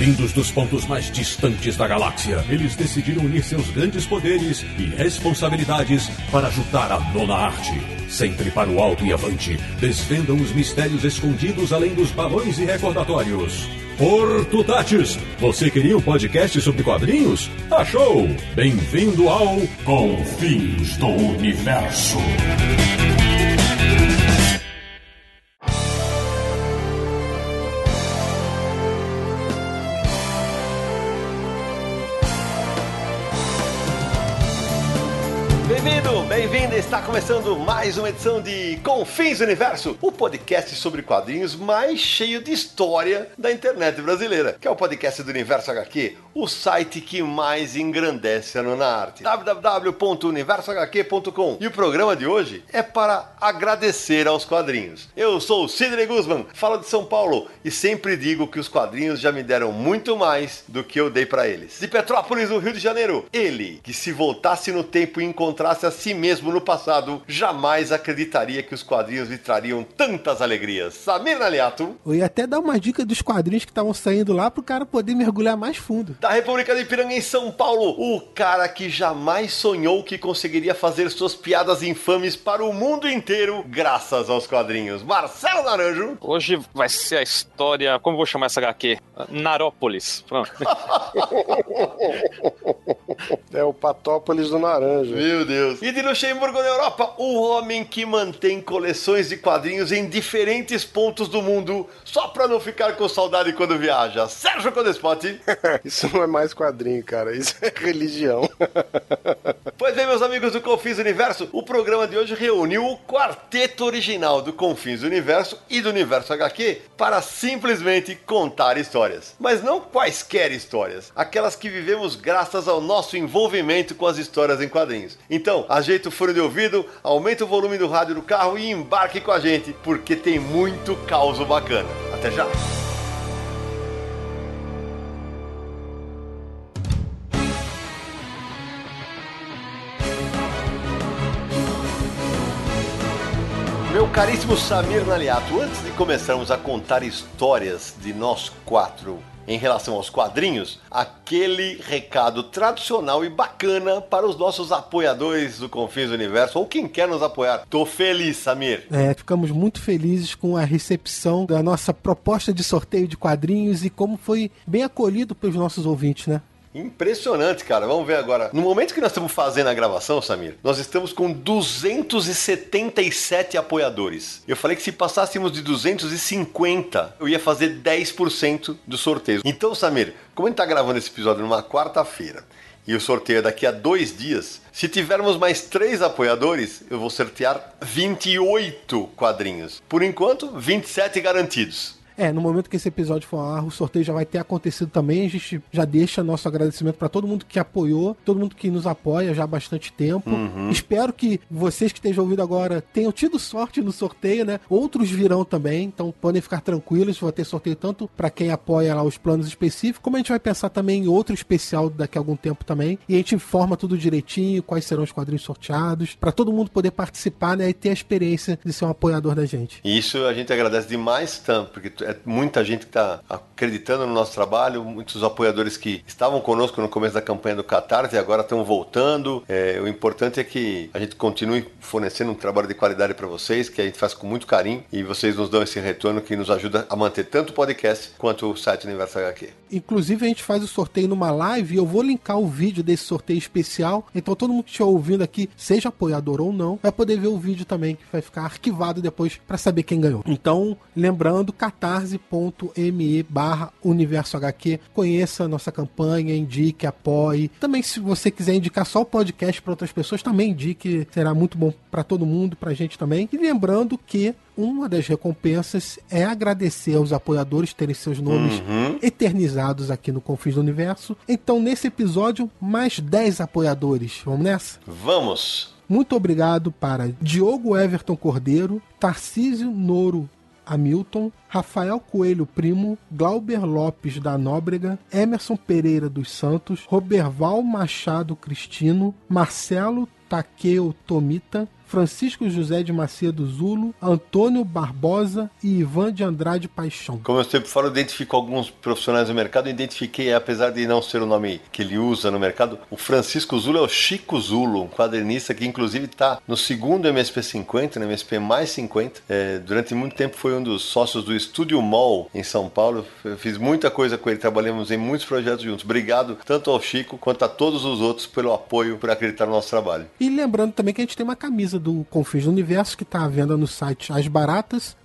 Vindos dos pontos mais distantes da galáxia, eles decidiram unir seus grandes poderes e responsabilidades para ajudar a nona arte. Sempre para o alto e avante, desvendam os mistérios escondidos além dos balões e recordatórios. Ortutatis, você queria um podcast sobre quadrinhos? Achou! Bem-vindo ao Confins do Universo. Bem-vindo! Está começando mais uma edição de Confins do Universo, o podcast sobre quadrinhos mais cheio de história da internet brasileira, que é o podcast do Universo HQ, o site que mais engrandece a nona arte, www.universohq.com. E o programa de hoje é para agradecer aos quadrinhos. Eu sou o Sidney Guzman, falo de São Paulo e sempre digo que os quadrinhos já me deram muito mais do que eu dei para eles. De Petrópolis, no Rio de Janeiro, ele, que se voltasse no tempo e encontrasse a si mesmo no passado, jamais acreditaria que os quadrinhos lhe trariam tantas alegrias. Samir Naliato. Eu ia até dar uma dica dos quadrinhos que estavam saindo lá pro cara poder mergulhar mais fundo. Da República de Ipiranga, em São Paulo, o cara que jamais sonhou que conseguiria fazer suas piadas infames para o mundo inteiro graças aos quadrinhos. Marcelo Naranjo. Hoje vai ser a história, como eu vou chamar essa HQ? Narópolis. Pronto. É o Patópolis do Naranjo. Meu Deus. E de Luxemburgo, na Europa, o homem que mantém coleções de quadrinhos em diferentes pontos do mundo só pra não ficar com saudade quando viaja. Sérgio Codespot. Isso não é mais quadrinho, cara. Isso é religião. Pois bem, meus amigos do Confins do Universo, o programa de hoje reuniu o quarteto original do Confins do Universo e do Universo HQ para simplesmente contar histórias. Mas não quaisquer histórias, aquelas que vivemos graças ao nosso envolvimento com as histórias em quadrinhos. Então, ajeita o fone de ouvido, aumenta o volume do rádio do carro e embarque com a gente, porque tem muito caos bacana. Até já! Meu caríssimo Samir Naliato, antes de começarmos a contar histórias de nós quatro em relação aos quadrinhos, aquele recado tradicional e bacana para os nossos apoiadores do Confins do Universo, ou quem quer nos apoiar. Tô feliz, Samir. Ficamos muito felizes com a recepção da nossa proposta de sorteio de quadrinhos e como foi bem acolhido pelos nossos ouvintes, né? Impressionante, cara. Vamos ver agora. No momento que nós estamos fazendo a gravação, Samir, nós estamos com 277 apoiadores. Eu falei que se passássemos de 250, eu ia fazer 10% do sorteio. Então, Samir, como a gente está gravando esse episódio numa quarta-feira e o sorteio é daqui a 2 dias, se tivermos mais 3 apoiadores, eu vou sortear 28 quadrinhos. Por enquanto, 27 garantidos. No momento que esse episódio for ao ar, o sorteio já vai ter acontecido também. A gente já deixa nosso agradecimento para todo mundo que apoiou, todo mundo que nos apoia já há bastante tempo. Espero que vocês que estejam ouvindo agora tenham tido sorte no sorteio, né? Outros virão também, então podem ficar tranquilos. Vai ter sorteio tanto para quem apoia lá os planos específicos, como a gente vai pensar também em outro especial daqui a algum tempo também. E a gente informa tudo direitinho, quais serão os quadrinhos sorteados, para todo mundo poder participar, né? E ter a experiência de ser um apoiador da gente. Isso a gente agradece demais, tanto, porque é muita gente que está acreditando no nosso trabalho, muitos apoiadores que estavam conosco no começo da campanha do Catarse e agora estão voltando. O importante é que a gente continue fornecendo um trabalho de qualidade para vocês, que a gente faz com muito carinho e vocês nos dão esse retorno que nos ajuda a manter tanto o podcast quanto o site Universo HQ. Inclusive a gente faz o sorteio numa live e eu vou linkar o vídeo desse sorteio especial, então todo mundo que estiver ouvindo aqui, seja apoiador ou não, vai poder ver o vídeo também, que vai ficar arquivado depois para saber quem ganhou. Então, lembrando, catarse.me/Universo HQ, conheça a nossa campanha, indique, apoie. Também, se você quiser indicar só o podcast para outras pessoas, também indique, será muito bom para todo mundo, pra gente também. E lembrando que uma das recompensas é agradecer aos apoiadores terem seus nomes eternizados aqui no Confins do Universo. Então, nesse episódio, mais 10 apoiadores. Vamos nessa? Vamos! Muito obrigado para Diogo Everton Cordeiro, Tarcísio Noro Hamilton, Rafael Coelho Primo, Glauber Lopes da Nóbrega, Emerson Pereira dos Santos, Roberval Machado Cristino, Marcelo Takeo Tomita, Francisco José de Macedo Zulo, Antônio Barbosa e Ivan de Andrade Paixão. Como eu sempre falo, eu identifico alguns profissionais do mercado, eu identifiquei, apesar de não ser o nome que ele usa no mercado, o Francisco Zulo é o Chico Zulo, um quadrinista que inclusive está no segundo MSP 50, no MSP mais 50. Durante muito tempo foi um dos sócios do Estúdio Mall em São Paulo. Eu fiz muita coisa com ele, trabalhamos em muitos projetos juntos. Obrigado tanto ao Chico quanto a todos os outros pelo apoio, por acreditar no nosso trabalho. E lembrando também que a gente tem uma camisa do Confins do Universo que está à venda no site As Baratas,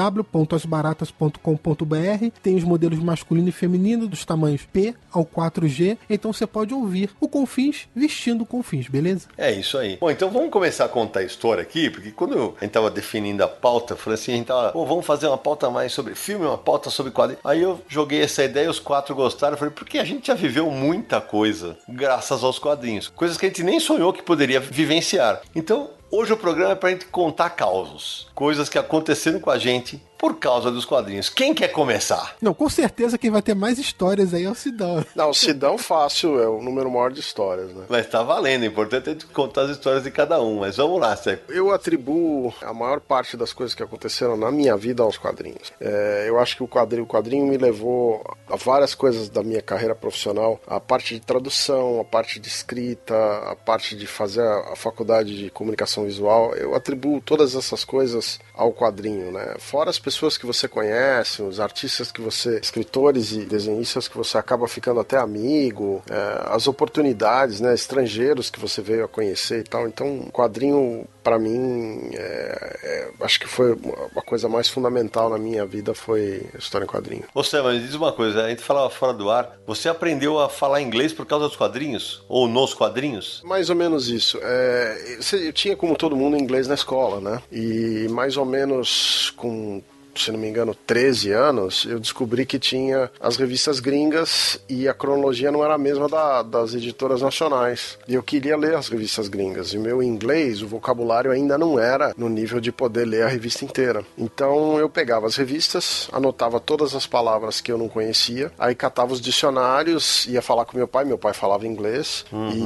www.asbaratas.com.br. Tem os modelos masculino e feminino dos tamanhos P ao 4G, então você pode ouvir o Confins vestindo o Confins, beleza? É isso aí. Bom, então vamos começar a contar a história aqui, porque quando a gente estava definindo a pauta, eu falei assim, a gente tava, vamos fazer uma pauta mais sobre filme, uma pauta sobre quadrinhos. Aí eu joguei essa ideia, os 4 gostaram, eu falei, porque a gente já viveu muita coisa graças aos quadrinhos, coisas que a gente nem sonhou que poderia vivenciar. Então, hoje o programa é pra gente contar causos, coisas que aconteceram com a gente por causa dos quadrinhos. Quem quer começar? Não, com certeza quem vai ter mais histórias aí é o Sidão. Não, o Sidão fácil, é o número maior de histórias, né? Mas tá valendo, o importante é a gente contar as histórias de cada um. Mas vamos lá, Seco. Eu atribuo a maior parte das coisas que aconteceram na minha vida aos quadrinhos. Eu acho que o quadrinho me levou a várias coisas da minha carreira profissional. A parte de tradução, a parte de escrita, a parte de fazer a faculdade de comunicação visual. Eu atribuo todas essas coisas ao quadrinho, né? Fora as pessoas que você conhece, os artistas que você, escritores e desenhistas que você acaba ficando até amigo, as oportunidades, né, estrangeiros que você veio a conhecer e tal. Então, o quadrinho, pra mim, acho que foi a coisa mais fundamental na minha vida, foi a história em quadrinho. Você, mas diz uma coisa, a gente falava fora do ar, você aprendeu a falar inglês por causa dos quadrinhos? Ou nos quadrinhos? Mais ou menos isso. Eu tinha, como todo mundo, inglês na escola, né? E mais ou menos com, se não me engano, 13 anos, eu descobri que tinha as revistas gringas e a cronologia não era a mesma das editoras nacionais. E eu queria ler as revistas gringas. E o meu inglês, o vocabulário ainda não era no nível de poder ler a revista inteira. Então eu pegava as revistas, anotava todas as palavras que eu não conhecia, aí catava os dicionários, ia falar com meu pai falava inglês,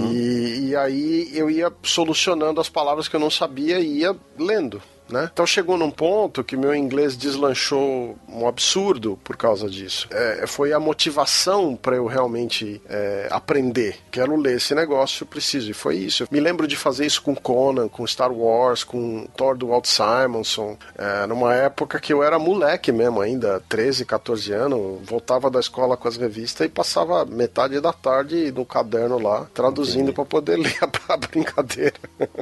e aí eu ia solucionando as palavras que eu não sabia e ia lendo. Né? Então chegou num ponto que meu inglês deslanchou um absurdo por causa disso. Foi a motivação para eu realmente aprender. Quero ler esse negócio, preciso. E foi isso. Eu me lembro de fazer isso com Conan, com Star Wars, com Thor do Walt Simonson. Numa época que eu era moleque mesmo ainda, 13, 14 anos. Voltava da escola com as revistas e passava metade da tarde no caderno lá, traduzindo para poder ler a brincadeira.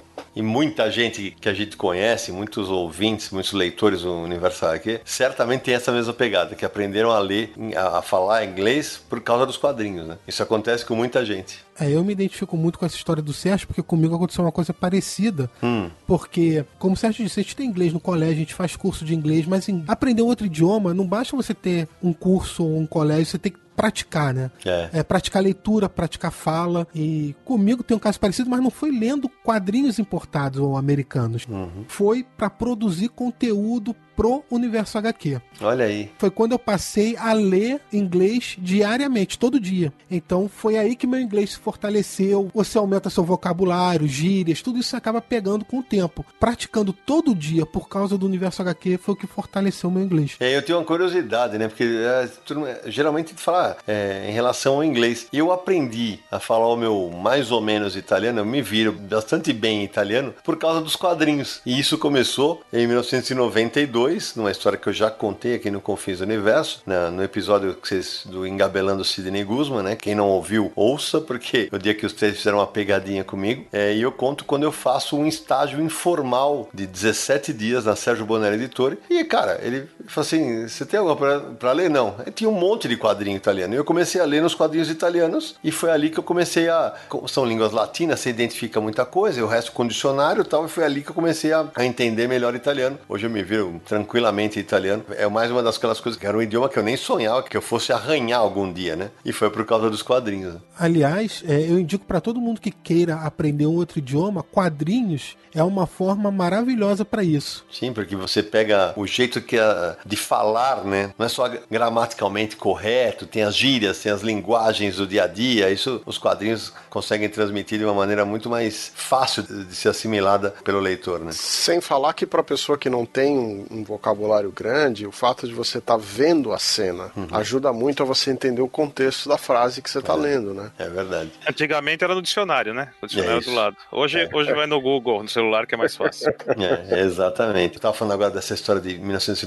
E muita gente que a gente conhece, muitos ouvintes, muitos leitores do Universo HQ, certamente tem essa mesma pegada, que aprenderam a ler, a falar inglês por causa dos quadrinhos, né? Isso acontece com muita gente. Eu me identifico muito com essa história do Sérgio, porque comigo aconteceu uma coisa parecida. Porque, como o Sérgio disse, a gente tem inglês no colégio, a gente faz curso de inglês, mas aprender um outro idioma, não basta você ter um curso ou um colégio, você tem que praticar, né? Praticar leitura, praticar fala. E comigo tem um caso parecido, mas não foi lendo quadrinhos importados ou americanos. Foi para produzir conteúdo pro Universo HQ. Olha aí. Foi quando eu passei a ler inglês diariamente, todo dia. Então foi aí que meu inglês se fortaleceu. Você aumenta seu vocabulário, gírias, tudo isso você acaba pegando com o tempo. Praticando todo dia por causa do Universo HQ foi o que fortaleceu o meu inglês. Eu tenho uma curiosidade, né? Porque geralmente a gente fala em relação ao inglês. E eu aprendi a falar o meu mais ou menos italiano, eu me viro bastante bem em italiano por causa dos quadrinhos. E isso começou em 1992, numa história que eu já contei aqui no Confins do Universo, no episódio do Engabelando Sidney Guzman, né? Quem não ouviu, ouça, porque o dia que os três fizeram uma pegadinha comigo, e eu conto quando eu faço um estágio informal de 17 dias na Sérgio Bonelli Editore, e cara, ele falou assim, você tem alguma pra ler? Não. Eu tinha um monte de quadrinho italiano, e eu comecei a ler nos quadrinhos italianos, e foi ali que eu comecei como são línguas latinas, você identifica muita coisa, e o resto com dicionário e tal, e foi ali que eu comecei a entender melhor italiano. Hoje eu me viro tranquilamente italiano. É mais uma daquelas coisas que era um idioma que eu nem sonhava que eu fosse arranhar algum dia, né? E foi por causa dos quadrinhos. Aliás, eu indico para todo mundo que queira aprender um outro idioma, quadrinhos é uma forma maravilhosa para isso. Sim, porque você pega o jeito que de falar, né? Não é só gramaticalmente correto, tem as gírias, tem as linguagens do dia a dia, isso os quadrinhos conseguem transmitir de uma maneira muito mais fácil de ser assimilada pelo leitor, né? Sem falar que para pessoa que não tem um vocabulário grande, o fato de você estar vendo a cena ajuda muito a você entender o contexto da frase que você está lendo, né? É verdade. Antigamente era no dicionário, né? O dicionário do lado. Hoje vai no Google, no celular, que é mais fácil. Exatamente. Eu tava falando agora dessa história de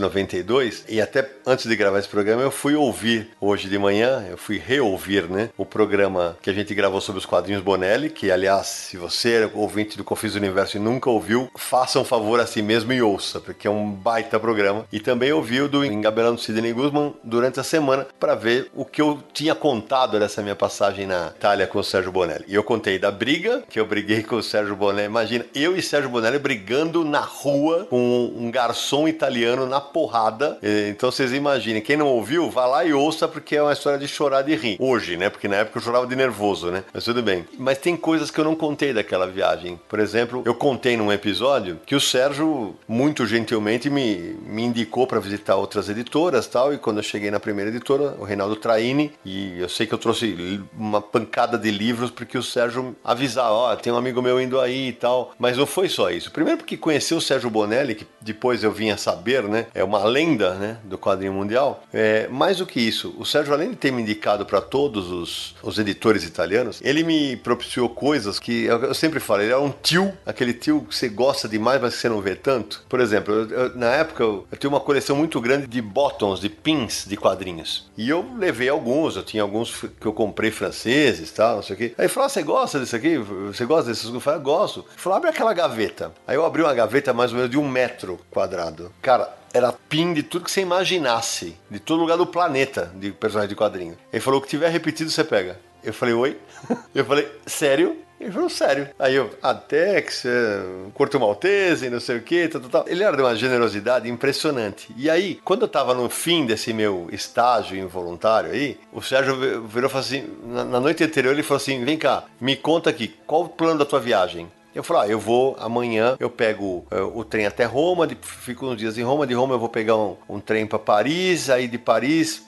1992 e até antes de gravar esse programa eu fui ouvir hoje de manhã, eu fui reouvir, né? O programa que a gente gravou sobre os quadrinhos Bonelli, que aliás, se você é ouvinte do Confins do Universo e nunca ouviu, faça um favor a si mesmo e ouça, porque é um baita programa. E também ouviu do Engabelando Sidney Guzman durante a semana para ver o que eu tinha contado dessa minha passagem na Itália com o Sérgio Bonelli. E eu contei da briga, que eu briguei com o Sérgio Bonelli. Imagina, eu e Sérgio Bonelli brigando na rua com um garçom italiano na porrada. Então vocês imaginem, quem não ouviu, vá lá e ouça, porque é uma história de chorar de rir. Hoje, né? Porque na época eu chorava de nervoso, né? Mas tudo bem. Mas tem coisas que eu não contei daquela viagem. Por exemplo, eu contei num episódio que o Sérgio, muito gentilmente, me indicou para visitar outras editoras e tal. E quando eu cheguei na primeira editora, o Reinaldo Traini, e eu sei que eu trouxe uma pancada de livros porque o Sérgio avisava, tem um amigo meu indo aí e tal. Mas não foi só isso. Primeiro porque conheci o Sérgio Bonelli, que depois eu vim a saber, né? É uma lenda, né? Do quadrinho mundial. Mais do que isso, o Sérgio, além de ter me indicado para todos os editores italianos, ele me propiciou coisas que eu sempre falo, ele é um tio, aquele tio que você gosta demais, mas que você não vê tanto. Por exemplo, na época eu tinha uma coleção muito grande de bottoms, de pins de quadrinhos. E eu levei alguns, eu tinha alguns que eu comprei franceses e tal, não sei o quê. Aí ele falou, você gosta disso aqui? Você gosta desses? Eu falei, gosto. Ele falou, abre aquela gaveta. Aí eu abri uma gaveta mais ou menos de 1 metro quadrado. Cara, era pin de tudo que você imaginasse, de todo lugar do planeta, de personagem de quadrinho. Ele falou, o que tiver repetido você pega. Eu falei, oi? Eu falei, sério? Ele falou, sério. Aí eu, Tex, Corto Maltese, não sei o que, tal. Ele era de uma generosidade impressionante. E aí, quando eu tava no fim desse meu estágio involuntário aí, o Sérgio virou e falou assim, na noite anterior ele falou assim, vem cá, me conta aqui, qual o plano da tua viagem? Eu falei, eu vou amanhã, eu pego o trem até Roma, fico uns dias em Roma, de Roma eu vou pegar um trem para Paris, aí de Paris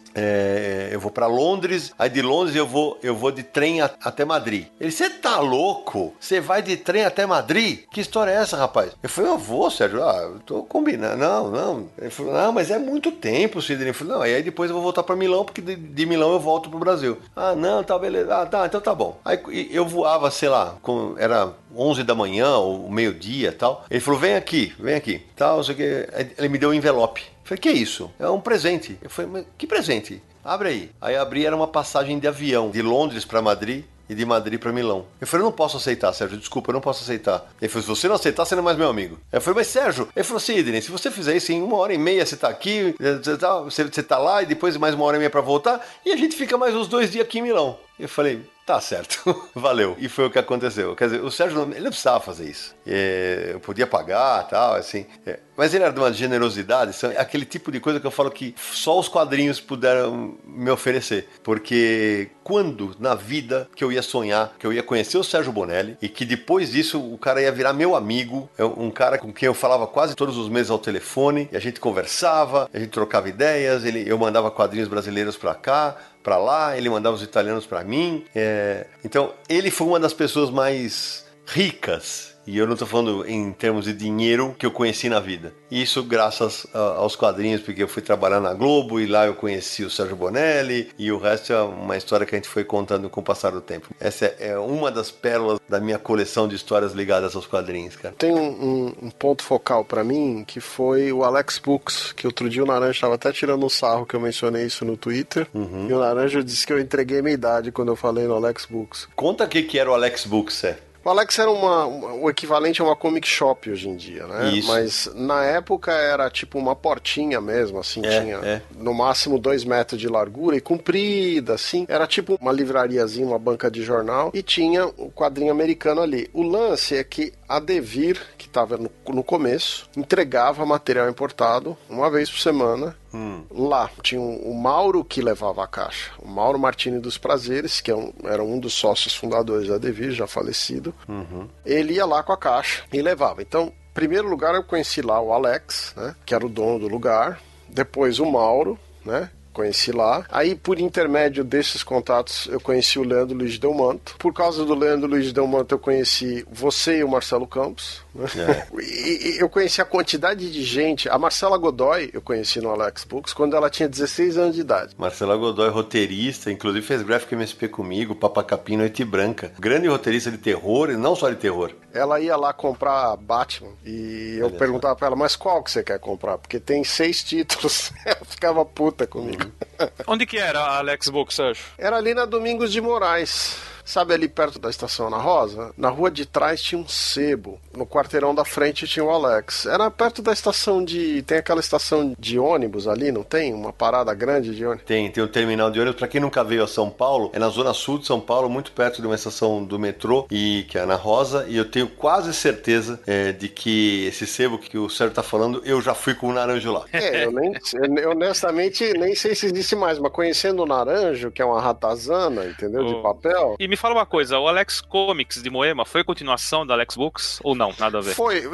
eu vou para Londres, aí de Londres eu vou de trem até Madrid. Ele, você tá louco? Você vai de trem até Madrid? Que história é essa, rapaz? Eu falei, eu vou, Sérgio, eu tô combinando. Não. Ele falou, não, mas é muito tempo, Sidney. Eu falei, não, aí depois eu vou voltar para Milão, porque de Milão eu volto pro Brasil. Não, tá, beleza. Tá, então tá bom. Aí eu voava, sei lá, era 11 da manhã ou meio-dia e tal. Ele falou, vem aqui, tal, não sei o que. Ele me deu um envelope. Eu falei, que é isso? É um presente. Eu falei, mas que presente? Abre aí. Aí abri, era uma passagem de avião, de Londres para Madrid e de Madrid para Milão. Eu falei, eu não posso aceitar, Sérgio, desculpa, eu não posso aceitar. Ele falou, se você não aceitar, você não é mais meu amigo. Eu falei, mas Sérgio, ele falou, Sidney, se você fizer isso em 1h30, você tá aqui, você tá lá e depois mais 1h30 para voltar e a gente fica mais uns 2 dias aqui em Milão. Eu falei, tá certo, valeu. E foi o que aconteceu. Quer dizer, o Sérgio ele não precisava fazer isso. Eu podia pagar e tal, assim. Mas ele era de uma generosidade, aquele tipo de coisa que eu falo que só os quadrinhos puderam me oferecer. Porque quando na vida que eu ia sonhar, que eu ia conhecer o Sérgio Bonelli e que depois disso o cara ia virar meu amigo, um cara com quem eu falava quase todos os meses ao telefone, e a gente conversava, a gente trocava ideias, eu mandava quadrinhos brasileiros pra cá, pra lá, ele mandava os italianos pra mim. Então, ele foi uma das pessoas mais ricas, e eu não tô falando em termos de dinheiro, que eu conheci na vida. Isso graças aos quadrinhos, porque eu fui trabalhar na Globo e lá eu conheci o Sérgio Bonelli, e o resto é uma história que a gente foi contando com o passar do tempo. Essa é uma das pérolas da minha coleção de histórias ligadas aos quadrinhos, cara. Tem um ponto focal pra mim, que foi o Alex Books, que outro dia o Naranja estava até tirando um sarro que eu mencionei isso no Twitter, e o Naranja disse que eu entreguei minha idade quando eu falei no Alex Books. Conta o que era o Alex Books, O Alex era o equivalente a uma comic shop hoje em dia, né? Isso. Mas na época era tipo uma portinha mesmo, assim, tinha no máximo 2 metros de largura e comprida, assim. Era tipo uma livrariazinha, uma banca de jornal e tinha o quadrinho americano ali. O lance é que a Devir, que estava no começo, entregava material importado uma vez por semana. Lá tinha o Mauro que levava a caixa, o Mauro Martini dos Prazeres, que era um dos sócios fundadores da Devir, já falecido. Ele ia lá com a caixa e levava. Então, em primeiro lugar eu conheci lá o Alex, né, que era o dono do lugar. Depois o Mauro, né? Conheci lá. Aí, por intermédio desses contatos, eu conheci o Leandro Luiz Delmanto. Por causa do Leandro Luiz Delmanto, eu conheci você e o Marcelo Campos. Né? E eu conheci a quantidade de gente. A Marcela Godoy, eu conheci no Alex Books, quando ela tinha 16 anos de idade. Marcela Godoy, roteirista, inclusive fez Gráfico MSP comigo, Papacapim, Noite Branca. Grande roteirista de terror, e não só de terror. Ela ia lá comprar Batman e eu perguntava pra ela, mas qual que você quer comprar? Porque tem 6 títulos. Ela ficava puta comigo. Onde que era a Alex Books, Sérgio? Era ali na Domingos de Moraes. Sabe, ali perto da Estação Ana Rosa? Na rua de trás tinha um sebo. No quarteirão da frente tinha o Alex. Era perto da estação de... Tem aquela estação de ônibus ali, não tem? Uma parada grande de ônibus? Tem um terminal de ônibus. Pra quem nunca veio a São Paulo, é na zona sul de São Paulo, muito perto de uma estação do metrô, que é a Ana Rosa. E eu tenho quase certeza de que esse sebo que o Sérgio tá falando, eu já fui com o Naranjo lá. Eu honestamente nem sei se existe mais, mas conhecendo o Naranjo, que é uma ratazana, entendeu? De papel... E me fala uma coisa, o Alex Comics de Moema foi continuação da Alex Books ou não? Nada a ver? Foi.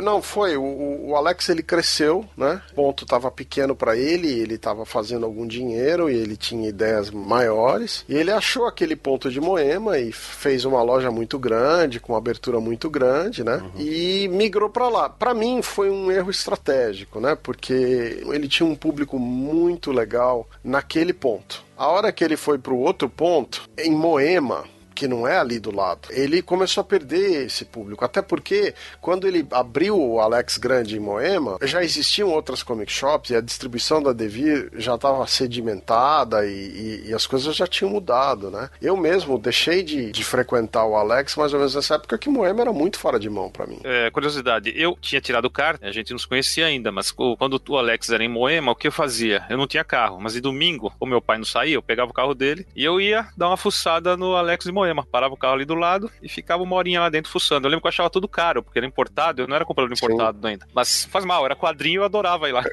O Alex, ele cresceu, né? O ponto tava pequeno pra ele tava fazendo algum dinheiro e ele tinha ideias maiores. E ele achou aquele ponto de Moema e fez uma loja muito grande, com uma abertura muito grande, né? Uhum. E migrou pra lá. Pra mim foi um erro estratégico, né? Porque ele tinha um público muito legal naquele ponto. A hora que ele foi pro outro ponto, em Moema, que não é ali do lado, ele começou a perder esse público, até porque quando ele abriu o Alex Grande em Moema, já existiam outras comic shops e a distribuição da Devir já estava sedimentada e as coisas já tinham mudado, né? Eu mesmo deixei de frequentar o Alex mais ou menos nessa época que Moema era muito fora de mão pra mim. Curiosidade, eu tinha tirado carta, a gente não se conhecia ainda, mas quando o Alex era em Moema, o que eu fazia? Eu não tinha carro, mas de domingo, como meu pai não saía, eu pegava o carro dele e eu ia dar uma fuçada no Alex de Moema. Parava o carro ali do lado e ficava uma horinha lá dentro fuçando. Eu lembro que eu achava tudo caro, porque era importado, eu não era comprador importado ainda. Mas faz mal, era quadrinho, eu adorava ir lá.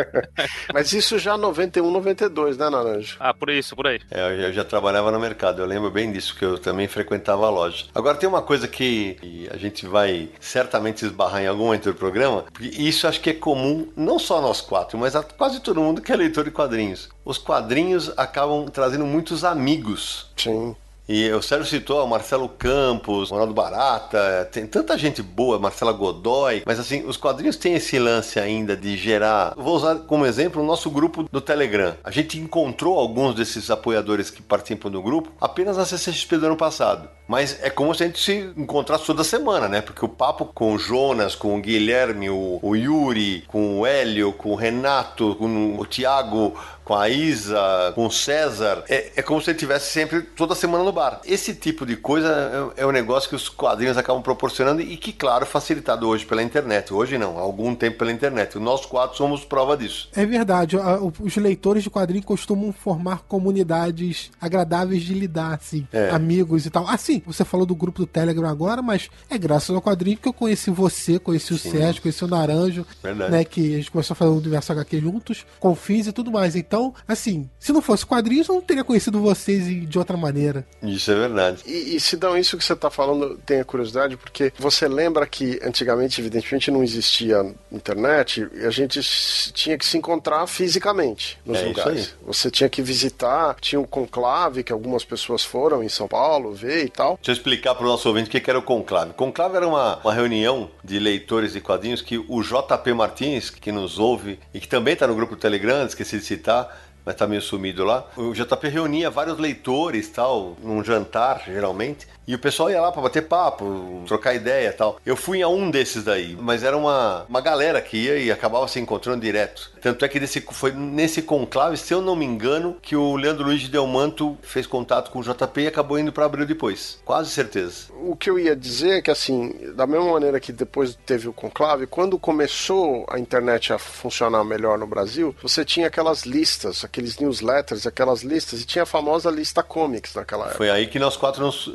Mas isso já 91, 92, né, Naranjo? Ah, por isso, por aí. Eu já trabalhava no mercado, eu lembro bem disso, que eu também frequentava a loja. Agora tem uma coisa que a gente vai certamente esbarrar em algum momento do programa, porque isso acho que é comum, não só a nós quatro, mas a quase todo mundo que é leitor de quadrinhos. Os quadrinhos acabam trazendo muitos amigos. Sim. E o Sérgio citou o Marcelo Campos, Ronaldo Barata, tem tanta gente boa, Marcela Godoy, mas assim, os quadrinhos têm esse lance ainda de gerar... Vou usar como exemplo o nosso grupo do Telegram. A gente encontrou alguns desses apoiadores que participam do grupo apenas na CCXP do ano passado. Mas é como se a gente se encontrasse toda semana, né? Porque o papo com o Jonas, com o Guilherme, o Yuri, com o Hélio, com o Renato, com o Thiago, com a Isa, com o César, é como se ele estivesse sempre, toda semana no bar. Esse tipo de coisa é um negócio que os quadrinhos acabam proporcionando e que, claro, facilitado hoje pela internet. Hoje não, há algum tempo pela internet. Nós quatro somos prova disso. É verdade. Os leitores de quadrinhos costumam formar comunidades agradáveis de lidar, assim, amigos e tal. Assim, você falou do grupo do Telegram agora, mas é graças ao quadrinho que eu conheci você, conheci o Sérgio, conheci o Naranjo, né, que a gente começou a fazer o Universo HQ juntos, Confins e tudo mais. Então, assim, se não fosse quadrinhos, eu não teria conhecido vocês de outra maneira. Isso é verdade. E Sidão, isso que você tá falando, tenho curiosidade, porque você lembra que antigamente, evidentemente, não existia internet e a gente tinha que se encontrar fisicamente nos lugares. Você tinha que visitar, tinha um conclave que algumas pessoas foram em São Paulo ver e tal. Deixa eu explicar para o nosso ouvinte o que era o conclave. Conclave era uma reunião de leitores de quadrinhos que o JP Martins, que nos ouve e que também está no grupo do Telegram, esqueci de citar, mas tá meio sumido lá. O JP reunia vários leitores, tal, num jantar, geralmente, e o pessoal ia lá pra bater papo, trocar ideia e tal. Eu fui a um desses daí, mas era uma galera que ia e acabava se encontrando direto. Tanto é que foi nesse conclave, se eu não me engano, que o Leandro Luiz Delmanto fez contato com o JP e acabou indo pra Abril depois. Quase certeza. O que eu ia dizer é que, assim, da mesma maneira que depois teve o conclave, quando começou a internet a funcionar melhor no Brasil, você tinha aquelas listas, aqueles newsletters, aquelas listas, e tinha a famosa lista comics naquela época. Foi aí que nós quatro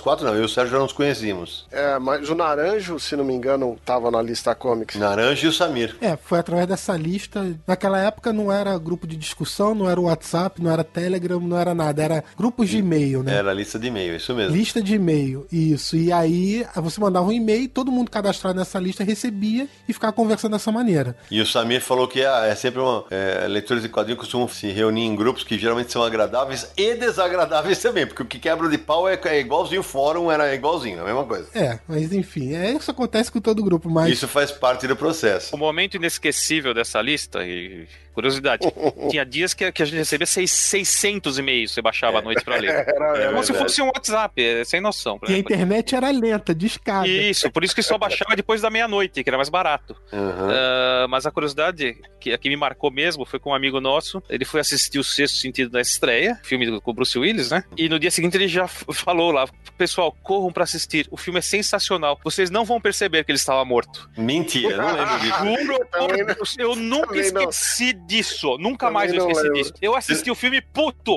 4 não, eu e o Sérgio já nos conhecíamos. Mas o Naranjo, se não me engano, tava na lista Comics. Naranjo e o Samir. Foi através dessa lista. Naquela época não era grupo de discussão, não era WhatsApp, não era Telegram, não era nada. Era grupos de e-mail, né? Era lista de e-mail, isso mesmo. Lista de e-mail, isso. E aí você mandava um e-mail, todo mundo cadastrado nessa lista recebia e ficava conversando dessa maneira. E o Samir falou que é sempre leitores de quadrinhos costumam se reunir em grupos que geralmente são agradáveis e desagradáveis também, porque o que quebra de pau é igualzinho o fórum, era igualzinho, a mesma coisa. Mas enfim, isso acontece com todo grupo, mas... Isso faz parte do processo. O momento inesquecível dessa lista, e curiosidade, tinha dias que a gente recebia 600 e-mails, você baixava à noite pra ler. Como se fosse um WhatsApp, sem noção. E a internet era lenta, discada. Isso, por isso que só baixava depois da meia-noite, que era mais barato. Mas a curiosidade que me marcou mesmo foi com um amigo nosso, ele foi assistir o Sexto Sentido na estreia, filme com o Bruce Willis, né? E no dia seguinte ele já falou lá, pessoal, corram pra assistir, o filme é sensacional, vocês não vão perceber que ele estava morto. Mentira, não lembro disso. Juro por Deus, eu nunca esqueci disso, nunca mais eu esqueci disso. Eu assisti o filme puto.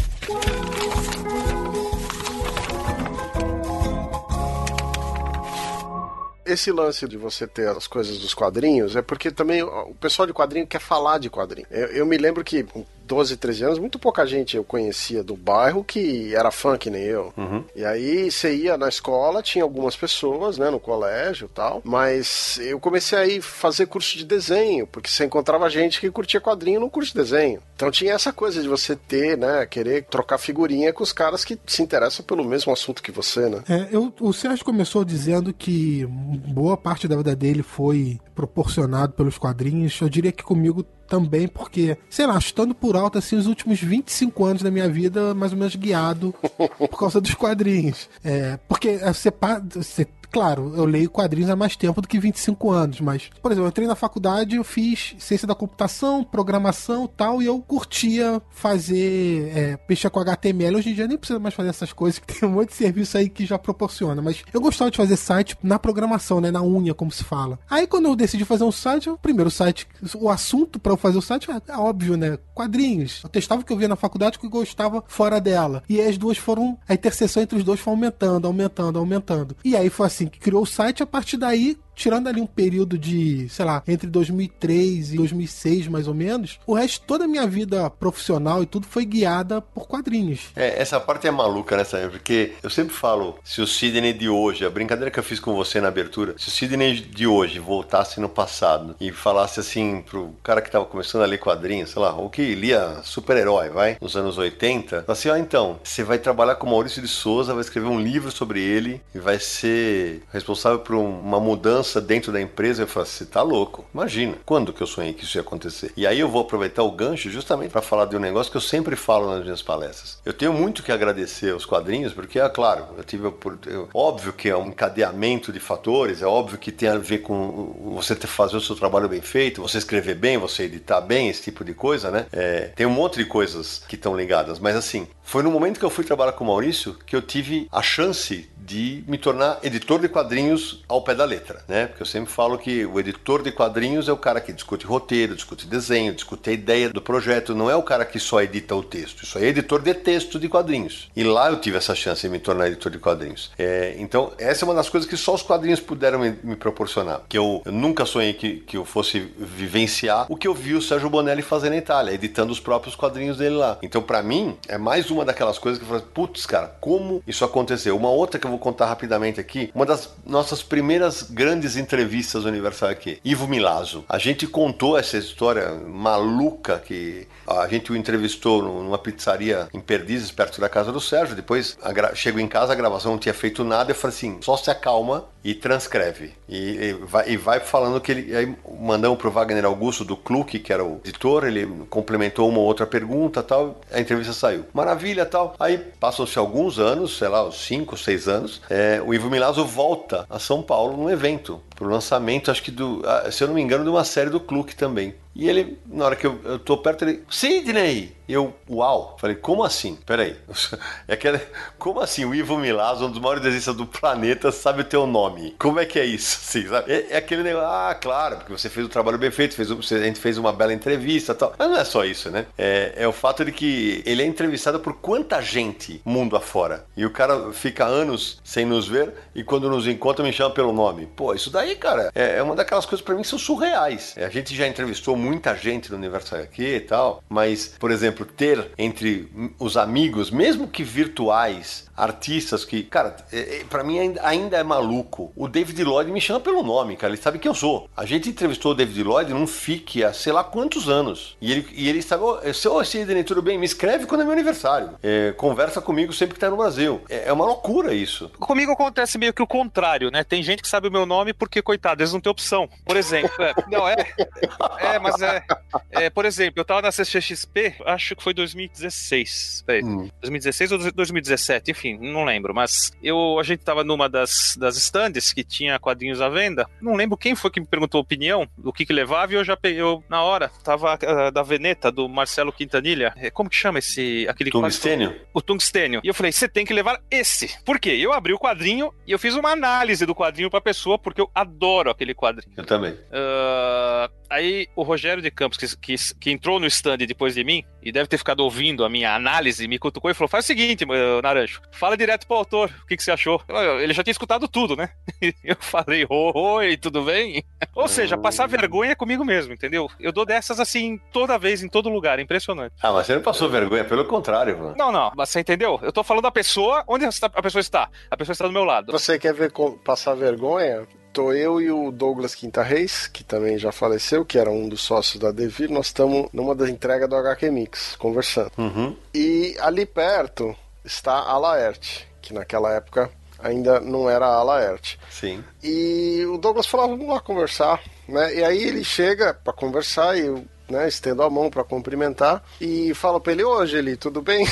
Esse lance de você ter as coisas dos quadrinhos é porque também o pessoal de quadrinho quer falar de quadrinho. Eu me lembro que 12, 13 anos, muito pouca gente eu conhecia do bairro que era fã que nem eu. E aí você ia na escola, tinha algumas pessoas, né, no colégio e tal, mas eu comecei a ir fazer curso de desenho, porque você encontrava gente que curtia quadrinho no curso de desenho. Então tinha essa coisa de você ter, né, querer trocar figurinha com os caras que se interessam pelo mesmo assunto que você, né? O Sérgio começou dizendo que boa parte da vida dele foi proporcionado pelos quadrinhos. Eu diria que comigo também, porque, sei lá, chutando por alto, assim, os últimos 25 anos da minha vida, mais ou menos guiado por causa dos quadrinhos. Porque você claro, eu leio quadrinhos há mais tempo do que 25 anos, mas, por exemplo, eu entrei na faculdade, eu fiz ciência da computação, programação e tal, e eu curtia fazer, mexer com HTML. Hoje em dia nem precisa mais fazer essas coisas, que tem um monte de serviço aí que já proporciona, mas eu gostava de fazer site na programação, né, na unha, como se fala. Aí quando eu decidi fazer um site, o primeiro site, o assunto pra eu fazer o site é óbvio, né, quadrinhos. Eu testava o que eu via na faculdade, o que eu gostava fora dela. E aí as duas foram, a interseção entre os dois foi aumentando. E aí foi assim que criou o site. A partir daí, tirando ali um período de, sei lá, entre 2003 e 2006, mais ou menos, o resto, toda a minha vida profissional e tudo foi guiada por quadrinhos. Essa parte é maluca, né, Samir? Porque eu sempre falo, se o Sidney de hoje, a brincadeira que eu fiz com você na abertura, se o Sidney de hoje voltasse no passado e falasse assim pro cara que tava começando a ler quadrinhos, sei lá, ou que lia super-herói, nos anos 80, assim, então, você vai trabalhar com Maurício de Souza, vai escrever um livro sobre ele e vai ser responsável por uma mudança dentro da empresa. Eu falo, você tá louco? Imagina, quando que eu sonhei que isso ia acontecer? E aí eu vou aproveitar o gancho justamente para falar de um negócio que eu sempre falo nas minhas palestras. Eu tenho muito que agradecer aos quadrinhos, porque, claro, óbvio que é um encadeamento de fatores, é óbvio que tem a ver com você fazer o seu trabalho bem feito, você escrever bem, você editar bem, esse tipo de coisa, né? Tem um monte de coisas que estão ligadas, mas assim, foi no momento que eu fui trabalhar com o Maurício que eu tive a chance de me tornar editor de quadrinhos ao pé da letra, né? Porque eu sempre falo que o editor de quadrinhos é o cara que discute roteiro, discute desenho, discute a ideia do projeto, não é o cara que só edita o texto, isso aí é editor de texto de quadrinhos. E lá eu tive essa chance de me tornar editor de quadrinhos. Então, essa é uma das coisas que só os quadrinhos puderam me proporcionar, que eu nunca sonhei que eu fosse vivenciar o que eu vi o Sérgio Bonelli fazer na Itália, editando os próprios quadrinhos dele lá. Então, pra mim, é mais uma daquelas coisas que eu falo, putz, cara, como isso aconteceu? Uma outra que eu vou contar rapidamente aqui, uma das nossas primeiras grandes entrevistas do Universal aqui, Ivo Milazzo. A gente contou essa história maluca que a gente o entrevistou numa pizzaria em Perdizes, perto da casa do Sérgio. Depois chego em casa, a gravação não tinha feito nada, eu falei assim, só se acalma e transcreve. E vai falando que ele... Aí mandamos pro Wagner Augusto do Kluck, que era o editor, ele complementou uma outra pergunta, tal, a entrevista saiu. Maravilha, tal. Aí passam-se alguns anos, sei lá, uns 5, 6 anos, o Ivo Milazzo volta a São Paulo num evento, pro lançamento, acho que se eu não me engano, de uma série do Kluck também. E ele, na hora que eu tô perto, ele, Sidney! Eu, uau! Falei, como assim? Peraí. Como assim o Ivo Milazzo, um dos maiores desenhistas do planeta, sabe o teu nome? Como é que é isso? Assim, sabe? É aquele negócio, claro, porque você fez o trabalho bem feito, a gente fez uma bela entrevista e tal. Mas não é só isso, né? É o fato de que ele é entrevistado por quanta gente mundo afora. E o cara fica anos sem nos ver e quando nos encontra me chama pelo nome. Pô, isso daí, cara, é uma daquelas coisas pra mim que são surreais. A gente já entrevistou muita gente no Universo HQ e tal, mas, por exemplo, ter entre os amigos, mesmo que virtuais, artistas que, cara, pra mim ainda é maluco. O David Lloyd me chama pelo nome, cara, ele sabe quem eu sou. A gente entrevistou o David Lloyd num FIC há sei lá quantos anos. E ele sabe, Sidney, tudo bem? Me escreve quando é meu aniversário. Conversa comigo sempre que tá no Brasil. É uma loucura isso. Comigo acontece meio que o contrário, né? Tem gente que sabe o meu nome porque, coitado, eles não têm opção. Por exemplo, por exemplo, eu tava na CCXP, acho que foi 2016. 2016 ou 2017, enfim, não lembro. Mas a gente tava numa das stands que tinha quadrinhos à venda. Não lembro quem foi que me perguntou a opinião do que levava e eu já peguei, na hora, tava da Veneta, do Marcelo Quintanilha. Como que chama aquele Tungstênio? O Tungstênio. E eu falei, você tem que levar esse. Por quê? Eu abri o quadrinho e eu fiz uma análise do quadrinho pra pessoa, porque eu adoro aquele quadrinho. Eu também. Aí o Rogério de Campos, que entrou no stand depois de mim, e deve ter ficado ouvindo a minha análise, me cutucou e falou, faz o seguinte, Naranjo, fala direto pro autor, o que você achou? Ele já tinha escutado tudo, né? Eu falei, oi, tudo bem? Ou seja, passar vergonha comigo mesmo, entendeu? Eu dou dessas assim, toda vez, em todo lugar, é impressionante. Mas você não passou vergonha, pelo contrário, mano. Não, mas você entendeu? Eu tô falando da pessoa, onde a pessoa está? A pessoa está do meu lado. Você quer ver passar vergonha? Tô eu e o Douglas Quinta Reis, que também já faleceu, que era um dos sócios da Devir. Nós estamos numa das entregas do HQ Mix, conversando. Uhum. E ali perto está a Laerte, que naquela época ainda não era a Laerte. Sim. E o Douglas falou, vamos lá conversar, né? E aí ele chega para conversar e eu, né, estendo a mão para cumprimentar e falo para ele, Angeli, tudo bem?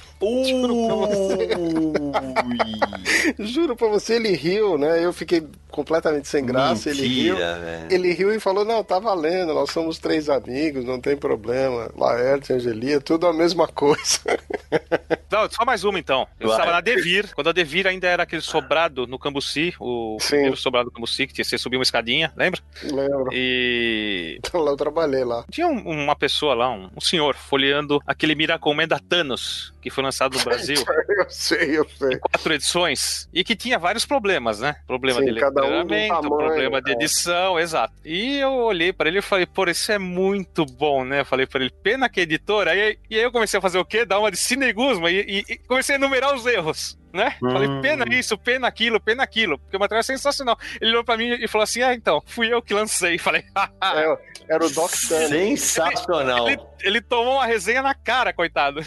Juro pra você, ele riu, né? Eu fiquei completamente sem graça. Mentira, ele riu. Velho. Ele riu e falou: não, tá valendo, nós somos 3 amigos, não tem problema. Laerte, Angelia, tudo a mesma coisa. Não, só mais uma então. Eu estava na Devir, quando a Devir ainda era aquele sobrado no Cambuci, o primeiro sobrado do Cambuci, que você subia uma escadinha, lembra? Lembro. E então lá eu trabalhei lá. Tinha uma pessoa lá, um senhor, folheando aquele Miracle Man da Thanos, que foi lançado no Brasil. Eu sei. Em 4 edições. E que tinha vários problemas, né? Problema de letramento, problema de edição, exato. E eu olhei pra ele e falei, pô, isso é muito bom, né? Eu falei pra ele, pena que é editora. E aí eu comecei a fazer o quê? Dar uma de Cine Guzman e comecei a enumerar os erros. Né? Falei, pena isso, pena aquilo, porque o material é sensacional. Ele olhou pra mim e falou assim, então, fui eu que lancei. Falei, era o Doc Sun. Sensacional. Ele tomou uma resenha na cara, coitado.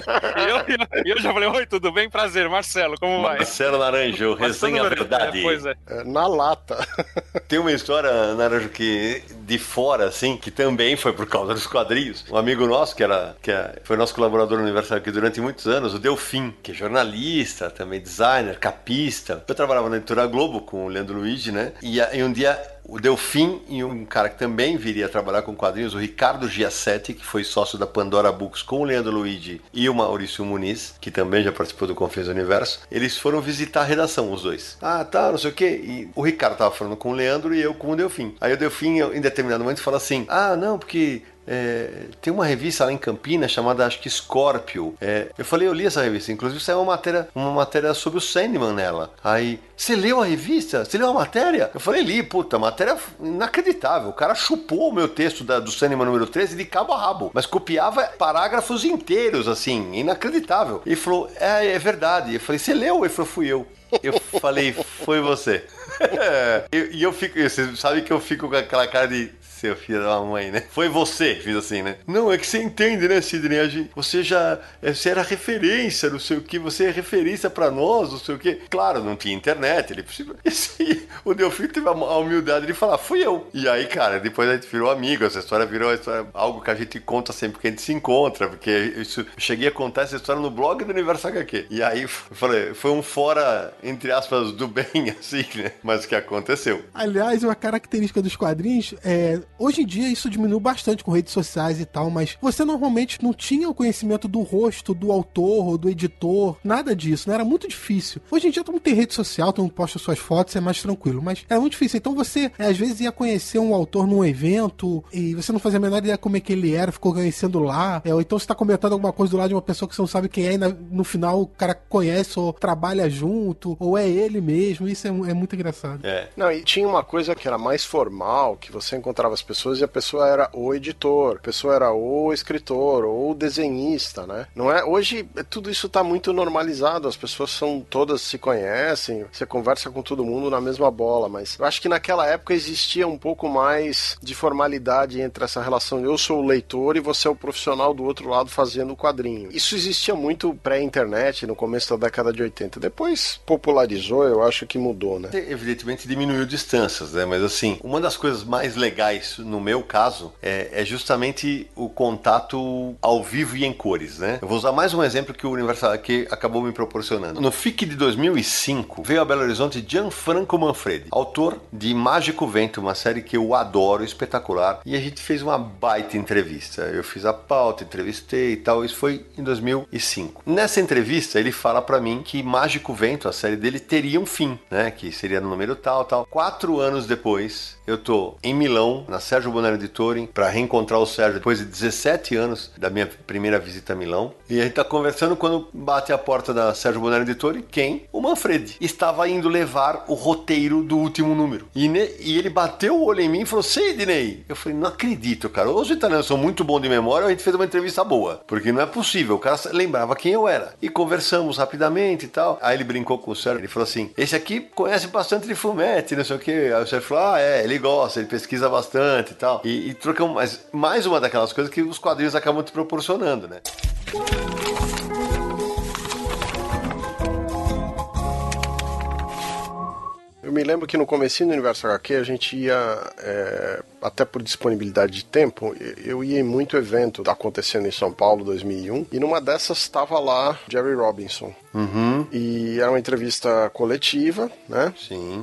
E eu já falei, oi, tudo bem? Prazer, Marcelo, como vai? Marcelo Naranjo, resenha verdade. Pois é. Na lata. Tem uma história, Naranjo, que de fora, assim, que também foi por causa dos quadrinhos. Um amigo nosso, que foi nosso colaborador no Universo aqui durante muitos anos, o Delfim, que é jornalista, também designer, capista. Eu trabalhava na Editora Globo com o Leandro Luigi, né? E um dia o Delfim e um cara que também viria a trabalhar com quadrinhos, o Ricardo Giacetti, que foi sócio da Pandora Books com o Leandro Luigi e o Maurício Muniz, que também já participou do Confins do Universo, eles foram visitar a redação, os dois. Não sei o quê. E o Ricardo tava falando com o Leandro e eu com o Delfim. Aí o Delfim, em determinado momento, fala assim, não, porque... tem uma revista lá em Campinas chamada, acho que Scorpio. Eu falei, eu li essa revista, inclusive saiu uma matéria sobre o Sandman nela. Aí, você leu a revista? Você leu a matéria? Eu falei, li, puta, matéria inacreditável. O cara chupou o meu texto do Sandman número 13 de cabo a rabo, mas copiava parágrafos inteiros, assim, inacreditável. Ele falou, é verdade. Eu falei, você leu? Ele falou, fui eu. Eu falei, foi você. E eu fico, você sabe que eu fico com aquela cara de... seu filho da mãe, né? Foi você, fiz assim, né? Não, é que você entende, né, Sidney? Você era referência, não sei o que, você é referência pra nós, não sei o que. Claro, não tinha internet, o Delfim teve a humildade de falar, fui eu. E aí, cara, depois a gente virou amigo, essa história virou algo que a gente conta sempre que a gente se encontra, porque eu cheguei a contar essa história no blog do Universo HQ. E aí, eu falei, foi um fora, entre aspas, do bem, assim, né? Mas o que aconteceu? Aliás, uma característica dos quadrinhos é Hoje em dia isso diminuiu bastante com redes sociais e tal, mas você normalmente não tinha o conhecimento do rosto do autor ou do editor, nada disso, né? Era muito difícil. Hoje em dia todo mundo tem rede social, todo mundo posta suas fotos, é mais tranquilo, mas era muito difícil. Então você, às vezes, ia conhecer um autor num evento e você não fazia a menor ideia como é que ele era, ficou conhecendo lá, ou então você tá comentando alguma coisa do lado de uma pessoa que você não sabe quem é e no final o cara conhece ou trabalha junto, ou é ele mesmo, isso é muito engraçado. Não, e tinha uma coisa que era mais formal, que você encontrava as pessoas e a pessoa era o editor, a pessoa era o escritor, ou o desenhista, né? Não é? Hoje tudo isso tá muito normalizado, as pessoas todas se conhecem, você conversa com todo mundo na mesma bola, mas eu acho que naquela época existia um pouco mais de formalidade entre essa relação de eu sou o leitor e você é o profissional do outro lado fazendo o quadrinho. Isso existia muito pré-internet, no começo da década de 80. Depois popularizou, eu acho que mudou, né? Evidentemente diminuiu distâncias, né? Mas assim, uma das coisas mais legais, no meu caso, é justamente o contato ao vivo e em cores, né? Eu vou usar mais um exemplo que o Universal aqui acabou me proporcionando. No FIC de 2005, veio a Belo Horizonte Gianfranco Manfredi, autor de Mágico Vento, uma série que eu adoro, espetacular, e a gente fez uma baita entrevista. Eu fiz a pauta, entrevistei e tal, isso foi em 2005. Nessa entrevista, ele fala pra mim que Mágico Vento, a série dele, teria um fim, né? Que seria no número tal. 4 anos depois, eu tô em Milão, na Sérgio Bonello Editore, para reencontrar o Sérgio depois de 17 anos da minha primeira visita a Milão. E a gente tá conversando quando bate a porta da Sérgio Bonello Editore, quem? O Manfredi. Estava indo levar o roteiro do último número. E ele bateu o olho em mim e falou, sei, Ednei. Eu falei, não acredito, cara. Os italianos são muito bons de memória, a gente fez uma entrevista boa. Porque não é possível. O cara lembrava quem eu era. E conversamos rapidamente e tal. Aí ele brincou com o Sérgio. Ele falou assim, esse aqui conhece bastante de Fumetti, não sei o quê. Aí o Sérgio falou, ele gosta, ele pesquisa bastante e tal. E trocamos mais uma daquelas coisas que os quadrinhos acabam te proporcionando, né? Eu me lembro que no comecinho do Universo HQ a gente ia, até por disponibilidade de tempo, eu ia em muito evento acontecendo em São Paulo, 2001, e numa dessas estava lá Jerry Robinson. Uhum. E era uma entrevista coletiva, né? Sim.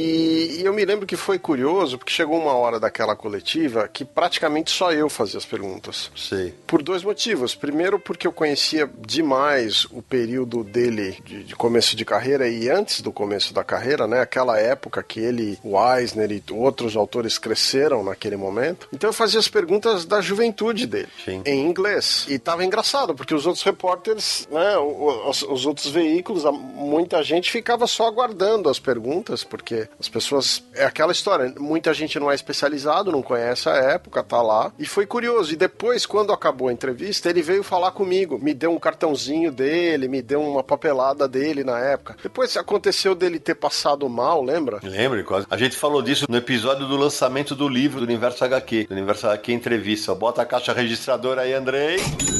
E eu me lembro que foi curioso, porque chegou uma hora daquela coletiva que praticamente só eu fazia as perguntas. Sei. Por 2 motivos. Primeiro, porque eu conhecia demais o período dele de começo de carreira e antes do começo da carreira, né? Aquela época que ele, o Eisner e outros autores cresceram naquele momento. Então eu fazia as perguntas da juventude dele. Sim. Em inglês. E tava engraçado, porque os outros repórteres, né? Os outros veículos, muita gente ficava só aguardando as perguntas, porque as pessoas... É aquela história, muita gente não é especializado, não conhece a época, tá lá. E foi curioso. E depois, quando acabou a entrevista, ele veio falar comigo. Me deu um cartãozinho dele, me deu uma papelada dele na época. Depois aconteceu dele ter passado mal, lembra? Lembro, quase. A gente falou disso no episódio do lançamento do livro do Universo HQ. Do Universo HQ Entrevista. Bota a caixa registradora aí, Andrei.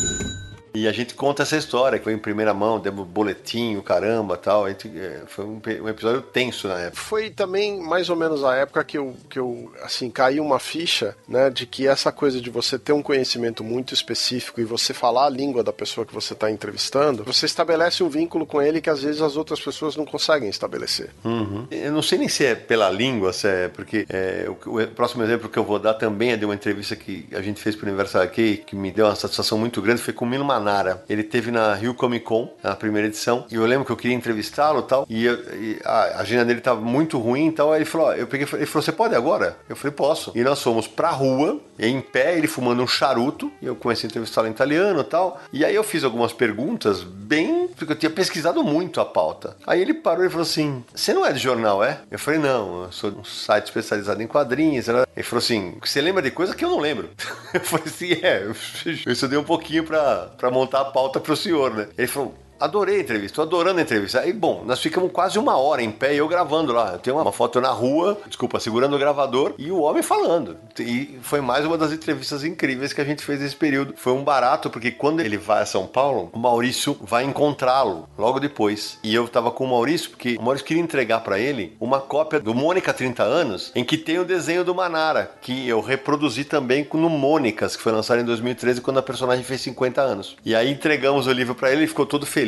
E a gente conta essa história, que foi em primeira mão, demos boletim, o caramba, tal. Foi um episódio tenso na época. Foi também mais ou menos a época que eu assim, caiu uma ficha, né, de que essa coisa de você ter um conhecimento muito específico e você falar a língua da pessoa que você está entrevistando, você estabelece um vínculo com ele que às vezes as outras pessoas não conseguem estabelecer. Uhum. Eu não sei nem se é pela língua, se é porque o próximo exemplo que eu vou dar também é de uma entrevista que a gente fez para o Universo HQ, que me deu uma satisfação muito grande, foi com o Milo Manara. Ele teve na Rio Comic Con, na primeira edição, e eu lembro que eu queria entrevistá-lo e tal, e a agenda dele estava muito ruim e tal, aí ele falou, ele falou, você pode agora? Eu falei, posso. E nós fomos pra rua, em pé, ele fumando um charuto, e eu comecei a entrevistá-lo em italiano e tal, e aí eu fiz algumas perguntas porque eu tinha pesquisado muito a pauta. Aí ele parou e falou assim, você não é de jornal, é? Eu falei, não, eu sou de um site especializado em quadrinhos. Ele falou assim, você lembra de coisa que eu não lembro? Eu falei assim, eu estudei um pouquinho pra montar a pauta pro senhor, né? Ele falou, adorei a entrevista, tô adorando a entrevista. Aí, bom, nós ficamos quase 1 hora em pé e eu gravando lá. Eu tenho uma foto na rua, segurando o gravador e o homem falando. E foi mais uma das entrevistas incríveis que a gente fez nesse período. Foi um barato, porque quando ele vai a São Paulo, o Maurício vai encontrá-lo logo depois. E eu tava com o Maurício, porque o Maurício queria entregar pra ele uma cópia do Mônica 30 anos, em que tem o desenho do Manara, que eu reproduzi também no Mônicas, que foi lançado em 2013, quando a personagem fez 50 anos. E aí entregamos o livro pra ele, ele ficou todo feliz.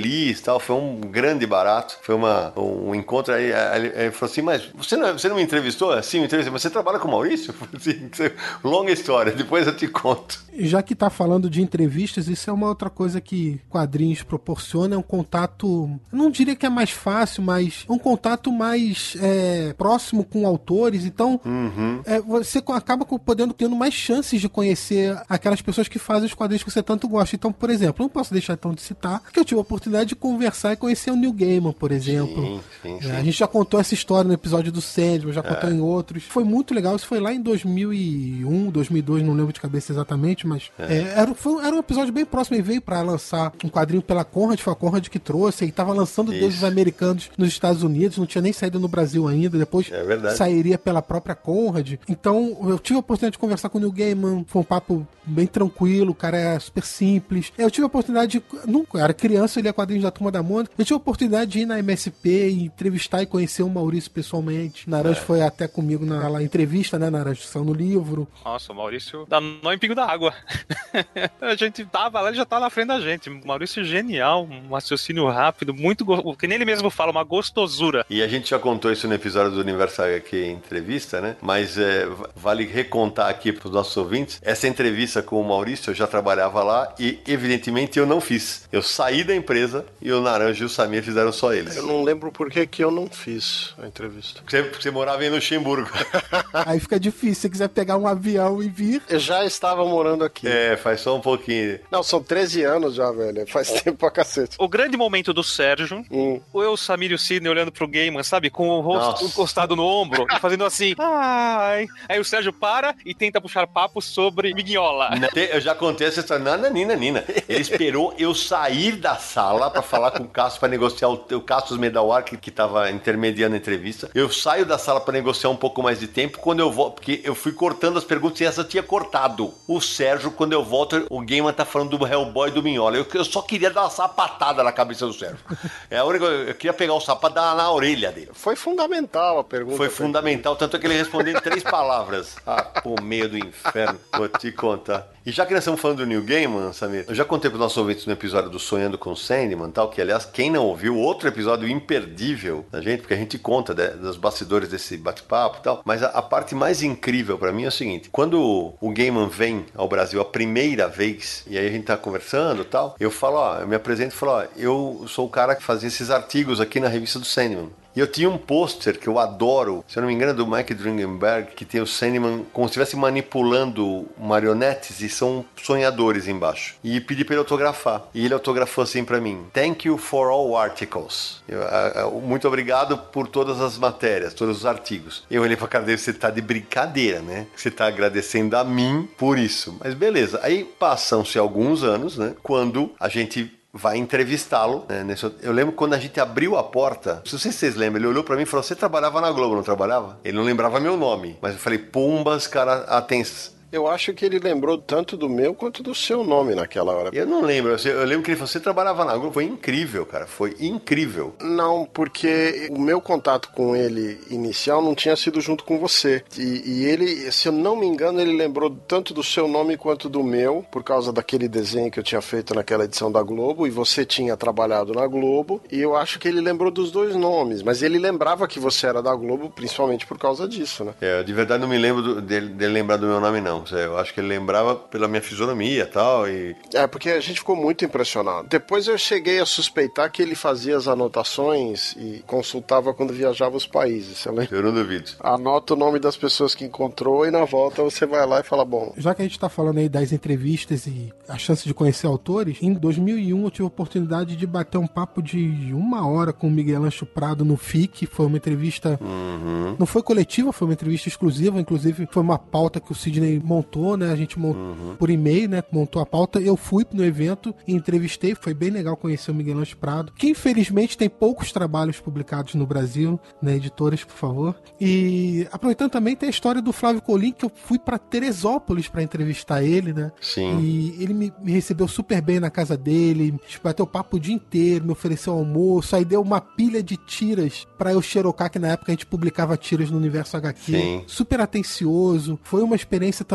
feliz e tal, foi um grande barato, foi um encontro, aí ele falou assim, mas você não me entrevistou? Sim, me entrevistei, mas você trabalha com o Maurício? Eu falei assim, longa história, depois eu te conto. Já que tá falando de entrevistas, isso é uma outra coisa que quadrinhos proporciona, é um contato, eu não diria que é mais fácil, mas um contato mais próximo com autores, então você acaba podendo tendo mais chances de conhecer aquelas pessoas que fazem os quadrinhos que você tanto gosta. Então, por exemplo, eu não posso deixar então de citar que eu tive a oportunidade de conversar e conhecer o Neil Gaiman, por exemplo. Sim. A gente já contou essa história no episódio do Sandman, já contou em outros. Foi muito legal, isso foi lá em 2001, 2002, não lembro de cabeça exatamente, mas era um episódio bem próximo. Ele veio pra lançar um quadrinho pela Conrad, foi a Conrad que trouxe, ele tava lançando Deuses Americanos nos Estados Unidos, não tinha nem saído no Brasil ainda, depois sairia pela própria Conrad. Então, eu tive a oportunidade de conversar com o Neil Gaiman, foi um papo bem tranquilo, o cara é super simples. Eu tive a oportunidade eu era criança, eu lia quadrinhos da Turma da Mônica, eu tive a oportunidade de ir na MSP e entrevistar e conhecer o Maurício pessoalmente. Naranjo foi até comigo naquela entrevista, né, Naranjo, que saiu no livro. Nossa, o Maurício dá nó em pingo da água. A gente tava lá, ele já tava na frente da gente. O Maurício é genial, um raciocínio rápido, muito que nem ele mesmo fala, uma gostosura. E a gente já contou isso no episódio do Universo HQ Entrevista, né? Mas vale recontar aqui para os nossos ouvintes, essa entrevista com o Maurício, eu já trabalhava lá e, evidentemente, eu não fiz. Eu saí da empresa e o Naranjo e o Samir fizeram só eles. Eu não lembro por que eu não fiz a entrevista. Porque você morava em Luxemburgo. Aí fica difícil, se você quiser pegar um avião e vir. Eu já estava morando aqui. Faz só um pouquinho. Não, são 13 anos já, velho. Faz tempo pra cacete. O grande momento do Sérgio, o Samir e o Sidney olhando pro Gaiman, sabe? Com o rosto encostado no ombro e fazendo assim, ai. Aí o Sérgio para e tenta puxar papo sobre Mignola. Eu já contei essa história. Nina. Ele esperou eu sair da sala pra falar com o Cassius, pra negociar o Cassius Medawar, que tava intermediando a entrevista. Eu saio da sala pra negociar um pouco mais de tempo. Quando eu volto, porque eu fui cortando as perguntas e essa eu tinha cortado. O Sérgio, quando eu volto, o Gaiman tá falando do Hellboy e do Mignola. Eu só queria dar uma sapatada na cabeça do Sérgio. Eu queria pegar o sapato e dar na orelha dele. Foi fundamental a pergunta. Foi fundamental, tanto é que ele respondeu em 3 palavras. Pô, meio do inferno, vou te contar. E já que nós estamos falando do Neil Gaiman, Samir, eu já contei para os nossos ouvintes no episódio do Sonhando com Sandman, tal, que, aliás, quem não ouviu, outro episódio imperdível da gente, porque a gente conta dos bastidores desse bate-papo e tal, mas a parte mais incrível para mim é o seguinte, quando o Gaiman vem ao Brasil a primeira vez, e aí a gente tá conversando e tal, eu falo, eu me apresento e falo, eu sou o cara que fazia esses artigos aqui na revista do Sandman. E eu tinha um pôster que eu adoro, se eu não me engano é do Mike Dringenberg, que tem o Sandman como se estivesse manipulando marionetes e são sonhadores embaixo. E pedi para ele autografar. E ele autografou assim para mim: Thank you for all articles. Muito obrigado por todas as matérias, todos os artigos. Eu olhei pra cara dele, você tá de brincadeira, né? Você tá agradecendo a mim por isso. Mas beleza. Aí passam-se alguns anos, né? Quando a gente vai entrevistá-lo, né? Eu lembro quando a gente abriu a porta, não sei se vocês lembram, ele olhou pra mim e falou, você trabalhava na Globo, não trabalhava? Ele não lembrava meu nome, mas eu falei, pumbas, cara, atenção. Eu acho que ele lembrou tanto do meu quanto do seu nome naquela hora. Eu não lembro. Eu lembro que ele falou, você trabalhava na Globo. Foi incrível, cara. Foi incrível. Não, porque o meu contato com ele inicial não tinha sido junto com você. E ele, se eu não me engano, ele lembrou tanto do seu nome quanto do meu, por causa daquele desenho que eu tinha feito naquela edição da Globo, e você tinha trabalhado na Globo, e eu acho que ele lembrou dos dois nomes, mas ele lembrava que você era da Globo, principalmente por causa disso, né? Eu de verdade não me lembro dele lembrar do meu nome, não. Eu acho que ele lembrava pela minha fisionomia e tal. Porque a gente ficou muito impressionado. Depois eu cheguei a suspeitar que ele fazia as anotações e consultava quando viajava os países, você lembra? Eu não duvido. Anota o nome das pessoas que encontrou e na volta você vai lá e fala, bom... Já que a gente tá falando aí das entrevistas e a chance de conhecer autores, em 2001 eu tive a oportunidade de bater um papo de 1 hora com o Miguel Ancho Prado no FIC. Foi uma entrevista... Não foi coletiva, foi uma entrevista exclusiva. Inclusive foi uma pauta que o Sidney montou, né? A gente montou por e-mail, né? Montou a pauta. Eu fui no evento e entrevistei. Foi bem legal conhecer o Miguel Ancho Prado, que infelizmente tem poucos trabalhos publicados no Brasil, né? Editoras, por favor. E aproveitando também, tem a história do Flávio Colim, que eu fui pra Teresópolis pra entrevistar ele, né? Sim. E ele me recebeu super bem na casa dele, bateu papo o dia inteiro, me ofereceu almoço, aí deu uma pilha de tiras pra eu xerocar, que na época a gente publicava tiras no Universo HQ. Sim. Super atencioso. Foi uma experiência também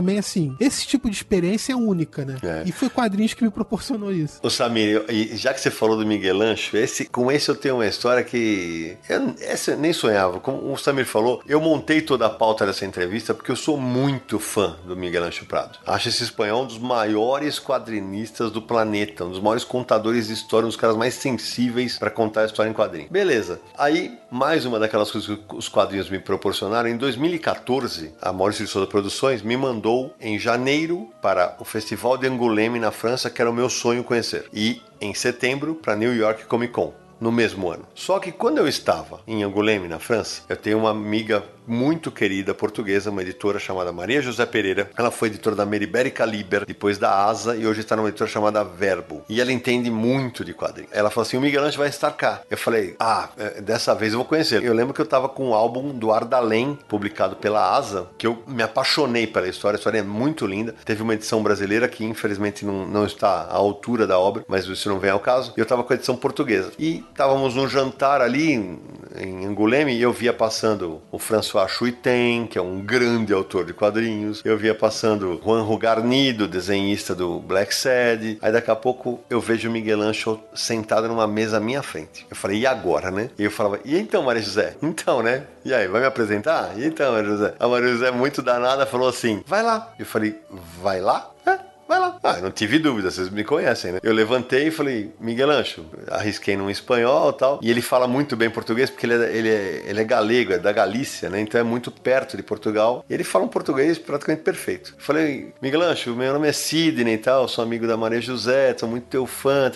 também, assim, esse tipo de experiência é única, né? E foi quadrinhos que me proporcionou isso. Ô Samir, e já que você falou do Miguel Ancho, com esse eu tenho uma história que essa eu nem sonhava. Como o Samir falou, eu montei toda a pauta dessa entrevista porque eu sou muito fã do Miguel Ancho Prado. Acho esse espanhol um dos maiores quadrinistas do planeta, um dos maiores contadores de história, um dos caras mais sensíveis para contar a história em quadrinho. Beleza. Aí, mais uma daquelas coisas que os quadrinhos me proporcionaram, em 2014, a Maurício de Souza Produções me mandou em janeiro para o Festival de Angoulême na França, que era o meu sonho conhecer. E em setembro para New York Comic Con, no mesmo ano. Só que quando eu estava em Angoulême, na França, eu tenho uma amiga muito querida portuguesa, uma editora chamada Maria José Pereira. Ela foi editora da Meriberi Caliber, depois da Asa, e hoje está numa editora chamada Verbo. E ela entende muito de quadrinhos. Ela falou assim, o Miguel Ancho vai estar cá. Eu falei, dessa vez eu vou conhecer. Eu lembro que eu estava com um álbum do Ardalém, publicado pela Asa, que eu me apaixonei pela história. A história é muito linda. Teve uma edição brasileira que infelizmente não está à altura da obra, mas isso não vem ao caso. E eu estava com a edição portuguesa. E estávamos num jantar ali em Angoulême e eu via passando o François Chuiten, que é um grande autor de quadrinhos. Eu via passando Juanjo Garnido, desenhista do Black Sad. Aí daqui a pouco eu vejo o Miguel Ancho sentado numa mesa à minha frente. Eu falei, e agora, né? E eu falava, e então, Maria José? Então, né? E aí, vai me apresentar? E então, Maria José? A Maria José, muito danada, falou assim, vai lá. Eu falei, vai lá? Vai lá. Não tive dúvida, vocês me conhecem, né? Eu levantei e falei, Miguel Ancho, arrisquei num espanhol e tal. E ele fala muito bem português, porque ele é galego, é da Galícia, né? Então é muito perto de Portugal. E ele fala um português praticamente perfeito. Eu falei, Miguel Ancho, meu nome é Sidney e tal, sou amigo da Maria José, sou muito teu fã,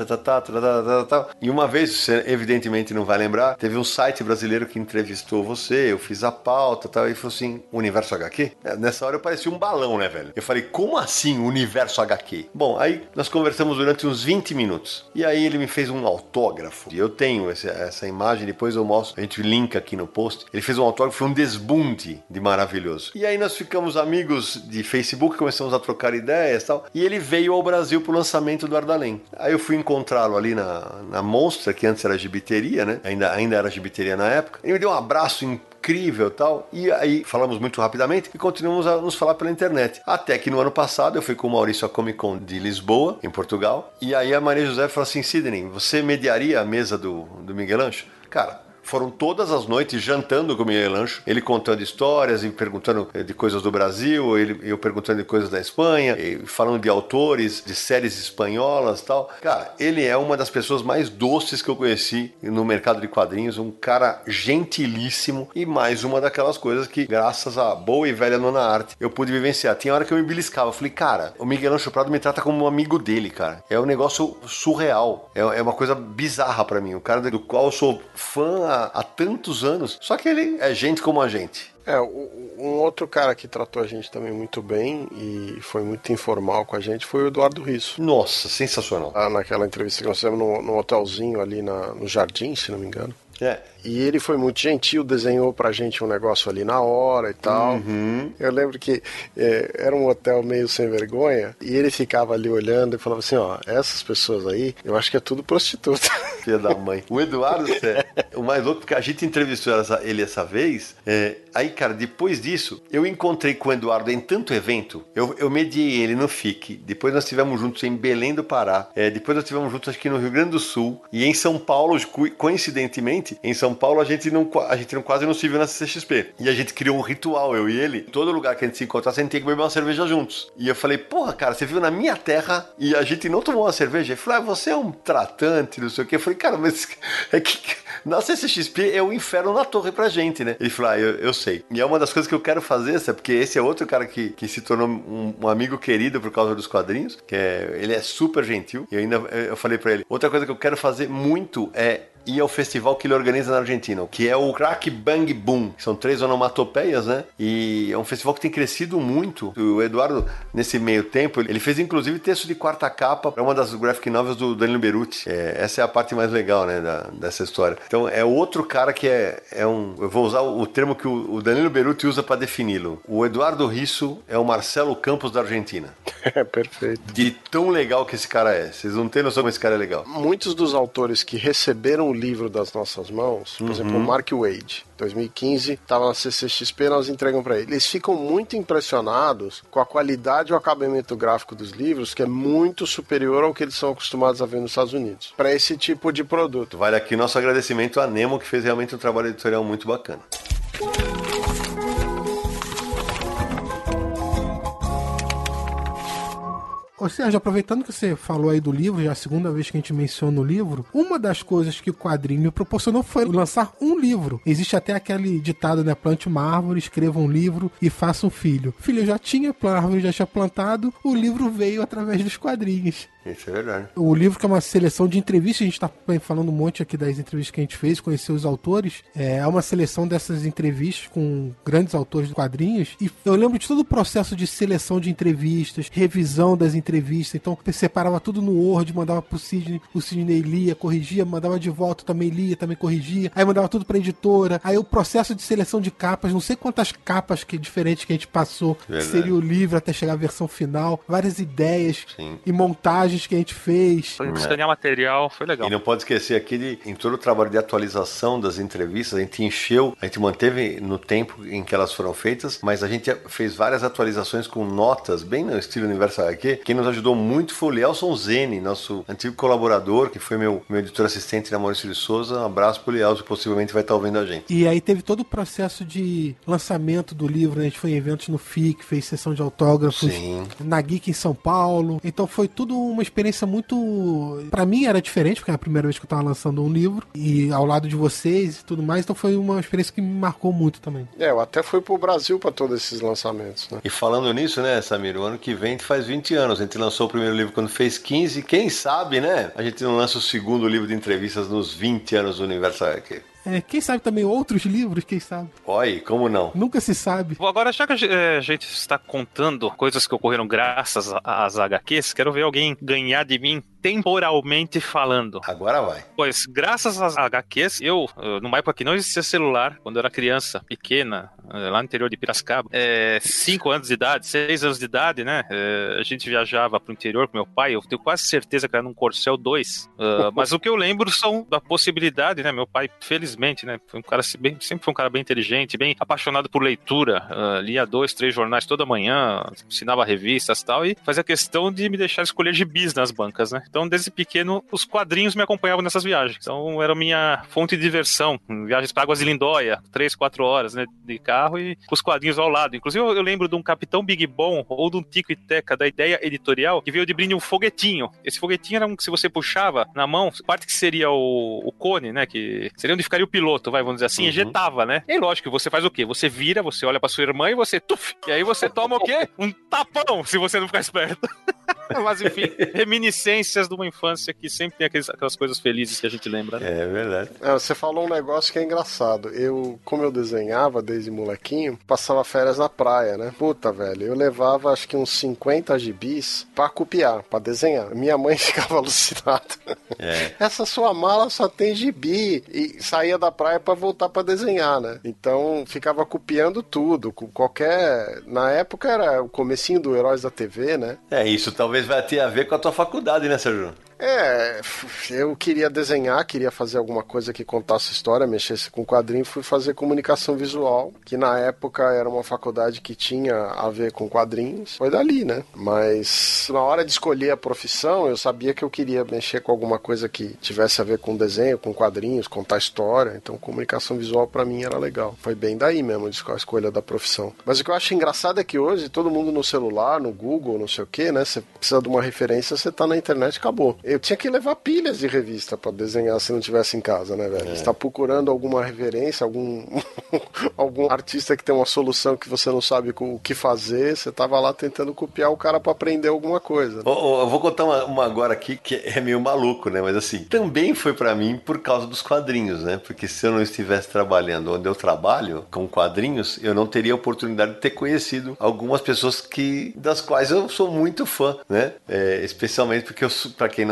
tal. E uma vez, você evidentemente não vai lembrar, teve um site brasileiro que entrevistou você, eu fiz a pauta e tal, e falou assim, Universo HQ? Nessa hora eu parecia um balão, né, velho? Eu falei, como assim Universo HQ? Bom, aí nós conversamos durante uns 20 minutos. E aí ele me fez um autógrafo. E eu tenho essa imagem, depois eu mostro, a gente linka aqui no post. Ele fez um autógrafo, foi um desbunde de maravilhoso. E aí nós ficamos amigos de Facebook, começamos a trocar ideias e tal. E ele veio ao Brasil pro lançamento do Ardalém. Aí eu fui encontrá-lo ali na Monstra, que antes era gibiteria, né? Ainda era gibiteria na época. Ele me deu um abraço incrível e tal, e aí falamos muito rapidamente e continuamos a nos falar pela internet. Até que no ano passado eu fui com o Maurício à Comic Con de Lisboa, em Portugal, e aí a Maria José falou assim, Sidney, você mediaria a mesa do Miguel Ancho? Cara, foram todas as noites jantando com o Miguel Ancho, ele contando histórias e perguntando de coisas do Brasil, eu perguntando de coisas da Espanha, falando de autores, de séries espanholas e tal. Cara, ele é uma das pessoas mais doces que eu conheci no mercado de quadrinhos, um cara gentilíssimo e mais uma daquelas coisas que, graças à boa e velha Nona Arte, eu pude vivenciar. Tinha hora que eu me beliscava, eu falei, cara, o Miguel Ancho Prado me trata como um amigo dele, cara. É um negócio surreal, é uma coisa bizarra pra mim, o cara do qual eu sou fã há tantos anos, só que ele é gente como a gente. Um outro cara que tratou a gente também muito bem e foi muito informal com a gente foi o Eduardo Risso. Nossa, sensacional. Naquela entrevista que nós fizemos no hotelzinho ali no Jardim, se não me engano. E ele foi muito gentil, desenhou pra gente um negócio ali na hora e tal. Eu lembro que era um hotel meio sem vergonha e ele ficava ali olhando e falava assim, ó, essas pessoas aí, eu acho que é tudo prostituta. Filha da mãe. O Eduardo, o mais louco, porque a gente entrevistou ele essa vez, aí, cara, depois disso, eu encontrei com o Eduardo em tanto evento, eu mediei ele no FIC, depois nós estivemos juntos em Belém do Pará, depois nós estivemos juntos aqui no Rio Grande do Sul, e em São Paulo, coincidentemente, em São Paulo a gente quase não se viu na CCXP. E a gente criou um ritual, eu e ele. Todo lugar que a gente se encontrasse, a gente tinha que beber uma cerveja juntos. E eu falei, porra, cara, você viu na minha terra e a gente não tomou uma cerveja? Ele falou, você é um tratante, não sei o quê. Eu falei, cara, mas é que na CCXP é um inferno na torre pra gente, né? Ele falou, eu sei. E é uma das coisas que eu quero fazer, sabe? Porque esse é outro cara que se tornou um amigo querido por causa dos quadrinhos, ele é super gentil. E eu falei pra ele, outra coisa que eu quero fazer muito é ir ao festival que ele organiza na Argentina, que é o Crack Bang Boom. São 3 onomatopeias, né? E é um festival que tem crescido muito. O Eduardo, nesse meio tempo, ele fez inclusive texto de quarta capa para uma das graphic novels do Danilo Beruti. Essa é a parte mais legal, né, dessa história. Então, é outro cara que eu vou usar o termo que o Danilo Beruti usa para defini-lo. O Eduardo Risso é o Marcelo Campos da Argentina. Perfeito. De tão legal que esse cara é. Vocês não têm noção como esse cara é legal. Muitos dos autores que receberam no livro das nossas mãos, por exemplo, o Mark Wade, 2015, estava na CCXP, nós entregamos para ele. Eles ficam muito impressionados com a qualidade e o acabamento gráfico dos livros, que é muito superior ao que eles são acostumados a ver nos Estados Unidos, para esse tipo de produto. Vale aqui nosso agradecimento à Nemo, que fez realmente um trabalho editorial muito bacana. Ô Sérgio, aproveitando que você falou aí do livro, já é a segunda vez que a gente menciona o livro, uma das coisas que o quadrinho me proporcionou foi lançar um livro. Existe até aquele ditado, né? Plante uma árvore, escreva um livro e faça um filho. Filho, eu já tinha, a árvore já tinha plantado, o livro veio através dos quadrinhos. Isso é verdade. O livro, que é uma seleção de entrevistas, a gente tá falando um monte aqui das entrevistas que a gente fez, conhecer os autores, é uma seleção dessas entrevistas com grandes autores de quadrinhos, e eu lembro de todo o processo de seleção de entrevistas, revisão das entrevistas, então eu separava tudo no Word, mandava pro Sidney, o Sidney lia, corrigia, mandava de volta, também lia, também corrigia, aí mandava tudo pra editora, aí o processo de seleção de capas, não sei quantas capas diferentes que a gente passou, que seria o livro até chegar à versão final, várias ideias. Sim. E montagens que a gente fez. Foi escanear material, foi legal. E não pode esquecer aqui, em todo o trabalho de atualização das entrevistas, a gente encheu, a gente manteve no tempo em que elas foram feitas, mas a gente fez várias atualizações com notas, bem no estilo Universal HQ. Quem nos ajudou muito foi o Lielson Zene, nosso antigo colaborador, que foi meu editor assistente na Maurício de Souza. Um abraço pro Lielson, que possivelmente vai estar ouvindo a gente. E aí teve todo o processo de lançamento do livro, né? A gente foi em eventos no FIC, fez sessão de autógrafos. Sim. Na Geek em São Paulo. Então foi tudo uma experiência muito... Pra mim era diferente, porque era a primeira vez que eu tava lançando um livro, e ao lado de vocês e tudo mais, então foi uma experiência que me marcou muito também. Eu até fui pro Brasil pra todos esses lançamentos, né? E falando nisso, né, Samir, o ano que vem faz 20 anos, a gente lançou o primeiro livro quando fez 15, quem sabe, né, a gente não lança o segundo livro de entrevistas nos 20 anos do Universal HQ. Quem sabe também outros livros, quem sabe? Oi, como não? Nunca se sabe. Agora, já que a gente está contando coisas que ocorreram graças às HQs, quero ver alguém ganhar de mim temporalmente falando. Agora vai. Pois, graças às HQs, eu, numa época que não existia celular, quando eu era criança, pequena, lá no interior de Piracicaba, 5 anos de idade, 6 anos de idade, né? A gente viajava pro interior com meu pai, eu tenho quase certeza que era num Corcel 2. Mas o que eu lembro são da possibilidade, né? Meu pai, felizmente, né? Foi um cara sempre foi um cara bem inteligente, bem apaixonado por leitura, lia 2, 3 jornais toda manhã, ensinava revistas e tal, e fazia questão de me deixar escolher gibis nas bancas, né? Então, desde pequeno, os quadrinhos me acompanhavam nessas viagens. Então, era a minha fonte de diversão. Viagens para Águas de Lindóia, 3, 4 horas, né, de carro e com os quadrinhos ao lado. Inclusive, eu lembro de um Capitão Big Bom ou de um Tico e Teca da Ideia Editorial que veio de brinde um foguetinho. Esse foguetinho era um que, se você puxava na mão, parte que seria o cone, né, que seria onde ficaria o piloto, vamos dizer assim, ejetava, né? E lógico, você faz o quê? Você vira, você olha pra sua irmã e você tuf! E aí você toma o quê? Um tapão, se você não ficar esperto. Mas enfim, reminiscências de uma infância que sempre tem aquelas coisas felizes que a gente lembra, né? É verdade. Você falou um negócio que é engraçado. Como eu desenhava desde molequinho, passava férias na praia, né? Puta, velho, eu levava acho que uns 50 gibis pra copiar, pra desenhar. Minha mãe ficava alucinada. Essa sua mala só tem gibi. E saía da praia pra voltar pra desenhar, né? Então ficava copiando tudo. Na época era o comecinho do Heróis da TV, né? Isso talvez vai ter a ver com a tua faculdade, né, Sérgio? Eu queria desenhar, queria fazer alguma coisa que contasse história, mexesse com quadrinho, fui fazer comunicação visual, que na época era uma faculdade que tinha a ver com quadrinhos, foi dali, né? Mas na hora de escolher a profissão, eu sabia que eu queria mexer com alguma coisa que tivesse a ver com desenho, com quadrinhos, contar história, então comunicação visual pra mim era legal. Foi bem daí mesmo a escolha da profissão. Mas o que eu acho engraçado é que hoje, todo mundo no celular, no Google, não sei o que, né? Você precisa de uma referência, você tá na internet, acabou. Eu tinha que levar pilhas de revista pra desenhar se não tivesse em casa, né, velho? Você tá procurando alguma referência, algum artista que tem uma solução que você não sabe o que fazer, você tava lá tentando copiar o cara pra aprender alguma coisa. Né? Eu vou contar uma agora aqui que é meio maluco, né? Mas assim, também foi pra mim por causa dos quadrinhos, né? Porque se eu não estivesse trabalhando onde eu trabalho, com quadrinhos, eu não teria a oportunidade de ter conhecido algumas pessoas das quais eu sou muito fã, né? Especialmente porque, pra quem não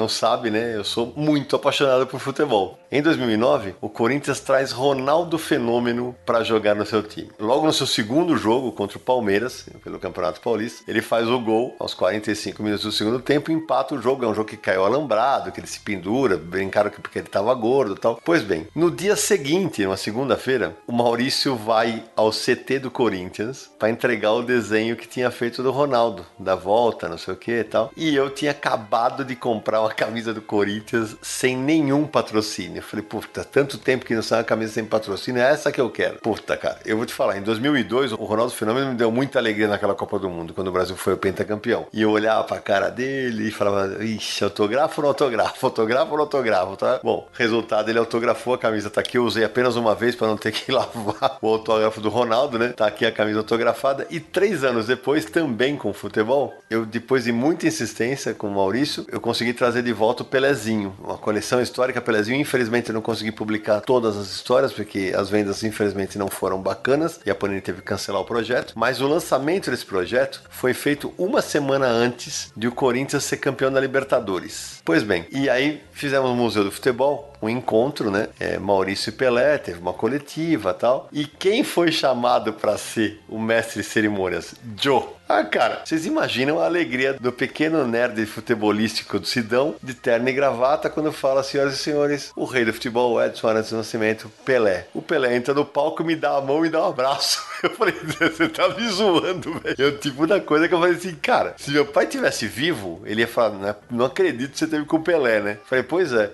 sabe, né, eu sou muito apaixonado por futebol. Em 2009, o Corinthians traz Ronaldo Fenômeno para jogar no seu time. Logo no seu segundo jogo contra o Palmeiras, pelo Campeonato Paulista, ele faz o gol aos 45 minutos do segundo tempo e empata o jogo. É um jogo que caiu alambrado, que ele se pendura, brincaram que porque ele estava gordo e tal. Pois bem, no dia seguinte, numa segunda-feira, o Maurício vai ao CT do Corinthians para entregar o desenho que tinha feito do Ronaldo, da volta, não sei o que e tal. E eu tinha acabado de comprar uma camisa do Corinthians sem nenhum patrocínio. Eu falei, puta, tanto tempo que não sai uma camisa sem patrocínio, é essa que eu quero. Puta, cara, eu vou te falar, em 2002, o Ronaldo Fenômeno me deu muita alegria naquela Copa do Mundo, quando o Brasil foi o pentacampeão. E eu olhava pra cara dele e falava, ixi, autógrafo ou não autógrafo? Autógrafo ou não autógrafo? Tá? Bom, resultado, ele autografou a camisa, tá aqui, eu usei apenas uma vez pra não ter que lavar o autógrafo do Ronaldo, né? Tá aqui a camisa autografada. E 3 anos depois, também com futebol, eu, depois de muita insistência com o Maurício, eu consegui trazer de volta o Pelezinho, uma coleção histórica Pelezinho. Infelizmente eu não consegui publicar todas as histórias, porque as vendas infelizmente não foram bacanas e a Panini teve que cancelar o projeto, mas o lançamento desse projeto foi feito uma semana antes de o Corinthians ser campeão da Libertadores. Pois bem, e aí fizemos no Museu do Futebol um encontro, né? Maurício e Pelé, teve uma coletiva e tal. E quem foi chamado para ser o mestre de cerimônias? Joe. Ah, cara, vocês imaginam a alegria do pequeno nerd futebolístico do Sidão, de terno e gravata, quando fala, senhoras e senhores, o rei do futebol, Edson Arantes do Nascimento, Pelé. O Pelé entra no palco, me dá a mão e dá um abraço. Eu falei, você tá me zoando, velho. É o tipo da coisa que eu falei assim, cara, se meu pai tivesse vivo, ele ia falar, não acredito que você teve com o Pelé, né? Eu falei, pois é,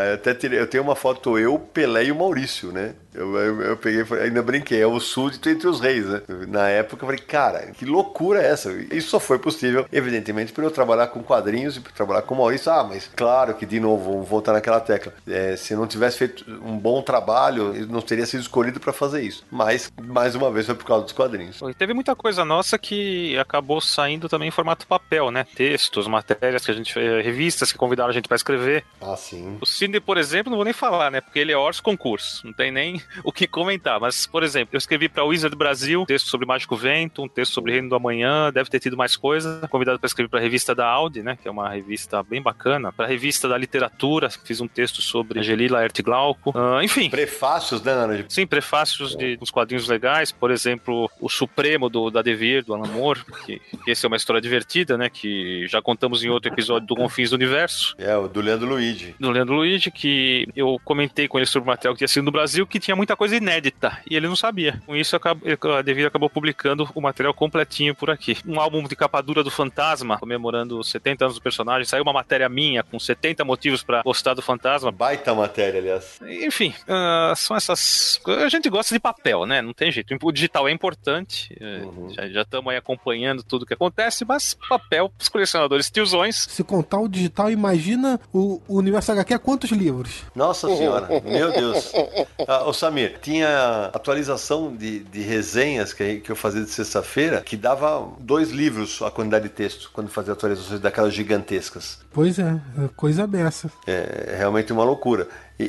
eu tenho uma foto eu, Pelé e o Maurício, né? Eu peguei, ainda brinquei, é o súdito entre os reis, né? Na época eu falei, cara, que loucura é essa? Isso só foi possível, evidentemente, por eu trabalhar com quadrinhos e por trabalhar com o Maurício. Ah, mas claro que, de novo, vamos voltar naquela tecla. Se eu não tivesse feito um bom trabalho, eu não teria sido escolhido para fazer isso. Mas, mais uma vez, foi por causa dos quadrinhos. E teve muita coisa nossa que acabou saindo também em formato papel, né? Textos, matérias que a gente fez, revistas que convidaram a gente para escrever. Ah, sim. O Sidney, por exemplo, não vou nem falar, né? Porque ele é Horus Concurso. Não tem nem o que comentar, mas, por exemplo, eu escrevi para o Wizard Brasil um texto sobre Mágico Vento, um texto sobre Reino do Amanhã, deve ter tido mais coisa, convidado para escrever para a revista da Audi, né, que é uma revista bem bacana, para a revista da Literatura, fiz um texto sobre Angeli Laerte Glauco, enfim. Prefácios, né, Nana? Sim, prefácios de uns quadrinhos legais, por exemplo, O Supremo da Devir, do Alan Moore, que essa é uma história divertida, né, que já contamos em outro episódio do Confins do Universo. O do Leandro Luigi. Do Leandro Luigi, que eu comentei com ele sobre o material que tinha sido no Brasil, que tinha muita coisa inédita, e ele não sabia. Com isso, a Devir acabou publicando o material completinho por aqui. Um álbum de capa dura do Fantasma, comemorando os 70 anos do personagem. Saiu uma matéria minha com 70 motivos pra gostar do Fantasma. Baita matéria, aliás. Enfim, são essas... A gente gosta de papel, né? Não tem jeito. O digital é importante. Já estamos aí acompanhando tudo que acontece, mas papel, os colecionadores tiozões. Se contar o digital, imagina o Universo HQ, quantos livros? Nossa senhora, meu Deus. Ô Samir, tinha atualização de resenhas que eu fazia de sexta-feira, que dava 2 livros a quantidade de texto, quando fazia atualizações daquelas gigantescas. Pois é, coisa dessa. É realmente uma loucura.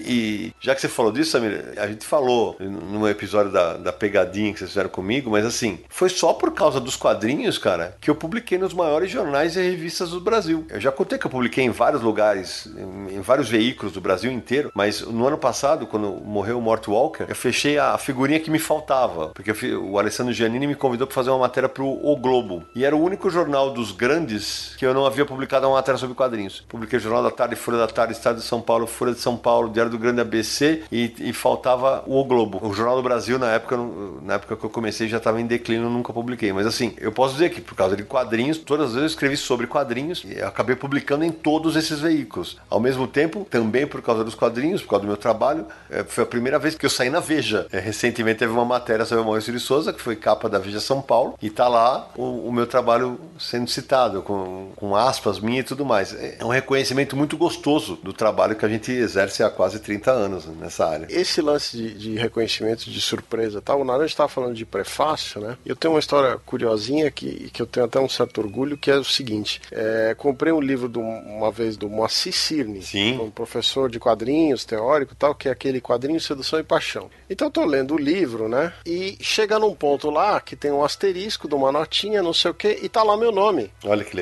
E já que você falou disso, Samir, a gente falou no episódio da pegadinha que vocês fizeram comigo, mas assim, foi só por causa dos quadrinhos, cara, que eu publiquei nos maiores jornais e revistas do Brasil. Eu já contei que eu publiquei em vários lugares, em vários veículos do Brasil inteiro, mas no ano passado, quando morreu o Mort Walker, eu fechei a figurinha que me faltava, porque o Alessandro Giannini me convidou para fazer uma matéria pro O Globo, e era o único jornal dos grandes que eu não havia publicado uma matéria sobre quadrinhos. Publiquei o Jornal da Tarde, Folha da Tarde, Estado de São Paulo, Folha de São Paulo, Diário do Grande ABC e faltava o Globo. O Jornal do Brasil, na época que eu comecei, já estava em declínio, nunca publiquei. Mas assim, eu posso dizer que por causa de quadrinhos, todas as vezes eu escrevi sobre quadrinhos e acabei publicando em todos esses veículos. Ao mesmo tempo, também por causa dos quadrinhos, por causa do meu trabalho, foi a primeira vez que eu saí na Veja. Recentemente teve uma matéria sobre o Maurício de Souza, que foi capa da Veja São Paulo, e tá lá o meu trabalho sendo citado, com aspas minhas e tudo mais. É um reconhecimento muito gostoso do trabalho que a gente exerce há quase 30 anos nessa área. Esse lance de reconhecimento de surpresa e tal, o Naranjo estava falando de prefácio, né? Eu tenho uma história curiosinha que eu tenho até um certo orgulho, que é o seguinte: comprei um livro uma vez do Moacir Cirne, um professor de quadrinhos, teórico e tal, que é aquele Quadrinho, Sedução e Paixão. Então eu tô lendo o livro, né? E chega num ponto lá que tem um asterisco de uma notinha, não sei o que, e tá lá meu nome. Olha que legal.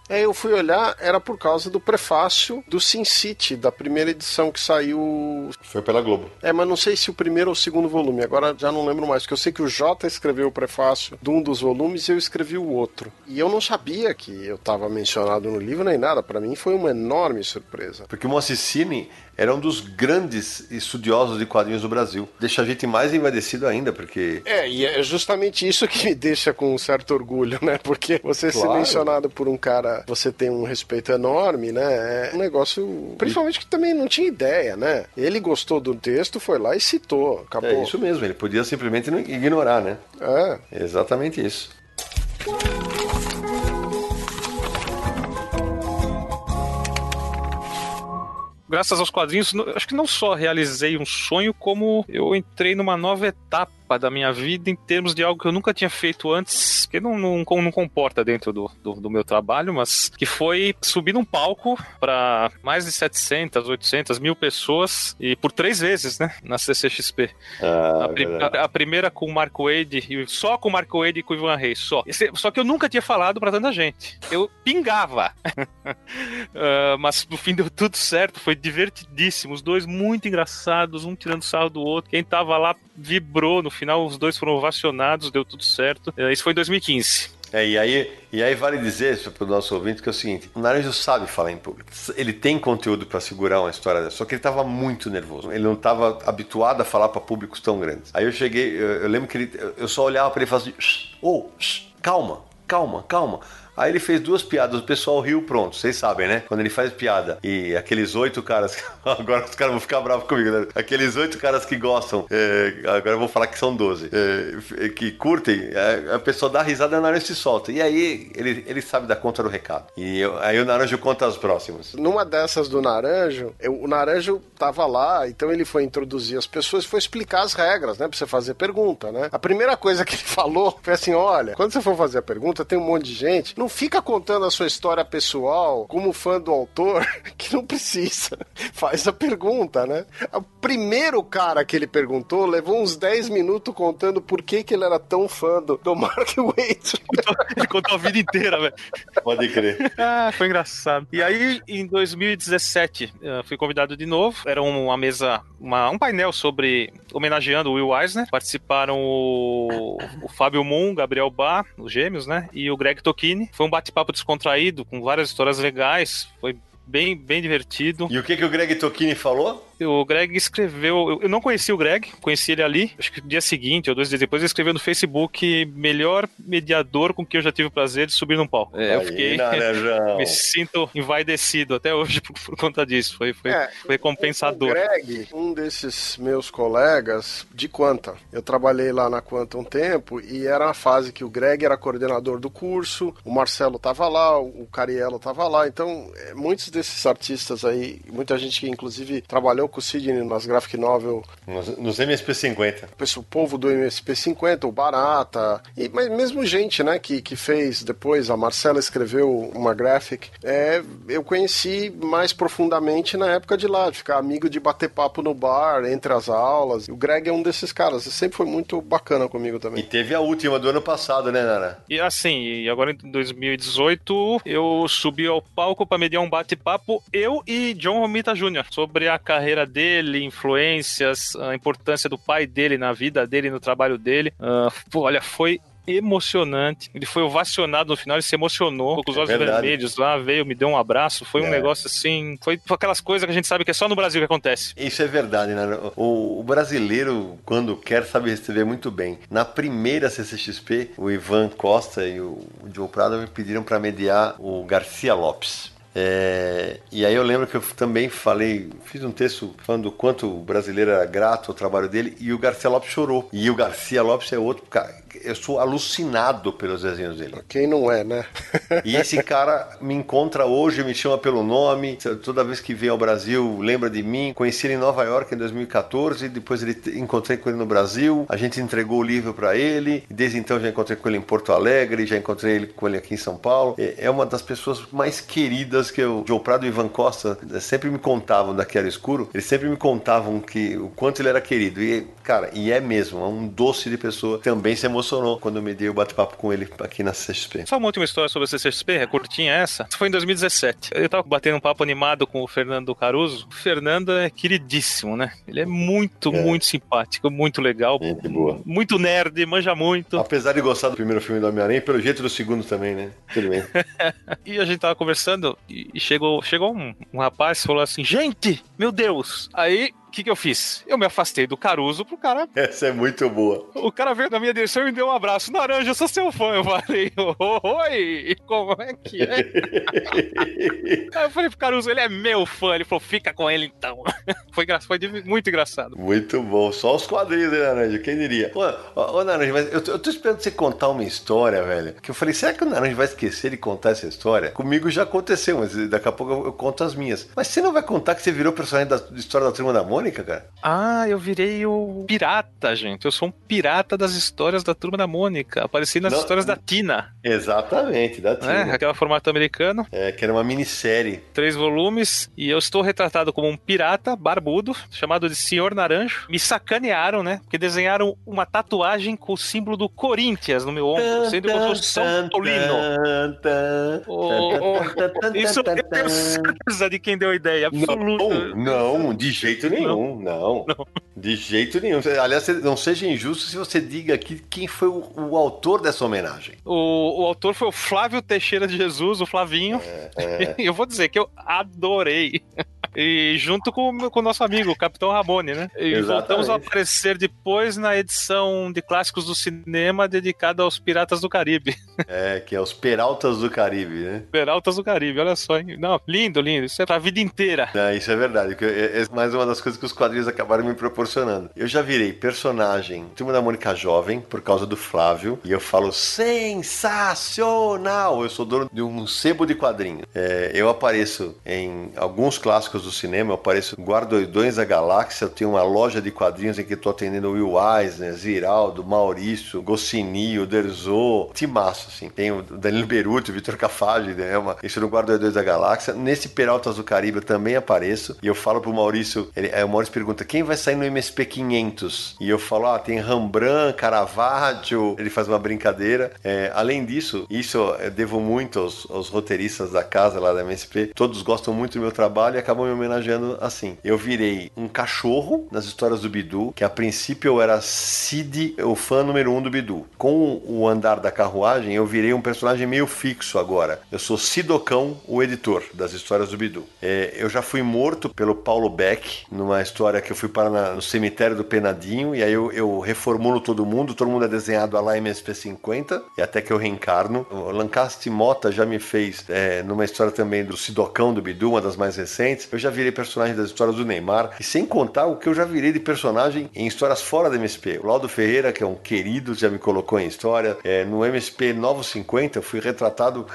Eu fui olhar, era por causa do prefácio do Sin City, da primeira edição que saiu... Foi pela Globo. Mas não sei se o primeiro ou o segundo volume, agora já não lembro mais, porque eu sei que o Jota escreveu o prefácio de um dos volumes e eu escrevi o outro. E eu não sabia que eu estava mencionado no livro nem nada, para mim foi uma enorme surpresa. Porque o Moacicini era um dos grandes estudiosos de quadrinhos do Brasil. Deixa a gente mais envaidecido ainda, porque... E é justamente isso que me deixa com um certo orgulho, né? Porque você ser mencionado por um cara, você tem um respeito enorme, né? É um negócio... Principalmente que também não tinha ideia, né? Ele gostou do texto, foi lá e citou. Acabou. É isso mesmo, ele podia simplesmente ignorar, né? É exatamente isso. Graças aos quadrinhos, acho que não só realizei um sonho, como eu entrei numa nova etapa da minha vida em termos de algo que eu nunca tinha feito antes, que não comporta dentro do meu trabalho, mas que foi subir num palco para mais de 700, 800 mil pessoas e por 3 vezes, né, na CCXP. A primeira com o Mark Waid, só com o Mark Waid e com o Ivan Reis, só que eu nunca tinha falado para tanta gente. Eu pingava. Mas no fim deu tudo certo, foi divertidíssimo, os dois muito engraçados, um tirando sarro do outro. Quem tava lá vibrou, no final os dois foram ovacionados, deu tudo certo. Isso foi em 2015. E aí vale dizer para o nosso ouvinte que é o seguinte: o Naranjo sabe falar em público. Ele tem conteúdo para segurar uma história dessa, só que ele estava muito nervoso. Ele não estava habituado a falar para públicos tão grandes. Aí eu cheguei, eu lembro que eu só olhava para ele e falava assim: calma. Aí ele fez 2 piadas, o pessoal riu, pronto, vocês sabem, né? Quando ele faz piada e aqueles 8 caras, agora os caras vão ficar bravos comigo, né? Aqueles 8 caras que gostam, agora eu vou falar que são 12, que curtem, a pessoa dá risada e o Naranjo se solta. E aí ele sabe dar conta do recado. Aí o Naranjo conta as próximas. Numa dessas do Naranjo, o Naranjo tava lá, então ele foi introduzir as pessoas, foi explicar as regras, né? Pra você fazer pergunta, né? A primeira coisa que ele falou foi assim: olha, quando você for fazer a pergunta, tem um monte de gente, não fica contando a sua história pessoal como fã do autor, que não precisa. Faz a pergunta, né? O primeiro cara que ele perguntou levou uns 10 minutos contando por que ele era tão fã do Mark Waid. Ele contou a vida inteira, velho. Pode crer. Foi engraçado. E aí, em 2017, fui convidado de novo. Era uma mesa, um painel homenageando o Will Eisner. Participaram o Fábio Moon, Gabriel Bá, os gêmeos, né? E o Greg Tocchini. Foi um bate-papo descontraído, com várias histórias legais. Foi bem divertido. E o que o Greg Tocchini falou? O Greg escreveu... Eu não conhecia o Greg, conheci ele ali. Acho que no dia seguinte, ou 2 dias depois, ele escreveu no Facebook: melhor mediador com que eu já tive o prazer de subir num palco. Eu fiquei... me sinto envaidecido até hoje por conta disso. Foi recompensador. O Greg, um desses meus colegas de Quanta. Eu trabalhei lá na Quanta um tempo e era uma fase que o Greg era coordenador do curso, o Marcelo tava lá, o Cariello tava lá. Então, muitos desses artistas aí, muita gente que inclusive trabalhou com o Sidney nas graphic novel, nos MSP50, o povo do MSP50, o Barata, mas mesmo gente, né, que fez depois, a Marcela escreveu uma graphic, eu conheci mais profundamente na época de lá, de ficar amigo, de bater papo no bar entre as aulas. O Greg é um desses caras, sempre foi muito bacana comigo também. E teve a última do ano passado, né, Nara? E assim, agora em 2018 eu subi ao palco para mediar um bate-papo, eu e John Romita Jr., sobre a carreira dele, influências, a importância do pai dele na vida dele, no trabalho dele. Olha, foi emocionante. Ele foi ovacionado no final, ele se emocionou, com os olhos vermelhos lá, veio, me deu um abraço. Foi um negócio assim, foi aquelas coisas que a gente sabe que é só no Brasil que acontece. Isso é verdade, né? O brasileiro, quando quer, sabe receber muito bem. Na primeira CCXP, o Ivan Costa e o Joe Prado me pediram para mediar o Garcia Lopes. E aí eu lembro que eu também fiz um texto falando do quanto o brasileiro era grato ao trabalho dele, e o Garcia Lopes chorou. E o Garcia Lopes é outro cara. Eu sou alucinado pelos desenhos dele. Quem não é, né? E esse cara me encontra hoje, me chama pelo nome, toda vez que vem ao Brasil lembra de mim. Conheci ele em Nova York em 2014, depois encontrei com ele no Brasil, a gente entregou o livro para ele, e desde então já encontrei com ele em Porto Alegre, já encontrei com ele aqui em São Paulo. É uma das pessoas mais queridas que o Joe Prado e o Ivan Costa sempre me contavam daquele escuro, eles sempre me contavam o quanto ele era querido. E, cara, é mesmo, é um doce de pessoa, também se emociona emocionou quando eu me dei o bate-papo com ele aqui na CCXP. Só uma última história sobre a CCXP, é curtinha essa. Foi em 2017. Eu tava batendo um papo animado com o Fernando Caruso. O Fernando é queridíssimo, né? Ele é muito simpático, muito legal. Gente boa. Muito nerd, manja muito. Apesar de gostar do primeiro filme do Homem-Aranha, pelo jeito do segundo também, né? Tudo bem. E a gente tava conversando e chegou um rapaz e falou assim, gente, meu Deus. Aí, o que eu fiz? Eu me afastei do Caruso pro cara. Essa é muito boa. O cara veio na minha direção e me deu um abraço. Naranja, eu sou seu fã. Eu falei, oi, como é que é? Aí eu falei pro Caruso, ele é meu fã. Ele falou, fica com ele então. Foi muito engraçado. Muito bom. Só os quadrinhos, né, Naranja? Quem diria? Ô, Naranja, mas eu tô esperando você contar uma história, velho. Que eu falei, será que o Naranja vai esquecer de contar essa história? Comigo já aconteceu, mas daqui a pouco eu conto as minhas. Mas você não vai contar que você virou personagem da história da Turma da Mônica? Cara? Ah, eu virei o pirata, gente. Eu sou um pirata das histórias da Turma da Mônica. Apareci nas histórias da Tina. Exatamente, da Tina. Aquela formato americano. Que era uma minissérie. 3 volumes. E eu estou retratado como um pirata barbudo, chamado de Senhor Naranjo. Me sacanearam, né? Porque desenharam uma tatuagem com o símbolo do Corinthians no meu ombro, sendo que eu sou São Paulino. Isso eu tenho certeza de quem deu a ideia. Absoluta. Não, de jeito nenhum. Não. De jeito nenhum. Aliás, não seja injusto se você diga aqui quem foi o autor dessa homenagem. O autor foi o Flávio Teixeira de Jesus, o Flavinho. E eu vou dizer que eu adorei. E junto com o nosso amigo, o Capitão Ramone, né? E voltamos a aparecer depois na edição de clássicos do cinema dedicada aos Piratas do Caribe. Que é os Peraltas do Caribe, né? Peraltas do Caribe, olha só, hein? Não, lindo. Isso é pra vida inteira. Isso é verdade. É mais uma das coisas que os quadrinhos acabaram me proporcionando. Eu já virei personagem Turma da Mônica Jovem por causa do Flávio. E eu falo, sensacional! Eu sou dono de um sebo de quadrinhos. Eu apareço em alguns clássicos do cinema, eu apareço em Guardiões da Galáxia, eu tenho uma loja de quadrinhos em que estou atendendo o Will Eisner, Ziraldo, Maurício, Goscinny, o Derzo, timaço, assim. Tem o Danilo Beruti, o Vitor Cafage, né? Isso no Guardiões da Galáxia. Nesse Peraltas do Caribe eu também apareço, e eu falo pro Maurício, o Maurício pergunta, quem vai sair no MSP 500? E eu falo, tem Rembrandt, Caravaggio, ele faz uma brincadeira. Além disso, isso eu devo muito aos roteiristas da casa lá da MSP, todos gostam muito do meu trabalho e acabam me homenageando assim. Eu virei um cachorro nas histórias do Bidu, que a princípio eu era Cid, o fã número 1 do Bidu. Com o andar da carruagem, eu virei um personagem meio fixo agora. Eu sou Sidocão, o editor das histórias do Bidu. Eu já fui morto pelo Paulo Beck, numa história que eu fui para no cemitério do Penadinho, e aí eu reformulo todo mundo é desenhado lá MSP 50, e até que eu reencarno. O Lancaster Mota já me fez numa história também do Sidocão do Bidu, uma das mais recentes. Eu já virei personagem das histórias do Neymar, e sem contar o que eu já virei de personagem em histórias fora da MSP. O Laudo Ferreira, que é um querido, já me colocou em história. No MSP Novos 50, eu fui retratado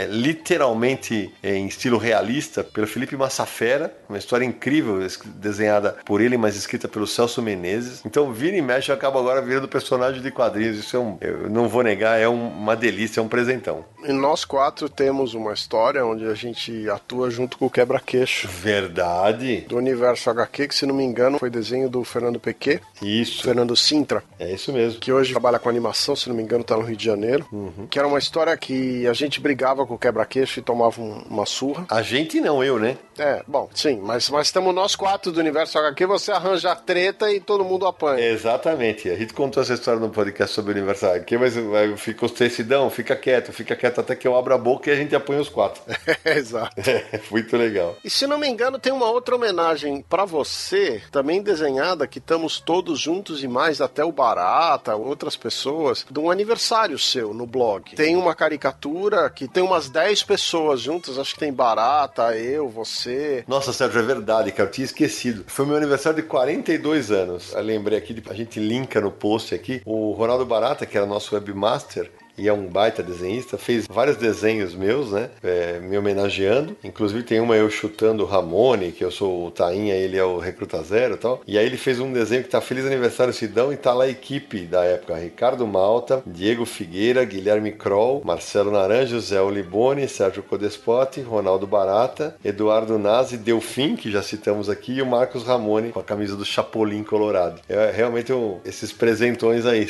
literalmente em estilo realista pelo Felipe Massafera, uma história incrível, desenhada por ele, mas escrita pelo Celso Menezes. Então, vira e mexe, eu acabo agora virando personagem de quadrinhos. Isso eu não vou negar, é uma delícia, é um presentão. E nós 4 temos uma história onde a gente atua junto com o Quebra-Queixo. Verdade. Do universo HQ, que se não me engano foi desenho do Fernando Pequet. Isso. Fernando Sintra. É isso mesmo. Que hoje trabalha com animação, se não me engano tá no Rio de Janeiro. Que era uma história que a gente brigava com o Quebra-Queixo e tomava uma surra. A gente não, eu, né? Bom, sim, mas estamos nós 4 do universo HQ, você arranja a treta e todo mundo apanha. Exatamente. A gente contou essa história no podcast sobre o universo HQ, mas ficou Decidão, fica quieto até que eu abro a boca e a gente apanha os 4. Exato. Muito legal. E se não me engano, tem uma outra homenagem pra você, também desenhada, que estamos todos juntos e mais, até o Barata, outras pessoas, de um aniversário seu no blog. Tem uma caricatura que tem umas 10 pessoas juntas, acho que tem Barata, eu, você. Nossa, Sérgio, é verdade, cara, eu tinha esquecido. Foi meu aniversário de 42 anos. Eu lembrei aqui, a gente linka no post aqui, o Ronaldo Barata, que era nosso webmaster, e é um baita desenhista, fez vários desenhos meus, né? Me homenageando. Inclusive tem uma eu chutando o Ramone, que eu sou o Tainha, ele é o Recruta Zero e tal. E aí ele fez um desenho que tá Feliz Aniversário Sidão e tá lá a equipe da época. Ricardo Malta, Diego Figueira, Guilherme Kroll, Marcelo Naranjo, Zé Olibone, Sérgio Codespotti, Ronaldo Barata, Eduardo Nazi, Delfim, que já citamos aqui, e o Marcos Ramone com a camisa do Chapolin Colorado. Realmente esses presentões aí,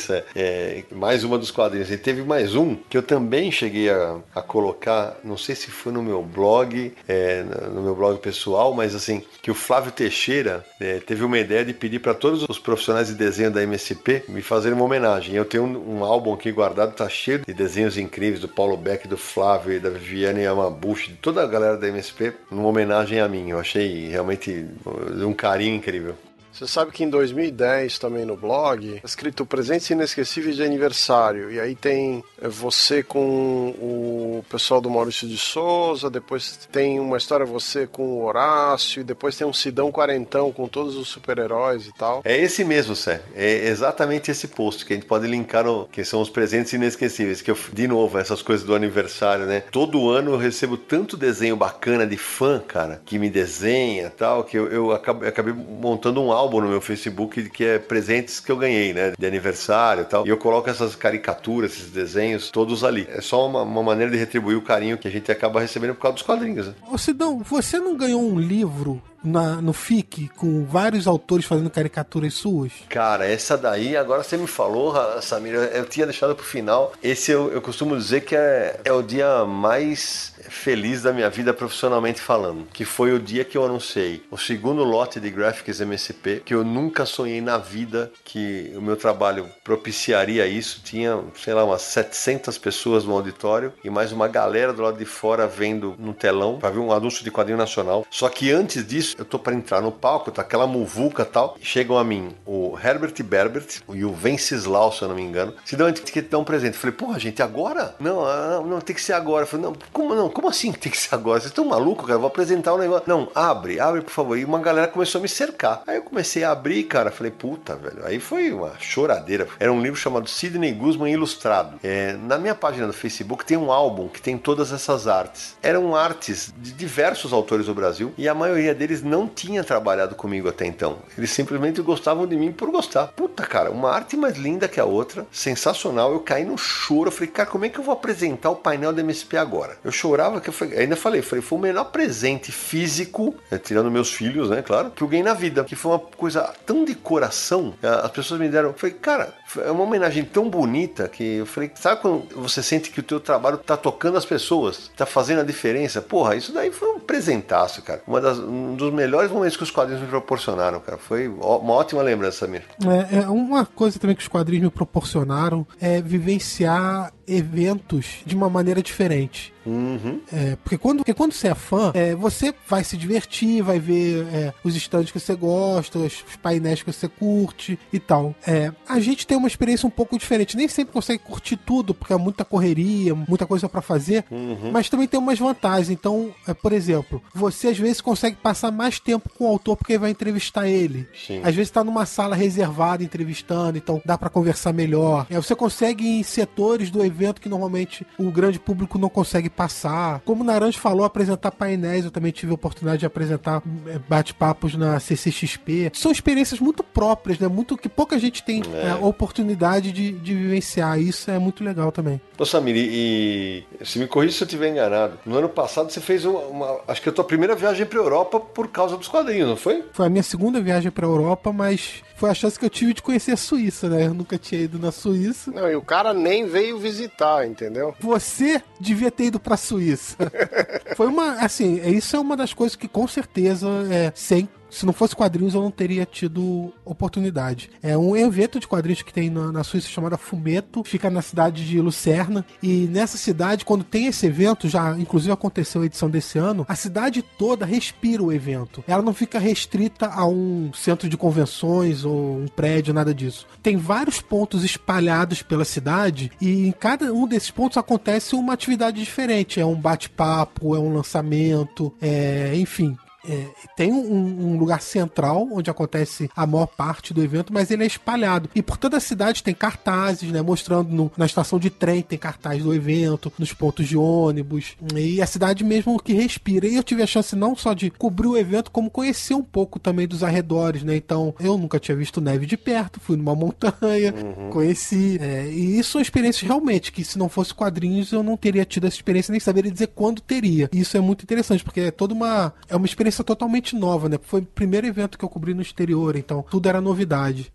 mais uma dos quadrinhos. E teve mais um que eu também cheguei a colocar, não sei se foi no meu blog, no meu blog pessoal, mas assim, que o Flávio Teixeira teve uma ideia de pedir para todos os profissionais de desenho da MSP me fazerem uma homenagem. Eu tenho um álbum aqui guardado, tá cheio de desenhos incríveis do Paulo Beck, do Flávio, da Viviane Yamabuchi, de toda a galera da MSP, numa homenagem a mim. Eu achei realmente um carinho incrível. Você sabe que em 2010, também no blog, escrito Presentes Inesquecíveis de Aniversário. E aí tem você com o pessoal do Maurício de Souza, depois tem uma história você com o Horácio, e depois tem um Sidão Quarentão com todos os super-heróis e tal. É esse mesmo, Sé. É exatamente esse post que a gente pode linkar, que são os Presentes Inesquecíveis. Que eu, de novo, essas coisas do aniversário, né? Todo ano eu recebo tanto desenho bacana de fã, cara, que me desenha e tal, que eu acabei montando um álbum no meu Facebook que é presentes que eu ganhei, né, de aniversário e tal, e eu coloco essas caricaturas, esses desenhos todos ali. É só uma maneira de retribuir o carinho que a gente acaba recebendo por causa dos quadrinhos, né? Ô Sidão, você não ganhou um livro no FIC com vários autores fazendo caricaturas suas? Cara, essa daí, agora você me falou, Samir, eu tinha deixado pro final. Esse eu costumo dizer que é o dia mais feliz da minha vida profissionalmente falando, que foi o dia que eu anunciei o segundo lote de Graphics MSP, que eu nunca sonhei na vida que o meu trabalho propiciaria isso. Tinha, sei lá, umas 700 pessoas no auditório e mais uma galera do lado de fora vendo no telão, para ver um anúncio de quadrinho nacional. Só que antes disso, eu tô para entrar no palco, tá aquela muvuca e tal, e chegam a mim o Herbert Berbert e o Venceslau, se eu não me engano. Se dão, a gente quer te dar um presente. Eu falei, porra, gente, agora? Não, tem que ser agora. Eu falei, não, como assim tem que ser agora? Vocês estão malucos, cara? Eu vou apresentar um negócio. Não, abre, por favor. E uma galera começou a me cercar. Aí eu comecei a abrir, cara, falei, puta, velho. Aí foi uma choradeira. Era um livro chamado Sidney Guzman Ilustrado. Na minha página do Facebook tem um álbum que tem todas essas artes. Eram artes de diversos autores do Brasil e a maioria deles não tinha trabalhado comigo até então. Eles simplesmente gostavam de mim por gostar. Puta, cara, uma arte mais linda que a outra, sensacional. Eu caí no choro. Eu falei, cara, como é que eu vou apresentar o painel da MSP agora? Eu chorava, que ainda falei, foi o menor presente físico, tirando meus filhos, né, claro, que eu ganhei na vida, que foi uma coisa tão de coração. As pessoas me deram, eu falei, cara, é uma homenagem tão bonita que eu falei, sabe quando você sente que o teu trabalho tá tocando as pessoas, tá fazendo a diferença? Porra, isso daí foi um presentaço, cara. Um dos melhores momentos que os quadrinhos me proporcionaram, cara. Foi uma ótima lembrança, Samir. Uma coisa também que os quadrinhos me proporcionaram é vivenciar eventos de uma maneira diferente. Uhum. Porque quando você é fã, você vai se divertir, vai ver os stands que você gosta, os painéis que você curte e tal. A gente tem uma experiência um pouco diferente. Nem sempre consegue curtir tudo, porque é muita correria, muita coisa pra fazer, mas também tem umas vantagens. Então, por exemplo, você às vezes consegue passar mais tempo com o autor porque vai entrevistar ele. Sim. Às vezes tá numa sala reservada entrevistando, então dá pra conversar melhor. Você consegue ir em setores do evento que normalmente o grande público não consegue passar. Como o Naranjo falou, apresentar painéis, eu também tive a oportunidade de apresentar bate-papos na CCXP. São experiências muito próprias, né? Muito que pouca gente tem a oportunidade de vivenciar. Isso é muito legal também. Ô Samir, e se me corrija se eu estiver enganado, no ano passado você fez acho que a tua primeira viagem pra Europa por causa dos quadrinhos, não foi? Foi a minha segunda viagem pra Europa, mas foi a chance que eu tive de conhecer a Suíça, né? Eu nunca tinha ido na Suíça. Não, e o cara nem veio visitar, entendeu? Você devia ter ido pra Suíça. Foi isso é uma das coisas que com certeza, se não fosse quadrinhos, eu não teria tido oportunidade. É um evento de quadrinhos que tem na Suíça chamado Fumeto, fica na cidade de Lucerna, e nessa cidade, quando tem esse evento, já inclusive aconteceu a edição desse ano, a cidade toda respira o evento. Ela não fica restrita a um centro de convenções ou um prédio, nada disso. Tem vários pontos espalhados pela cidade e em cada um desses pontos acontece uma atividade diferente. É um bate-papo, é um lançamento, enfim. tem um lugar central onde acontece a maior parte do evento, mas ele é espalhado. E por toda a cidade tem cartazes, né? Mostrando na estação de trem, tem cartaz do evento, nos pontos de ônibus. E a cidade mesmo que respira. E eu tive a chance não só de cobrir o evento, como conhecer um pouco também dos arredores, né? Então, eu nunca tinha visto neve de perto, fui numa montanha, conheci. E isso são experiências realmente que, se não fosse quadrinhos, eu não teria tido essa experiência, nem saberia dizer quando teria. E isso é muito interessante, porque é uma experiência totalmente nova, né? Foi o primeiro evento que eu cobri no exterior, então tudo era novidade.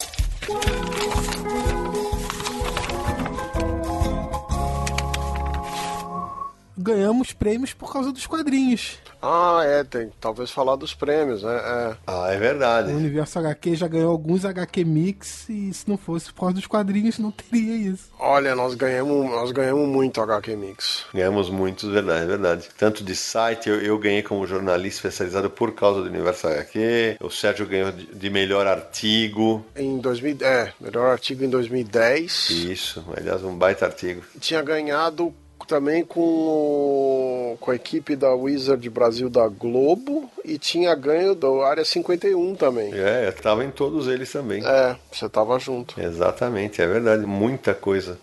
Ganhamos prêmios por causa dos quadrinhos. Tem talvez falar dos prêmios, né? É verdade. O Universo HQ já ganhou alguns HQ Mix, e se não fosse por causa dos quadrinhos, não teria isso. Olha, nós ganhamos muito HQ Mix. Ganhamos muitos, verdade. Tanto de site, eu ganhei como jornalista especializado por causa do Universo HQ, o Sérgio ganhou de melhor artigo. Melhor artigo em 2010. Isso, aliás, um baita artigo. Tinha ganhado também com a equipe da Wizard Brasil da Globo, e tinha ganho da Área 51 também. Eu tava em todos eles também. Você tava junto. Exatamente, é verdade, muita coisa.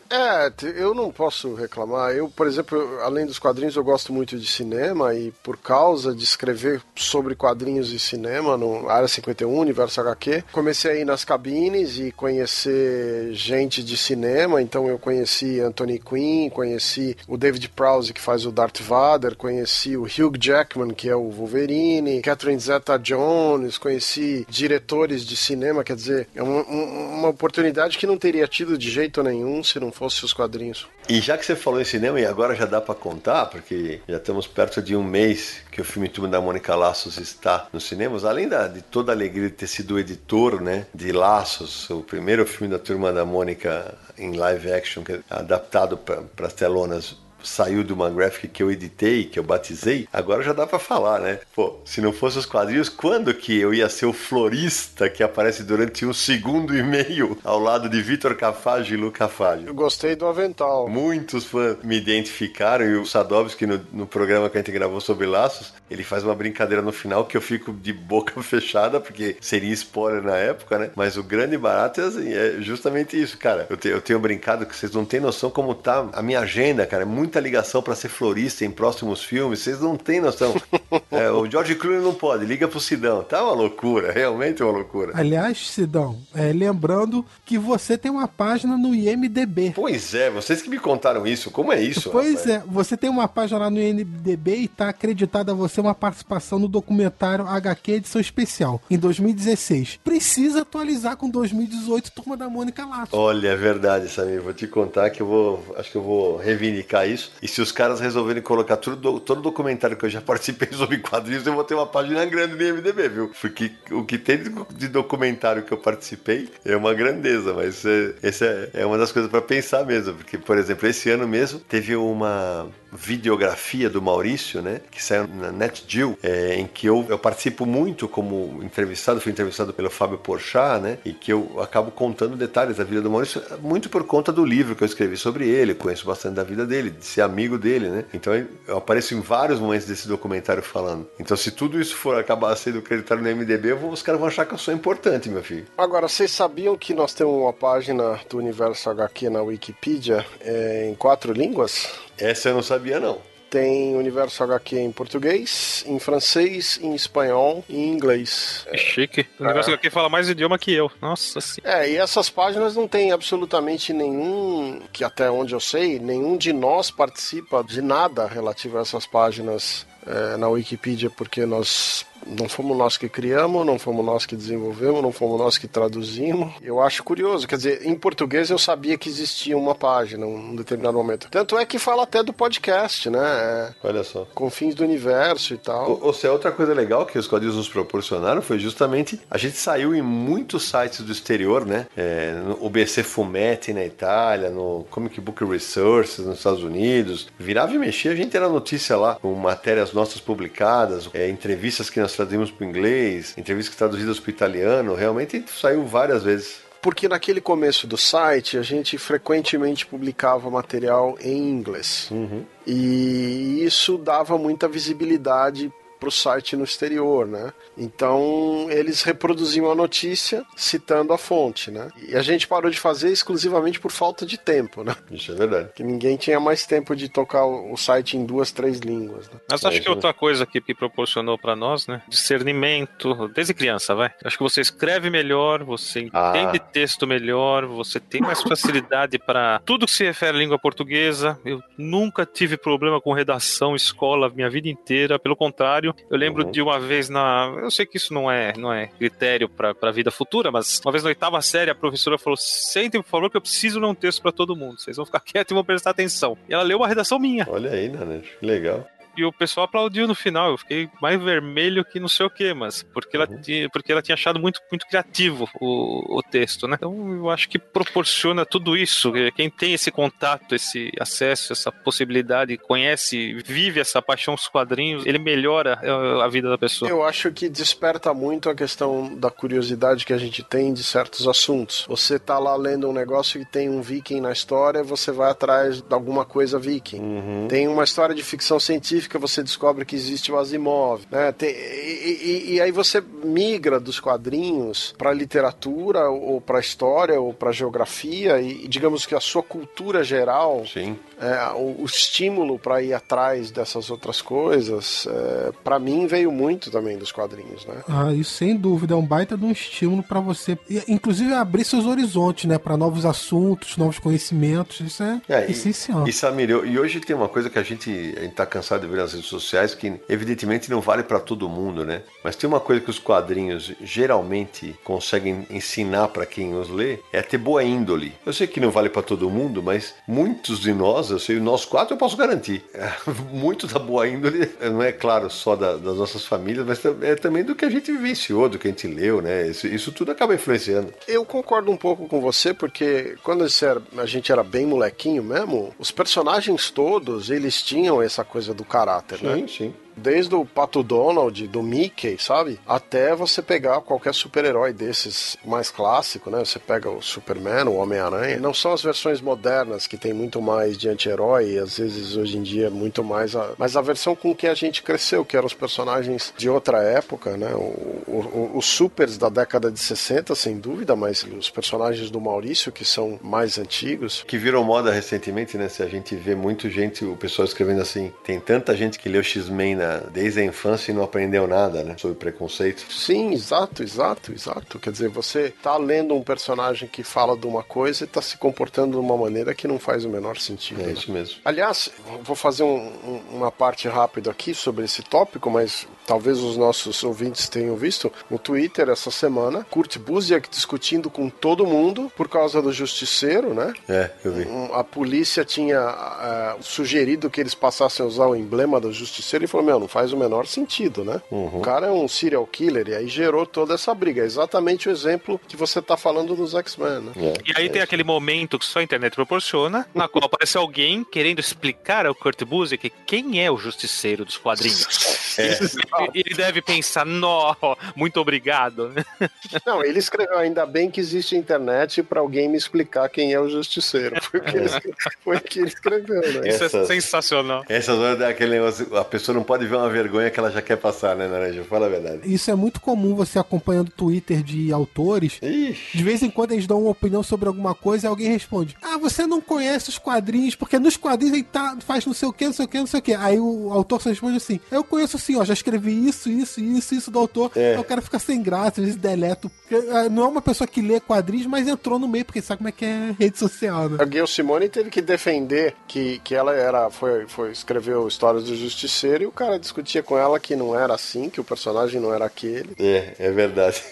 Eu não posso reclamar. Eu, por exemplo, além dos quadrinhos, eu gosto muito de cinema, e por causa de escrever sobre quadrinhos e cinema no Área 51, Universo HQ, comecei a ir nas cabines e conhecer gente de cinema. Então eu conheci Anthony Quinn, conheci o David Prowse, que faz o Darth Vader, conheci o Hugh Jackman, que é o Wolverine, Catherine Zeta-Jones, conheci diretores de cinema. Quer dizer, é uma oportunidade que não teria tido de jeito nenhum se não fosse os quadrinhos. E já que você falou em cinema, e agora já dá pra contar, porque já estamos perto de um mês que o filme Turma da Mônica Laços está nos cinemas, além de toda a alegria de ter sido o editor, né, de Laços, o primeiro filme da Turma da Mônica em live action, que é adaptado para as telonas, saiu de uma graphic que eu editei, que eu batizei, agora já dá pra falar, né? Pô, se não fosse os quadrinhos, quando que eu ia ser o florista que aparece durante 1 segundo e meio ao lado de Vitor Cafage e Luca Fage? Eu gostei do avental. Muitos fãs me identificaram, e o Sadovski, no programa que a gente gravou sobre Laços, ele faz uma brincadeira no final que eu fico de boca fechada, porque seria spoiler na época, né? Mas o grande barato é justamente isso, cara. Eu tenho brincado que vocês não têm noção como tá a minha agenda, cara. É muita ligação pra ser florista em próximos filmes, vocês não têm noção. O George Clooney não pode, liga pro Sidão. Tá uma loucura, realmente uma loucura. Aliás, Sidão, lembrando que você tem uma página no IMDb. Pois é, vocês que me contaram isso, como é isso? Pois é, você tem uma página lá no IMDb e tá acreditada a você uma participação no documentário HQ edição especial, em 2016. Precisa atualizar com 2018 Turma da Mônica Laços. Olha, é verdade, Samir, vou te contar que acho que eu vou reivindicar isso. E se os caras resolverem colocar todo documentário que eu já participei sobre quadrinhos, eu vou ter uma página grande no IMDb, viu? Porque o que tem de documentário que eu participei é uma grandeza, mas essa é uma das coisas para pensar mesmo. Porque, por exemplo, esse ano mesmo teve uma videografia do Maurício, né, que saiu na NetGeo, em que eu participo muito como entrevistado, fui entrevistado pelo Fábio Porchat, né, e que eu acabo contando detalhes da vida do Maurício, muito por conta do livro que eu escrevi sobre ele, conheço bastante da vida dele, de ser amigo dele, né, então eu apareço em vários momentos desse documentário falando. Então, se tudo isso for acabar sendo acreditado no MDB, os caras vão achar que eu sou importante, meu filho. Agora, vocês sabiam que nós temos uma página do Universo HQ na Wikipedia em 4 línguas? Essa eu não sabia, não. Tem Universo HQ em português, em francês, em espanhol e em inglês. É chique. O Universo HQ fala mais idioma que eu. Nossa senhora. E essas páginas não tem absolutamente nenhum, que até onde eu sei, nenhum de nós participa de nada relativo a essas páginas na Wikipedia, porque não fomos nós que criamos, não fomos nós que desenvolvemos, não fomos nós que traduzimos. Eu acho curioso, quer dizer, em português eu sabia que existia uma página em um determinado momento. Tanto é que fala até do podcast, né? Olha só. Confins do Universo e tal. Ou seja, outra coisa legal que os quadrinhos nos proporcionaram foi justamente, a gente saiu em muitos sites do exterior, né? No UBC Fumetti na Itália, no Comic Book Resources nos Estados Unidos. Virava e mexia, a gente era notícia lá, com matérias nossas publicadas, entrevistas que nós traduzimos para o inglês, entrevistas traduzidas para o italiano, realmente saiu várias vezes. Porque naquele começo do site, a gente frequentemente publicava material em inglês. Uhum. E isso dava muita visibilidade pro site no exterior, né? Então, eles reproduziam a notícia citando a fonte, né? E a gente parou de fazer exclusivamente por falta de tempo, né? Isso é verdade. Que ninguém tinha mais tempo de tocar o site em 2, 3 línguas, né? Mas acho que outra coisa que proporcionou pra nós, né? Discernimento, desde criança, vai. Acho que você escreve melhor, você entende texto melhor, você tem mais facilidade para tudo que se refere à língua portuguesa. Eu nunca tive problema com redação, escola, minha vida inteira. Pelo contrário, eu lembro de uma vez eu sei que isso não é critério para a vida futura, mas uma vez na 8ª série a professora falou: sentem, por favor, que eu preciso ler um texto para todo mundo. Vocês vão ficar quietos e vão prestar atenção. E ela leu uma redação minha. Olha aí, Nanete, que legal. E o pessoal aplaudiu no final. Eu fiquei mais vermelho que não sei o que, mas porque ela tinha achado muito, muito criativo o texto, né? Então eu acho que proporciona tudo isso. Quem tem esse contato, esse acesso, essa possibilidade, conhece, vive essa paixão dos quadrinhos, ele melhora a vida da pessoa. Eu acho que desperta muito a questão da curiosidade que a gente tem de certos assuntos. Você tá lá lendo um negócio que tem um viking na história, você vai atrás de alguma coisa viking. Tem uma história de ficção científica, você descobre que existe o Asimov, né? E aí você migra dos quadrinhos para literatura, ou para história, ou para geografia, e digamos que a sua cultura geral, sim, o estímulo para ir atrás dessas outras coisas, para mim veio muito também dos quadrinhos, né? Isso sem dúvida é um baita de um estímulo para você, inclusive abrir seus horizontes, né, para novos assuntos, novos conhecimentos. Isso é essencial. E Samir, e hoje tem uma coisa que a gente tá cansado de ver nas redes sociais, que evidentemente não vale para todo mundo, né? Mas tem uma coisa que os quadrinhos geralmente conseguem ensinar para quem os lê, é ter boa índole. Eu sei que não vale para todo mundo, mas muitos de nós, eu sei, nós 4 eu posso garantir, muito da boa índole não é, claro, só das nossas famílias, mas é também do que a gente vivenciou, do que a gente leu, né? Isso tudo acaba influenciando. Eu concordo um pouco com você, porque quando a gente era bem molequinho mesmo, os personagens todos, eles tinham essa coisa do caráter, sim, né? Sim. Desde o Pato Donald, do Mickey, sabe? Até você pegar qualquer super-herói desses mais clássico, né? Você pega o Superman, o Homem-Aranha. Não são as versões modernas que tem muito mais de anti-herói, e às vezes hoje em dia muito mais mas a versão com que a gente cresceu, que eram os personagens de outra época, né? Os supers da década de 60, sem dúvida, mas os personagens do Maurício, que são mais antigos. Que virou moda recentemente, né? Se a gente vê muito gente, o pessoal escrevendo assim, tem tanta gente que leu X-Men desde a infância e não aprendeu nada, né? Sobre preconceito. Sim, exato. Quer dizer, você tá lendo um personagem que fala de uma coisa e tá se comportando de uma maneira que não faz o menor sentido. É isso mesmo. Aliás, vou fazer uma parte rápida aqui sobre esse tópico, mas talvez os nossos ouvintes tenham visto no Twitter essa semana, Kurt Busiek discutindo com todo mundo por causa do Justiceiro, né? Eu vi. A polícia tinha sugerido que eles passassem a usar o emblema do Justiceiro e falou, não faz o menor sentido, né? O cara é um serial killer e aí gerou toda essa briga. É exatamente o exemplo que você tá falando dos X-Men, né? E aí tem aquele momento que só a internet proporciona, na qual aparece alguém querendo explicar ao Kurt Busiek quem é o Justiceiro dos quadrinhos. Ele deve pensar, muito obrigado. Não, ele escreveu, ainda bem que existe a internet pra alguém me explicar quem é o Justiceiro. Foi o que ele escreveu, né? Isso é sensacional. Essas horas daquele negócio, a pessoa não pode ver uma vergonha que ela já quer passar, né, Naranja? Fala a verdade. Isso é muito comum, você acompanhando o Twitter de autores. Ixi. De vez em quando eles dão uma opinião sobre alguma coisa e alguém responde, você não conhece os quadrinhos, porque nos quadrinhos ele faz não sei o que, não sei o que, não sei o que. Aí o autor só responde assim, eu conheço assim, já escrevi isso do autor. Aí o cara fica sem graça, às vezes deleta. Não é uma pessoa que lê quadrinhos, mas entrou no meio, porque sabe como é que é rede social, né? A Gayle Simone teve que defender que ela escreveu Histórias do Justiceiro e o cara discutia com ela que não era assim, que o personagem não era aquele. É verdade.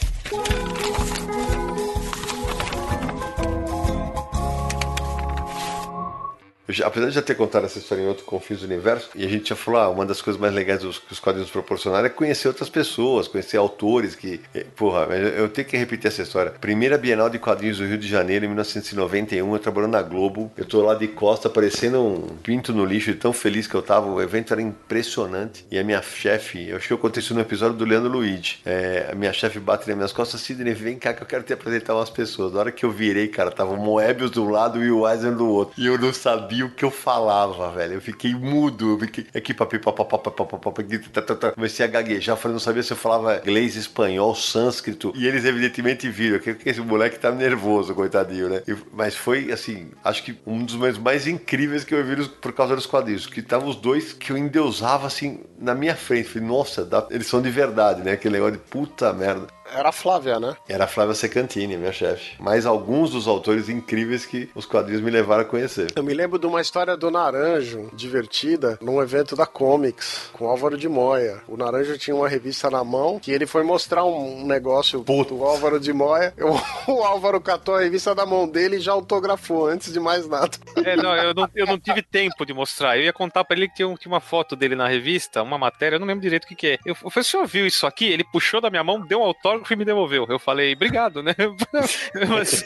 Apesar de já ter contado essa história em outro Confins do Universo, e a gente já falou, uma das coisas mais legais que os quadrinhos proporcionaram é conhecer outras pessoas, conhecer autores que... eu tenho que repetir essa história. Primeira Bienal de Quadrinhos do Rio de Janeiro, em 1991, eu trabalhando na Globo, eu tô lá de costa, parecendo um pinto no lixo, de tão feliz que eu tava, o evento era impressionante, e a minha chefe, eu acho que aconteceu no episódio do Leandro Luigi, a minha chefe bate nas minhas costas, Sidney, vem cá que eu quero te apresentar umas pessoas. Na hora que eu virei, cara, tava o Moebius de um lado e o Eisner do outro, e eu não sabia sabia o que eu falava, velho. Eu fiquei mudo. Eu fiquei aqui, comecei a gaguejar. Falei, não sabia se eu falava inglês, espanhol, sânscrito. E eles evidentemente viram que esse moleque tá nervoso, coitadinho, né? Mas foi, assim, acho que um dos momentos mais incríveis que eu vi por causa dos quadrinhos. Que estavam os dois que eu endeusava, assim, na minha frente. Falei, nossa, eles são de verdade, né? Aquele negócio de puta merda. Era a Flávia, né? Era a Flávia Secantini, minha chefe. Mais alguns dos autores incríveis que os quadrinhos me levaram a conhecer. Eu me lembro de uma história do Naranjo, divertida, num evento da Comics, com Álvaro de Moya. O Naranjo tinha uma revista na mão, que ele foi mostrar um negócio do Álvaro de Moya. O Álvaro catou a revista da mão dele e já autografou, antes de mais nada. Eu não tive tempo de mostrar. Eu ia contar pra ele que tinha uma foto dele na revista, uma matéria, eu não lembro direito o que é. Eu falei, o senhor viu isso aqui? Ele puxou da minha mão, deu um autógrafo e me devolveu. Eu falei, obrigado, né? Mas...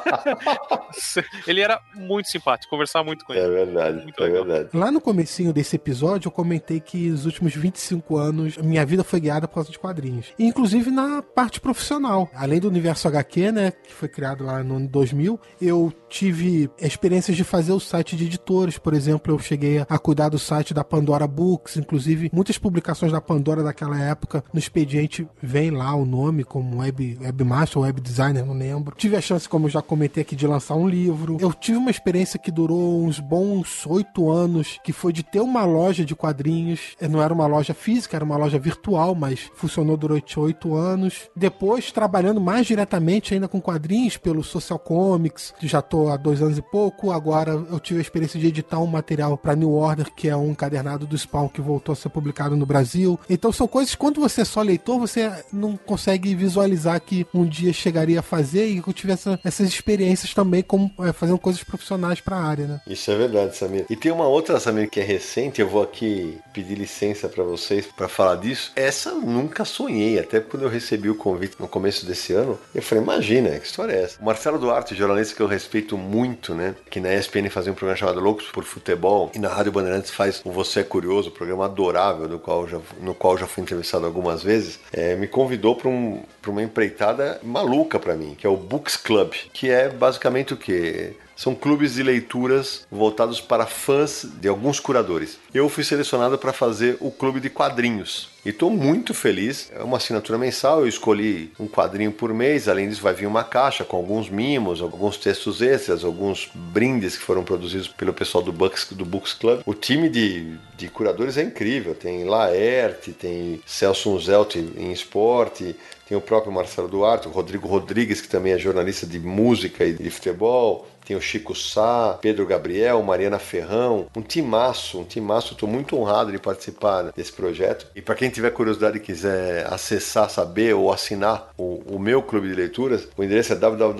ele era muito simpático, conversava muito com ele. É verdade, verdade. Lá no comecinho desse episódio, eu comentei que nos últimos 25 anos, minha vida foi guiada por causa de quadrinhos. E, inclusive na parte profissional. Além do Universo HQ, né, que foi criado lá no ano 2000, eu tive experiências de fazer o site de editores. Por exemplo, eu cheguei a cuidar do site da Pandora Books. Inclusive, muitas publicações da Pandora daquela época, no expediente vem lá o nome como webmaster ou web designer, não lembro. Tive a chance, como eu já comentei aqui, de lançar um livro. Eu tive uma experiência que durou uns bons 8 anos, que foi de ter uma loja de quadrinhos. Não era uma loja física, era uma loja virtual, mas funcionou durante 8 anos. Depois, trabalhando mais diretamente ainda com quadrinhos pelo Social Comics, que já tô há 2 anos e pouco. Agora eu tive a experiência de editar um material para New Order, que é um encadernado do Spawn que voltou a ser publicado no Brasil. Então são coisas que, quando você é só leitor, você não consegue visualizar que um dia chegaria a fazer, e eu tive essas experiências também, como fazendo coisas profissionais para a área, né? Isso é verdade, Samir. E tem uma outra, Samir, que é recente, eu vou aqui pedir licença para vocês para falar disso. Essa eu nunca sonhei, até quando eu recebi o convite no começo desse ano, eu falei, imagina, que história é essa? O Marcelo Duarte, jornalista que eu respeito muito, né, que na ESPN fazia um programa chamado Loucos por Futebol, e na Rádio Bandeirantes faz o Você é Curioso, um programa adorável, no qual já fui entrevistado algumas vezes, me convidou para uma empreitada maluca para mim, que é o Books Club, que é basicamente o quê? São clubes de leituras voltados para fãs de alguns curadores. Eu fui selecionado para fazer o clube de quadrinhos. E estou muito feliz. É uma assinatura mensal, eu escolhi um quadrinho por mês. Além disso, vai vir uma caixa com alguns mimos, alguns textos extras, alguns brindes que foram produzidos pelo pessoal do Books Club. O time de curadores é incrível. Tem Laerte, tem Celso Unzelt em esporte, tem o próprio Marcelo Duarte, o Rodrigo Rodrigues, que também é jornalista de música e de futebol. Tem o Chico Sá, Pedro Gabriel, Mariana Ferrão, um timaço, estou muito honrado de participar desse projeto. E para quem tiver curiosidade e quiser acessar, saber ou assinar o meu clube de leituras, o endereço é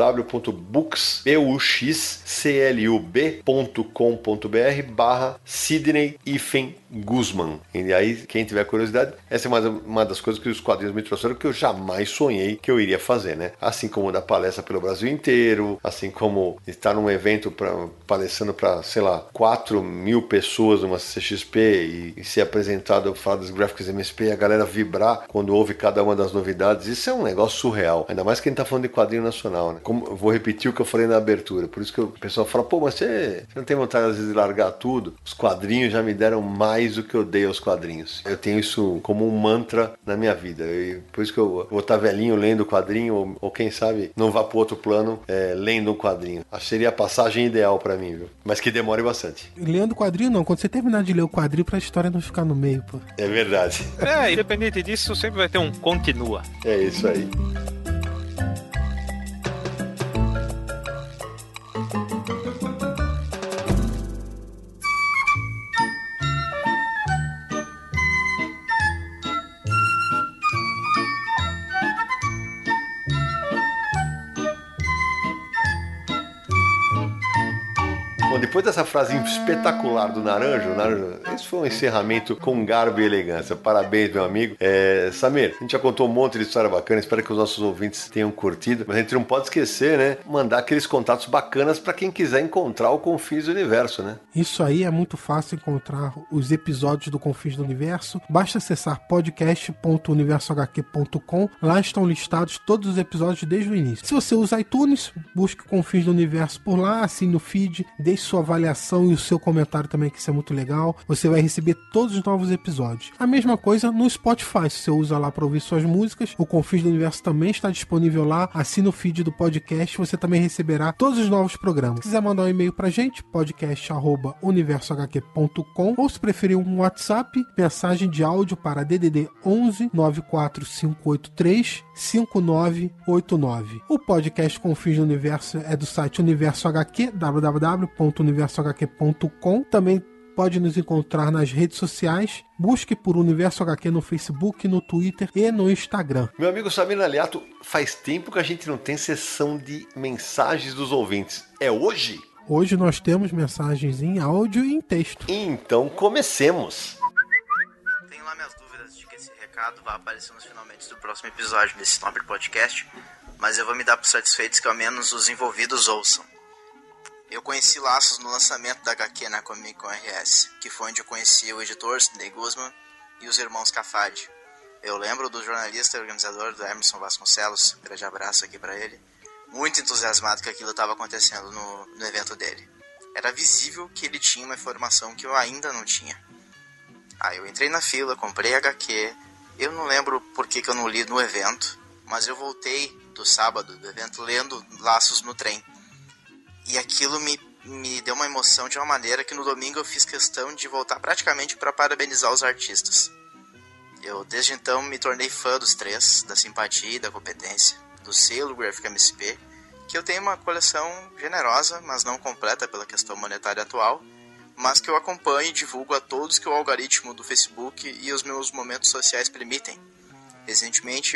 www.buxpeuxclub.com.br/Sidney-Guzman. E aí, quem tiver curiosidade, essa é uma das coisas que os quadrinhos me trouxeram, que eu jamais sonhei que eu iria fazer, né? Assim como dar palestra pelo Brasil inteiro, assim como estar num evento palestrando para, 4.000 pessoas numa CXP e ser apresentado, falar dos Graphics MSP e a galera vibrar quando ouve cada uma das novidades. Isso é um negócio surreal. Ainda mais que a gente tá falando de quadrinho nacional, né? Como eu vou repetir o que eu falei na abertura. Por isso que o pessoal fala, pô, mas você não tem vontade às vezes de largar tudo? Os quadrinhos já me deram mais do que eu dei aos quadrinhos. Eu tenho isso como um mantra na minha vida. E por isso que eu vou estar velhinho lendo quadrinho, ou quem sabe não vá pro outro plano lendo um quadrinho. Acho que seria a passagem ideal pra mim, viu? Mas que demore bastante. Lendo quadrinho não, quando você terminar de ler o quadrinho, pra história não ficar no meio, pô. É verdade. Independente disso, sempre vai ter um continua. É isso aí. Depois dessa frase espetacular do Naranjo, esse foi um encerramento com garbo e elegância. Parabéns, meu amigo. Samir, a gente já contou um monte de história bacana, espero que os nossos ouvintes tenham curtido, mas a gente não pode esquecer, né? Mandar aqueles contatos bacanas para quem quiser encontrar o Confins do Universo, né? Isso aí, é muito fácil encontrar os episódios do Confins do Universo. Basta acessar podcast.universohq.com. Lá estão listados todos os episódios desde o início. Se você usa iTunes, busque Confins do Universo por lá, assine o feed, deixe sua avaliação e o seu comentário também, que isso é muito legal. Você vai receber todos os novos episódios. A mesma coisa no Spotify, se você usa lá para ouvir suas músicas, o Confins do Universo também está disponível lá. Assina o feed do podcast, você também receberá todos os novos programas. Se quiser mandar um e-mail pra gente, podcast@universohq.com, ou se preferir um WhatsApp, mensagem de áudio para DDD 11 94583 5989. O podcast Confins do Universo é do site Universo HQ, www.universohq.com. Também pode nos encontrar nas redes sociais. Busque por Universo HQ no Facebook, no Twitter e no Instagram. Meu amigo Samir Naliato, faz tempo que a gente não tem sessão de mensagens dos ouvintes. É hoje? Hoje nós temos mensagens em áudio e em texto. Então comecemos. Tenho lá minhas dúvidas de que esse recado vai aparecer nos finalmente do próximo episódio desse nobre podcast, mas eu vou me dar por satisfeitos que ao menos os envolvidos ouçam. Eu conheci Laços no lançamento da HQ na Comic Con RS, que foi onde eu conheci o editor Sidney Guzman e os irmãos Cafadi. Eu lembro do jornalista e organizador do Emerson Vasconcelos, grande abraço aqui pra ele, muito entusiasmado que aquilo estava acontecendo no evento dele. Era visível que ele tinha uma informação que eu ainda não tinha. Eu entrei na fila, comprei a HQ, eu não lembro por que eu não li no evento, mas eu voltei do sábado do evento lendo Laços no trem. E aquilo me deu uma emoção de uma maneira que no domingo eu fiz questão de voltar praticamente para parabenizar os artistas. Eu desde então me tornei fã dos três, da simpatia e da competência, do selo Graphic MSP, que eu tenho uma coleção generosa, mas não completa pela questão monetária atual, mas que eu acompanho e divulgo a todos que o algoritmo do Facebook e os meus momentos sociais permitem. Recentemente,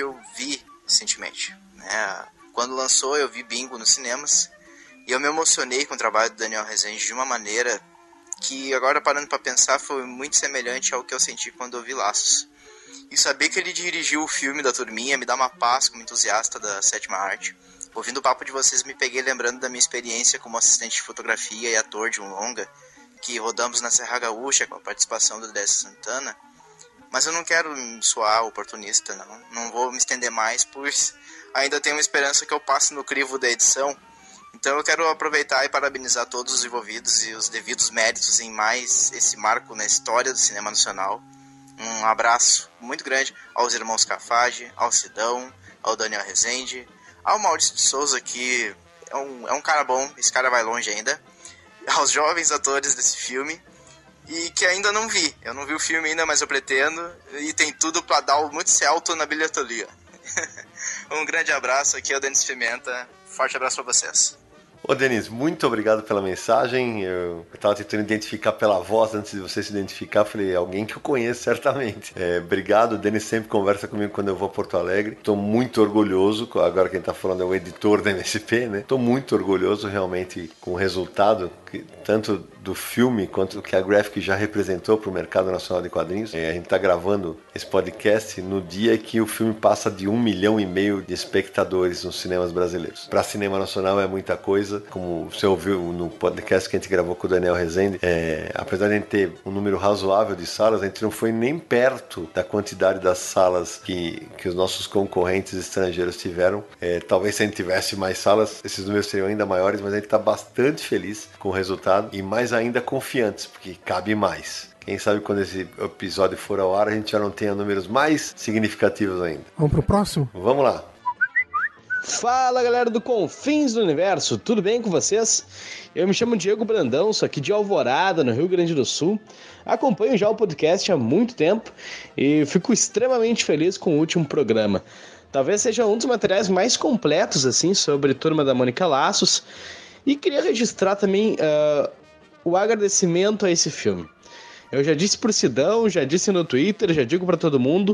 quando lançou eu vi Bingo nos cinemas, e eu me emocionei com o trabalho do Daniel Rezende de uma maneira que, agora parando para pensar, foi muito semelhante ao que eu senti quando eu vi Laços. E saber que ele dirigiu o filme da turminha me dá uma paz como entusiasta da sétima arte. Ouvindo o papo de vocês, me peguei lembrando da minha experiência como assistente de fotografia e ator de um longa, que rodamos na Serra Gaúcha com a participação do Décio Santana. Mas eu não quero me soar oportunista, não vou me estender mais, pois ainda tenho uma esperança que eu passe no crivo da edição. Então eu quero aproveitar e parabenizar todos os envolvidos e os devidos méritos em mais esse marco na história do cinema nacional. Um abraço muito grande aos irmãos Cafage, ao Sidão, ao Daniel Rezende, ao Maurício de Souza, que é um cara bom, esse cara vai longe ainda, aos jovens atores desse filme, e que ainda não vi. Eu não vi o filme ainda, mas eu pretendo, e tem tudo para dar muito salto na bilheteria. Um grande abraço, aqui é o Denis Pimenta, forte abraço para vocês. Ô Denis, muito obrigado pela mensagem. Eu estava tentando identificar pela voz antes de você se identificar. Falei, alguém que eu conheço certamente. Obrigado, o Denis sempre conversa comigo quando eu vou a Porto Alegre. Estou muito orgulhoso, agora quem está falando é o editor da MSP, né? Estou muito orgulhoso realmente com o resultado, tanto do filme quanto do que a Graphic já representou para o mercado nacional de quadrinhos. A gente está gravando esse podcast no dia que o filme passa de 1,5 milhão de espectadores nos cinemas brasileiros. Para cinema nacional é muita coisa. Como você ouviu no podcast que a gente gravou com o Daniel Rezende, apesar de a gente ter um número razoável de salas, a gente não foi nem perto da quantidade das salas que os nossos concorrentes estrangeiros tiveram. Talvez se a gente tivesse mais salas, esses números seriam ainda maiores, mas a gente está bastante feliz com o resultado e mais ainda confiantes, porque cabe mais. Quem sabe quando esse episódio for ao ar, a gente já não tenha números mais significativos ainda. Vamos pro próximo? Vamos lá. Fala galera do Confins do Universo, tudo bem com vocês? Eu me chamo Diego Brandão, sou aqui de Alvorada, no Rio Grande do Sul. Acompanho já o podcast há muito tempo e fico extremamente feliz com o último programa. Talvez seja um dos materiais mais completos assim sobre Turma da Mônica Laços. E queria registrar também o agradecimento a esse filme. Eu já disse pro Sidão, já disse no Twitter, já digo pra todo mundo,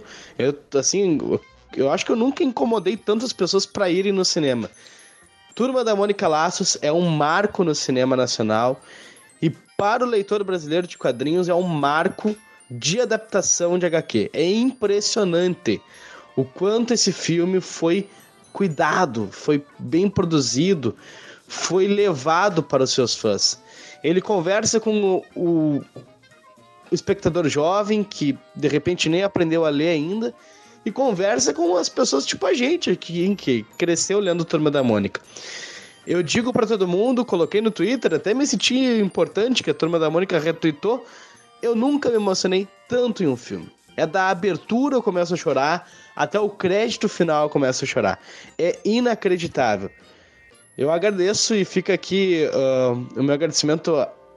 eu acho que eu nunca incomodei tantas pessoas para irem no cinema. Turma da Mônica Laços é um marco no cinema nacional e para o leitor brasileiro de quadrinhos é um marco de adaptação de HQ. É impressionante o quanto esse filme foi cuidado, foi bem produzido, foi levado para os seus fãs. Ele conversa com o espectador jovem que de repente nem aprendeu a ler ainda, e conversa com as pessoas tipo a gente aqui, que cresceu lendo Turma da Mônica. Eu digo pra todo mundo, coloquei no Twitter, até me senti importante que a Turma da Mônica retweetou. Eu nunca me emocionei tanto em um filme. É da abertura eu começo a chorar, até o crédito final eu começo a chorar. É inacreditável. Eu agradeço e fica aqui o meu agradecimento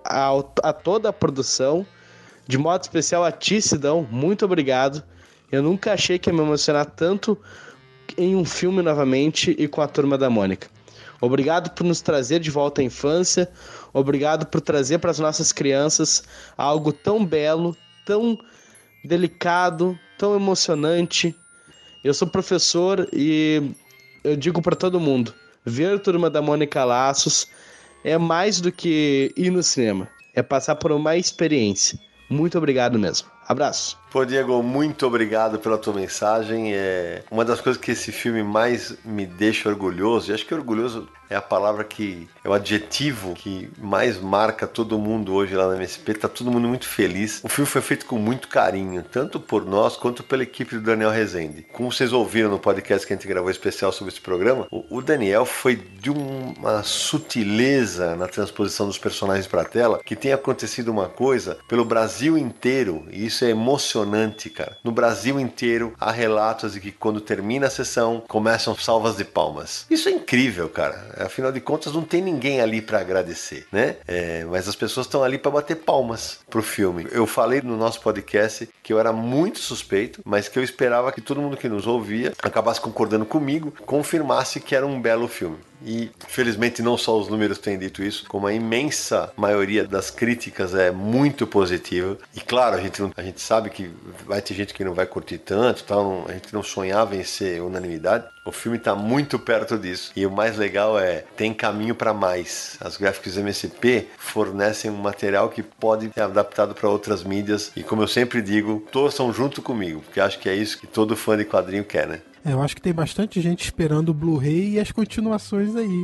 a toda a produção, de modo especial a ti, Sidão. Muito obrigado. Eu nunca achei que ia me emocionar tanto em um filme novamente e com a Turma da Mônica. Obrigado por nos trazer de volta à infância. Obrigado por trazer para as nossas crianças algo tão belo, tão delicado, tão emocionante. Eu sou professor e eu digo para todo mundo, ver Turma da Mônica Laços é mais do que ir no cinema. É passar por uma experiência. Muito obrigado mesmo. Abraço. Pô, Diego, muito obrigado pela tua mensagem. É uma das coisas que esse filme mais me deixa orgulhoso, e acho que orgulhoso é a palavra que é o adjetivo que mais marca todo mundo hoje lá na MSP. Tá todo mundo muito feliz. O filme foi feito com muito carinho, tanto por nós quanto pela equipe do Daniel Rezende. Como vocês ouviram no podcast que a gente gravou especial sobre esse programa, o Daniel foi de uma sutileza na transposição dos personagens para a tela, que tem acontecido uma coisa pelo Brasil inteiro, e isso é emocionante, cara. No Brasil inteiro há relatos de que quando termina a sessão começam salvas de palmas. Isso é incrível, cara. Afinal de contas não tem ninguém ali para agradecer, né? Mas as pessoas estão ali para bater palmas pro filme. Eu falei no nosso podcast que eu era muito suspeito, mas que eu esperava que todo mundo que nos ouvia acabasse concordando comigo, confirmasse que era um belo filme. E felizmente não só os números têm dito isso, como a imensa maioria das críticas é muito positiva. E claro, a gente sabe que vai ter gente que não vai curtir tanto, tal, a gente não sonhava em ser unanimidade. O filme está muito perto disso. E o mais legal tem caminho para mais. As Graphics MSP fornecem um material que pode ser adaptado para outras mídias. E como eu sempre digo, torçam junto comigo, porque acho que é isso que todo fã de quadrinho quer, né? Eu acho que tem bastante gente esperando o Blu-ray e as continuações aí.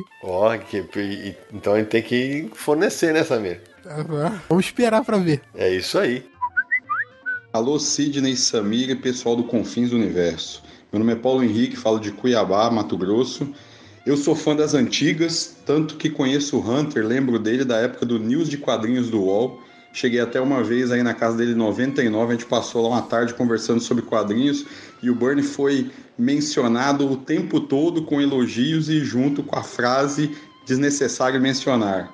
Então a gente tem que fornecer, né, Samir? Vamos esperar pra ver. É isso aí. Alô, Sidney, Samir e pessoal do Confins do Universo. Meu nome é Paulo Henrique, falo de Cuiabá, Mato Grosso. Eu sou fã das antigas, tanto que conheço o Hunter, lembro dele da época do News de Quadrinhos do UOL. Cheguei até uma vez aí na casa dele em 99, a gente passou lá uma tarde conversando sobre quadrinhos e o Bernie foi mencionado o tempo todo com elogios e junto com a frase desnecessário mencionar.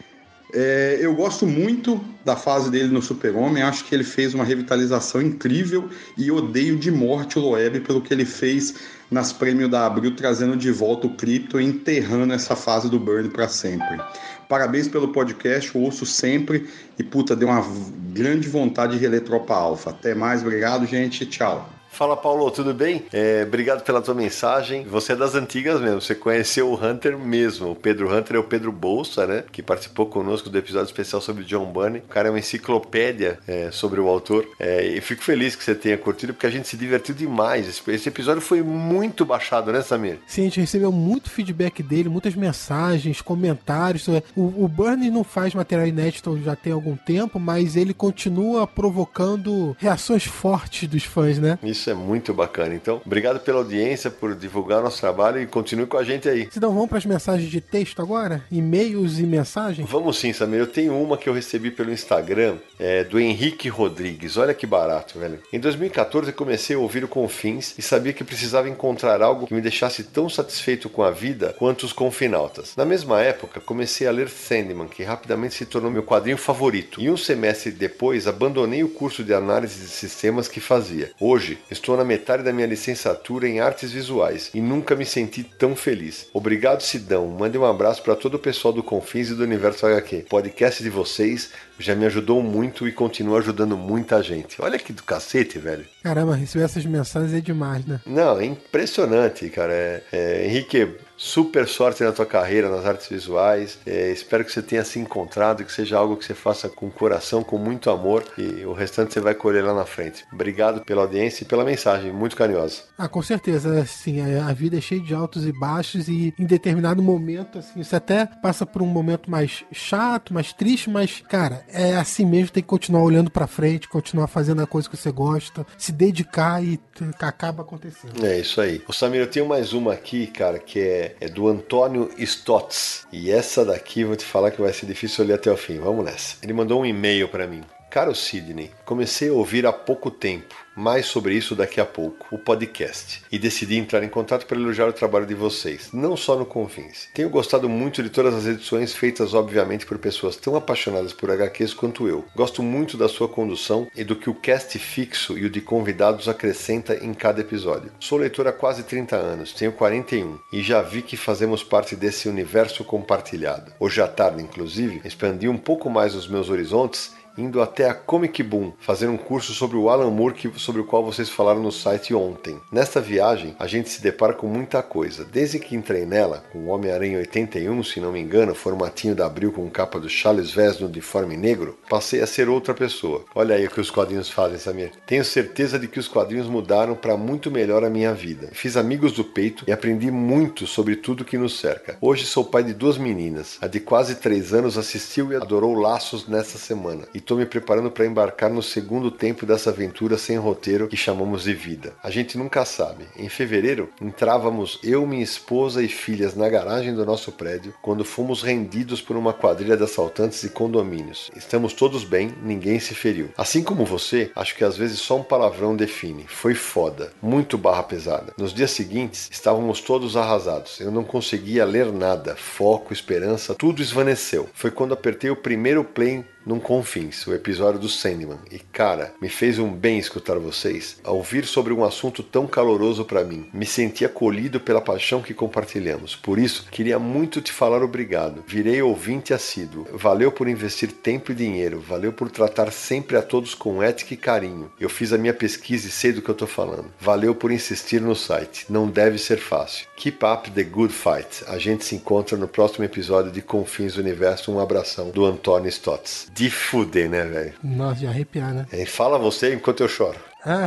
Eu gosto muito da fase dele no Super-Homem, acho que ele fez uma revitalização incrível e odeio de morte o Loeb pelo que ele fez nas prêmios da Abril, trazendo de volta o Krypton e enterrando essa fase do Bernie para sempre. Parabéns pelo podcast, eu ouço sempre e deu uma grande vontade de reler Tropa Alpha. Até mais, obrigado gente, tchau. Fala, Paulo, tudo bem? Obrigado pela tua mensagem. Você é das antigas mesmo, você conheceu o Hunter mesmo. O Pedro Hunter é o Pedro Bolsa, né? Que participou conosco do episódio especial sobre John Byrne. O cara é uma enciclopédia sobre o autor. E fico feliz que você tenha curtido, porque a gente se divertiu demais. Esse episódio foi muito baixado, né, Samir? Sim, a gente recebeu muito feedback dele, muitas mensagens, comentários. O Byrne não faz material inédito já tem algum tempo, mas ele continua provocando reações fortes dos fãs, né? Isso é muito bacana. Então, obrigado pela audiência, por divulgar o nosso trabalho e continue com a gente aí. Então, vamos para as mensagens de texto agora? E-mails e mensagens? Vamos sim, Samir. Eu tenho uma que eu recebi pelo Instagram, do Henrique Rodrigues. Olha que barato, velho. Em 2014, eu comecei a ouvir o Confins e sabia que precisava encontrar algo que me deixasse tão satisfeito com a vida quanto os Confinautas. Na mesma época, comecei a ler Sandman, que rapidamente se tornou meu quadrinho favorito. E um semestre depois, abandonei o curso de análise de sistemas que fazia. Hoje, estou na metade da minha licenciatura em artes visuais e nunca me senti tão feliz. Obrigado, Sidão. Mande um abraço para todo o pessoal do Confins e do Universo HQ. O podcast de vocês já me ajudou muito e continua ajudando muita gente. Olha que do cacete, velho. Caramba, receber essas mensagens é demais, né? Não, é impressionante, cara. Henrique, super sorte na tua carreira nas artes visuais. Espero que você tenha se encontrado e que seja algo que você faça com coração, com muito amor, e o restante você vai colher lá na frente. Obrigado pela audiência e pela mensagem, muito carinhosa. Com certeza, assim, a vida é cheia de altos e baixos e em determinado momento, assim, você até passa por um momento mais chato, mais triste, mas, cara, é assim mesmo, tem que continuar olhando pra frente, continuar fazendo a coisa que você gosta, se dedicar e acaba acontecendo. É isso aí. Ô Samir, eu tenho mais uma aqui, cara, que é é do Antônio Stotz. E essa daqui vou te falar que vai ser difícil ler até o fim. Vamos nessa. Ele mandou um e-mail para mim. Caro Sidney, comecei a ouvir há pouco tempo, mais sobre isso daqui a pouco, o podcast, e decidi entrar em contato para elogiar o trabalho de vocês, não só no Confins. Tenho gostado muito de todas as edições feitas obviamente por pessoas tão apaixonadas por HQs quanto eu. Gosto muito da sua condução e do que o cast fixo e o de convidados acrescenta em cada episódio. Sou leitor há quase 30 anos, tenho 41, e já vi que fazemos parte desse universo compartilhado. Hoje à tarde, inclusive, expandi um pouco mais os meus horizontes indo até a Comic Boom, fazer um curso sobre o Alan Moore sobre o qual vocês falaram no site ontem. Nesta viagem, a gente se depara com muita coisa. Desde que entrei nela, com o Homem-Aranha 81, se não me engano, formatinho da Abril com capa do Charles Vess no uniforme negro, passei a ser outra pessoa. Olha aí o que os quadrinhos fazem, Samir. Tenho certeza de que os quadrinhos mudaram para muito melhor a minha vida. Fiz amigos do peito e aprendi muito sobre tudo que nos cerca. Hoje sou pai de 2 meninas. A de quase 3 anos assistiu e adorou Laços nesta semana. E estou me preparando para embarcar no segundo tempo dessa aventura sem roteiro que chamamos de vida. A gente nunca sabe. Em fevereiro, entrávamos eu, minha esposa e filhas na garagem do nosso prédio quando fomos rendidos por uma quadrilha de assaltantes e condomínios. Estamos todos bem, ninguém se feriu. Assim como você, acho que às vezes só um palavrão define. Foi foda. Muito barra pesada. Nos dias seguintes, estávamos todos arrasados. Eu não conseguia ler nada. Foco, esperança, tudo esvaneceu. Foi quando apertei o primeiro play num Confins, o episódio do Sandman. E cara, me fez um bem escutar vocês, a ouvir sobre um assunto tão caloroso para mim. Me senti acolhido pela paixão que compartilhamos. Por isso, queria muito te falar obrigado. Virei ouvinte assíduo. Valeu por investir tempo e dinheiro. Valeu por tratar sempre a todos com ética e carinho. Eu fiz a minha pesquisa e sei do que eu tô falando. Valeu por insistir no site. Não deve ser fácil. Keep up the good fight. A gente se encontra no próximo episódio de Confins do Universo. Um abração do Antônio Stotz. De fuder, né, velho? Nossa, de arrepiar, né? Fala você enquanto eu choro.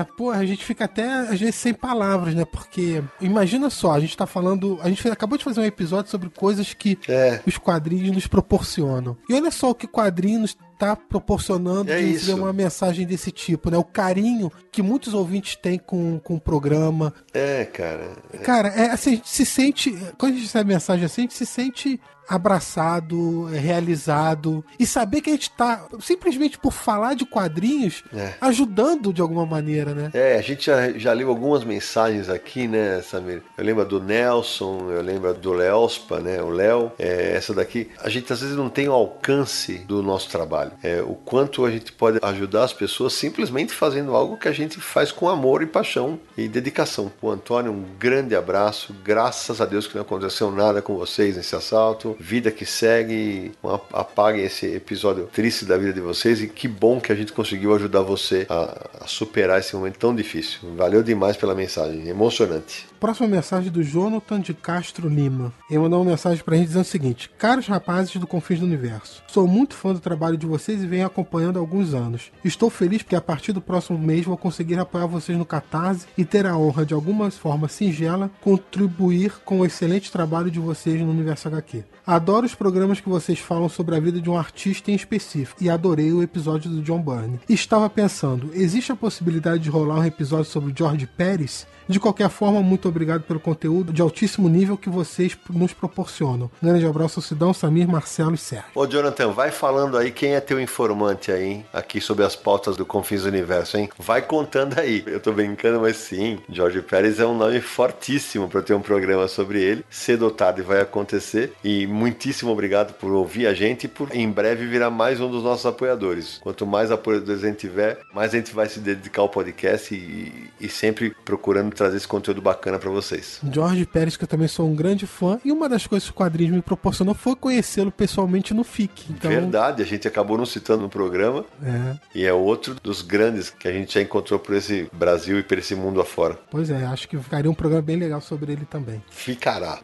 A gente fica até, às vezes, sem palavras, né? Porque, imagina só, a gente tá falando... A gente acabou de fazer um episódio sobre coisas que os quadrinhos nos proporcionam. E olha só o que o quadrinho nos tá proporcionando de receber uma mensagem desse tipo, né? O carinho que muitos ouvintes têm com o programa. Cara. Cara, assim, a gente se sente... Quando a gente recebe mensagem assim, a gente se sente abraçado, realizado. E saber que a gente tá, simplesmente por falar de quadrinhos, ajudando de alguma maneira, né? A gente já leu algumas mensagens aqui, né, Samir? Eu lembro do Nelson, eu lembro do Leospa, né? O Léo. Essa daqui, a gente às vezes não tem o alcance do nosso trabalho. O quanto a gente pode ajudar as pessoas simplesmente fazendo algo que a gente faz com amor e paixão e dedicação. O Antônio, um grande abraço. Graças a Deus que não aconteceu nada com vocês nesse assalto. Vida que segue, apaguem esse episódio triste da vida de vocês e que bom que a gente conseguiu ajudar você a superar esse momento tão difícil. Valeu demais pela mensagem, emocionante. Próxima mensagem do Jonathan de Castro Lima. Ele mandou uma mensagem pra gente dizendo o seguinte: caros rapazes do Confins do Universo, sou muito fã do trabalho de vocês e venho acompanhando há alguns anos. Estou feliz porque a partir do próximo mês vou conseguir apoiar vocês no Catarse e ter a honra de alguma forma singela contribuir com o excelente trabalho de vocês no Universo HQ. Adoro os programas que vocês falam sobre a vida de um artista em específico e adorei o episódio do John Byrne. Estava pensando, existe a possibilidade de rolar um episódio sobre o George Pérez? De qualquer forma, muito obrigado pelo conteúdo de altíssimo nível que vocês nos proporcionam. Grande abraço, Sidão, Samir, Marcelo e Sérgio. Ô, Jonathan, vai falando aí quem é teu informante aí, hein? Aqui sobre as pautas do Confins do Universo, hein? Vai contando aí. Eu tô brincando, mas sim, George Pérez é um nome fortíssimo para ter um programa sobre ele. Cedo ou tarde vai acontecer. E muitíssimo obrigado por ouvir a gente e por em breve virar mais um dos nossos apoiadores. Quanto mais apoiadores a gente tiver, mais a gente vai se dedicar ao podcast e sempre procurando trazer esse conteúdo bacana pra vocês. George Pérez, que eu também sou um grande fã, e uma das coisas que o quadrinho me proporcionou foi conhecê-lo pessoalmente no FIC. Então... Verdade, a gente acabou não citando no programa, e é outro dos grandes que a gente já encontrou por esse Brasil e por esse mundo afora. Pois é, acho que ficaria um programa bem legal sobre ele também. Ficará.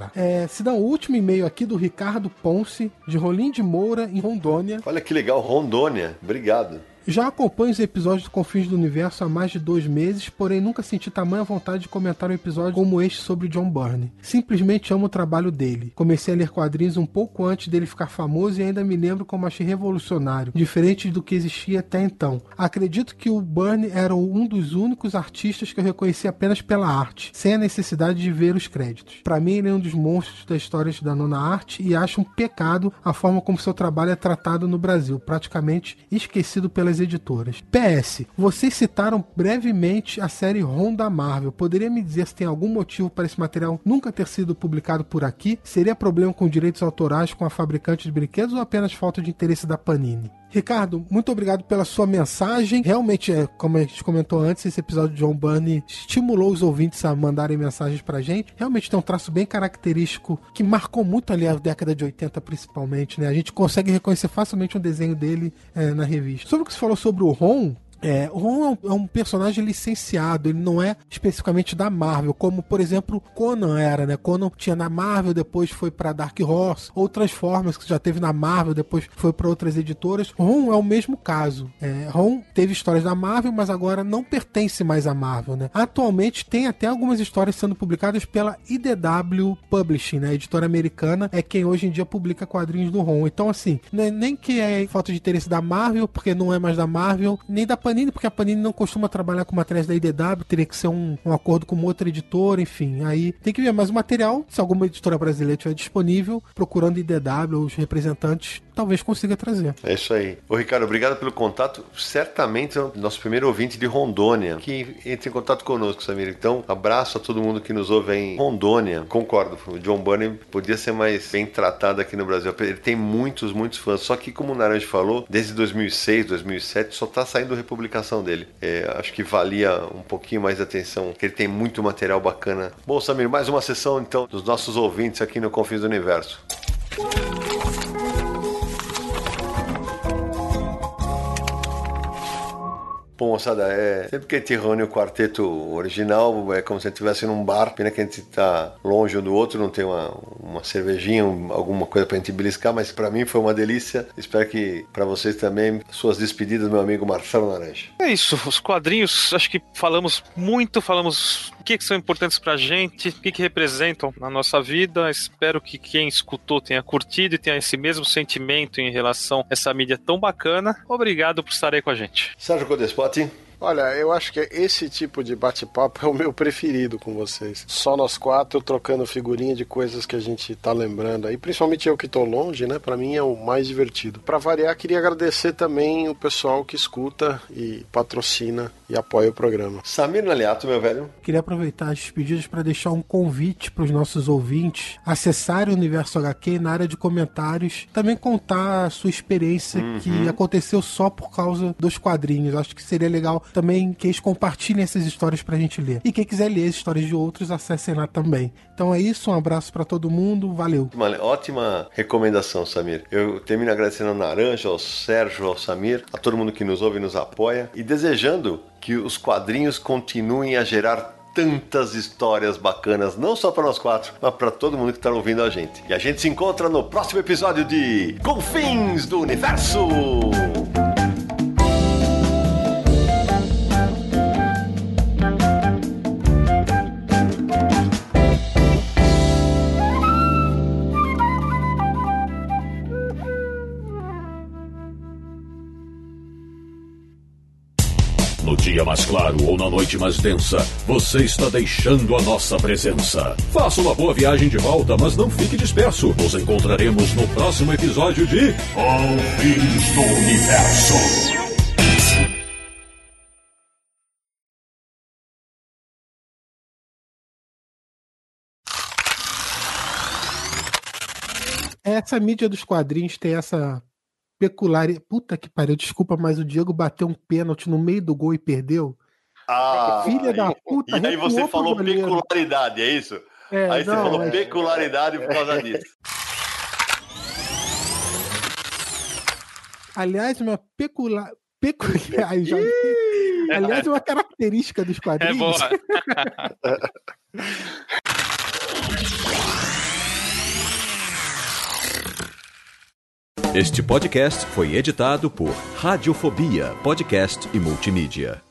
Se dá o último e-mail aqui do Ricardo Ponce, de Rolim de Moura, em Rondônia. Olha que legal, Rondônia, obrigado. Já acompanho os episódios do Confins do Universo há mais de 2 meses, porém nunca senti tamanha vontade de comentar um episódio como este sobre John Byrne. Simplesmente amo o trabalho dele. Comecei a ler quadrinhos um pouco antes dele ficar famoso e ainda me lembro como achei revolucionário, diferente do que existia até então. Acredito que o Byrne era um dos únicos artistas que eu reconheci apenas pela arte, sem a necessidade de ver os créditos. Para mim, ele é um dos monstros da história da nona arte e acho um pecado a forma como seu trabalho é tratado no Brasil, praticamente esquecido pelas editoras. PS, vocês citaram brevemente a série Ron da Marvel. Poderia me dizer se tem algum motivo para esse material nunca ter sido publicado por aqui? Seria problema com direitos autorais com a fabricante de brinquedos ou apenas falta de interesse da Panini? Ricardo, muito obrigado pela sua mensagem. Realmente, como a gente comentou antes, esse episódio de John Byrne estimulou os ouvintes a mandarem mensagens pra gente. Realmente tem um traço bem característico que marcou muito ali a década de 80 principalmente, né? A gente consegue reconhecer facilmente um desenho dele na revista. Sobre o que você falou sobre o Ron, o Ron é um personagem licenciado, ele não é especificamente da Marvel, como, por exemplo, Conan era, né? Conan tinha na Marvel, depois foi pra Dark Horse, ou Transformers, que já teve na Marvel, depois foi pra outras editoras. Ron é o mesmo caso. Ron teve histórias da Marvel, mas agora não pertence mais à Marvel, né? Atualmente tem até algumas histórias sendo publicadas pela IDW Publishing, né? A editora americana é quem hoje em dia publica quadrinhos do Ron. Então, assim, não é nem que é falta de interesse da Marvel, porque não é mais da Marvel, nem da Panini, porque a Panini não costuma trabalhar com materiais da IDW, teria que ser um acordo com uma outra editora, enfim, aí tem que ver, mas o material, se alguma editora brasileira estiver disponível, procurando IDW, os representantes, talvez consiga trazer. É isso aí. Ô Ricardo, obrigado pelo contato, certamente é o nosso primeiro ouvinte de Rondônia, que entra em contato conosco, Samir, então abraço a todo mundo que nos ouve em Rondônia. Concordo, o John Byrne podia ser mais bem tratado aqui no Brasil, ele tem muitos fãs, só que como o Naranjo falou, desde 2006, 2007, só tá saindo republicação dele. Acho que valia um pouquinho mais de atenção, porque ele tem muito material bacana. Bom, Samir, mais uma sessão então dos nossos ouvintes aqui no Confins do Universo. Bom, moçada, sempre que a gente reúne o quarteto original, é como se a gente estivesse num bar, pena que a gente tá longe um do outro, não tem uma cervejinha, alguma coisa pra gente beliscar, mas pra mim foi uma delícia. Espero que pra vocês também. Suas despedidas, meu amigo Marcelo Laranja. É isso, os quadrinhos, acho que falamos o que são importantes pra gente, o que representam na nossa vida. Espero que quem escutou tenha curtido e tenha esse mesmo sentimento em relação a essa mídia tão bacana. Obrigado por estar aí com a gente. Sérgio Codespot. Olha, eu acho que esse tipo de bate-papo é o meu preferido com vocês. Só nós quatro trocando figurinha de coisas que a gente tá lembrando aí. Principalmente eu que tô longe, né? Pra mim é o mais divertido. Pra variar, queria agradecer também o pessoal que escuta e patrocina e apoia o programa. Samir Naliato, meu velho. Queria aproveitar as despedidas para deixar um convite para os nossos ouvintes acessarem o Universo HQ na área de comentários, também contar a sua experiência que aconteceu só por causa dos quadrinhos. Acho que seria legal também que eles compartilhem essas histórias pra gente ler. E quem quiser ler as histórias de outros, acessem lá também. Então é isso, um abraço pra todo mundo, valeu. Uma ótima recomendação, Samir. Eu termino agradecendo ao Naranja, ao Sérgio, ao Samir, a todo mundo que nos ouve e nos apoia, e desejando que os quadrinhos continuem a gerar tantas histórias bacanas, não só para nós quatro, mas para todo mundo que está ouvindo a gente. E a gente se encontra no próximo episódio de Confins do Universo! No dia mais claro ou na noite mais densa, você está deixando a nossa presença. Faça uma boa viagem de volta, mas não fique disperso. Nos encontraremos no próximo episódio de Confins do Universo. Essa mídia dos quadrinhos tem essa peculiaridade. Puta que pariu, desculpa, mas o Diego bateu um pênalti no meio do gol e perdeu. Filha da puta. E aí você falou peculiaridade, é isso? Aí você falou peculiaridade por causa disso. Aliás, uma aliás, uma característica dos quadrinhos. É boa. Este podcast foi editado por Radiofobia, podcast e multimídia.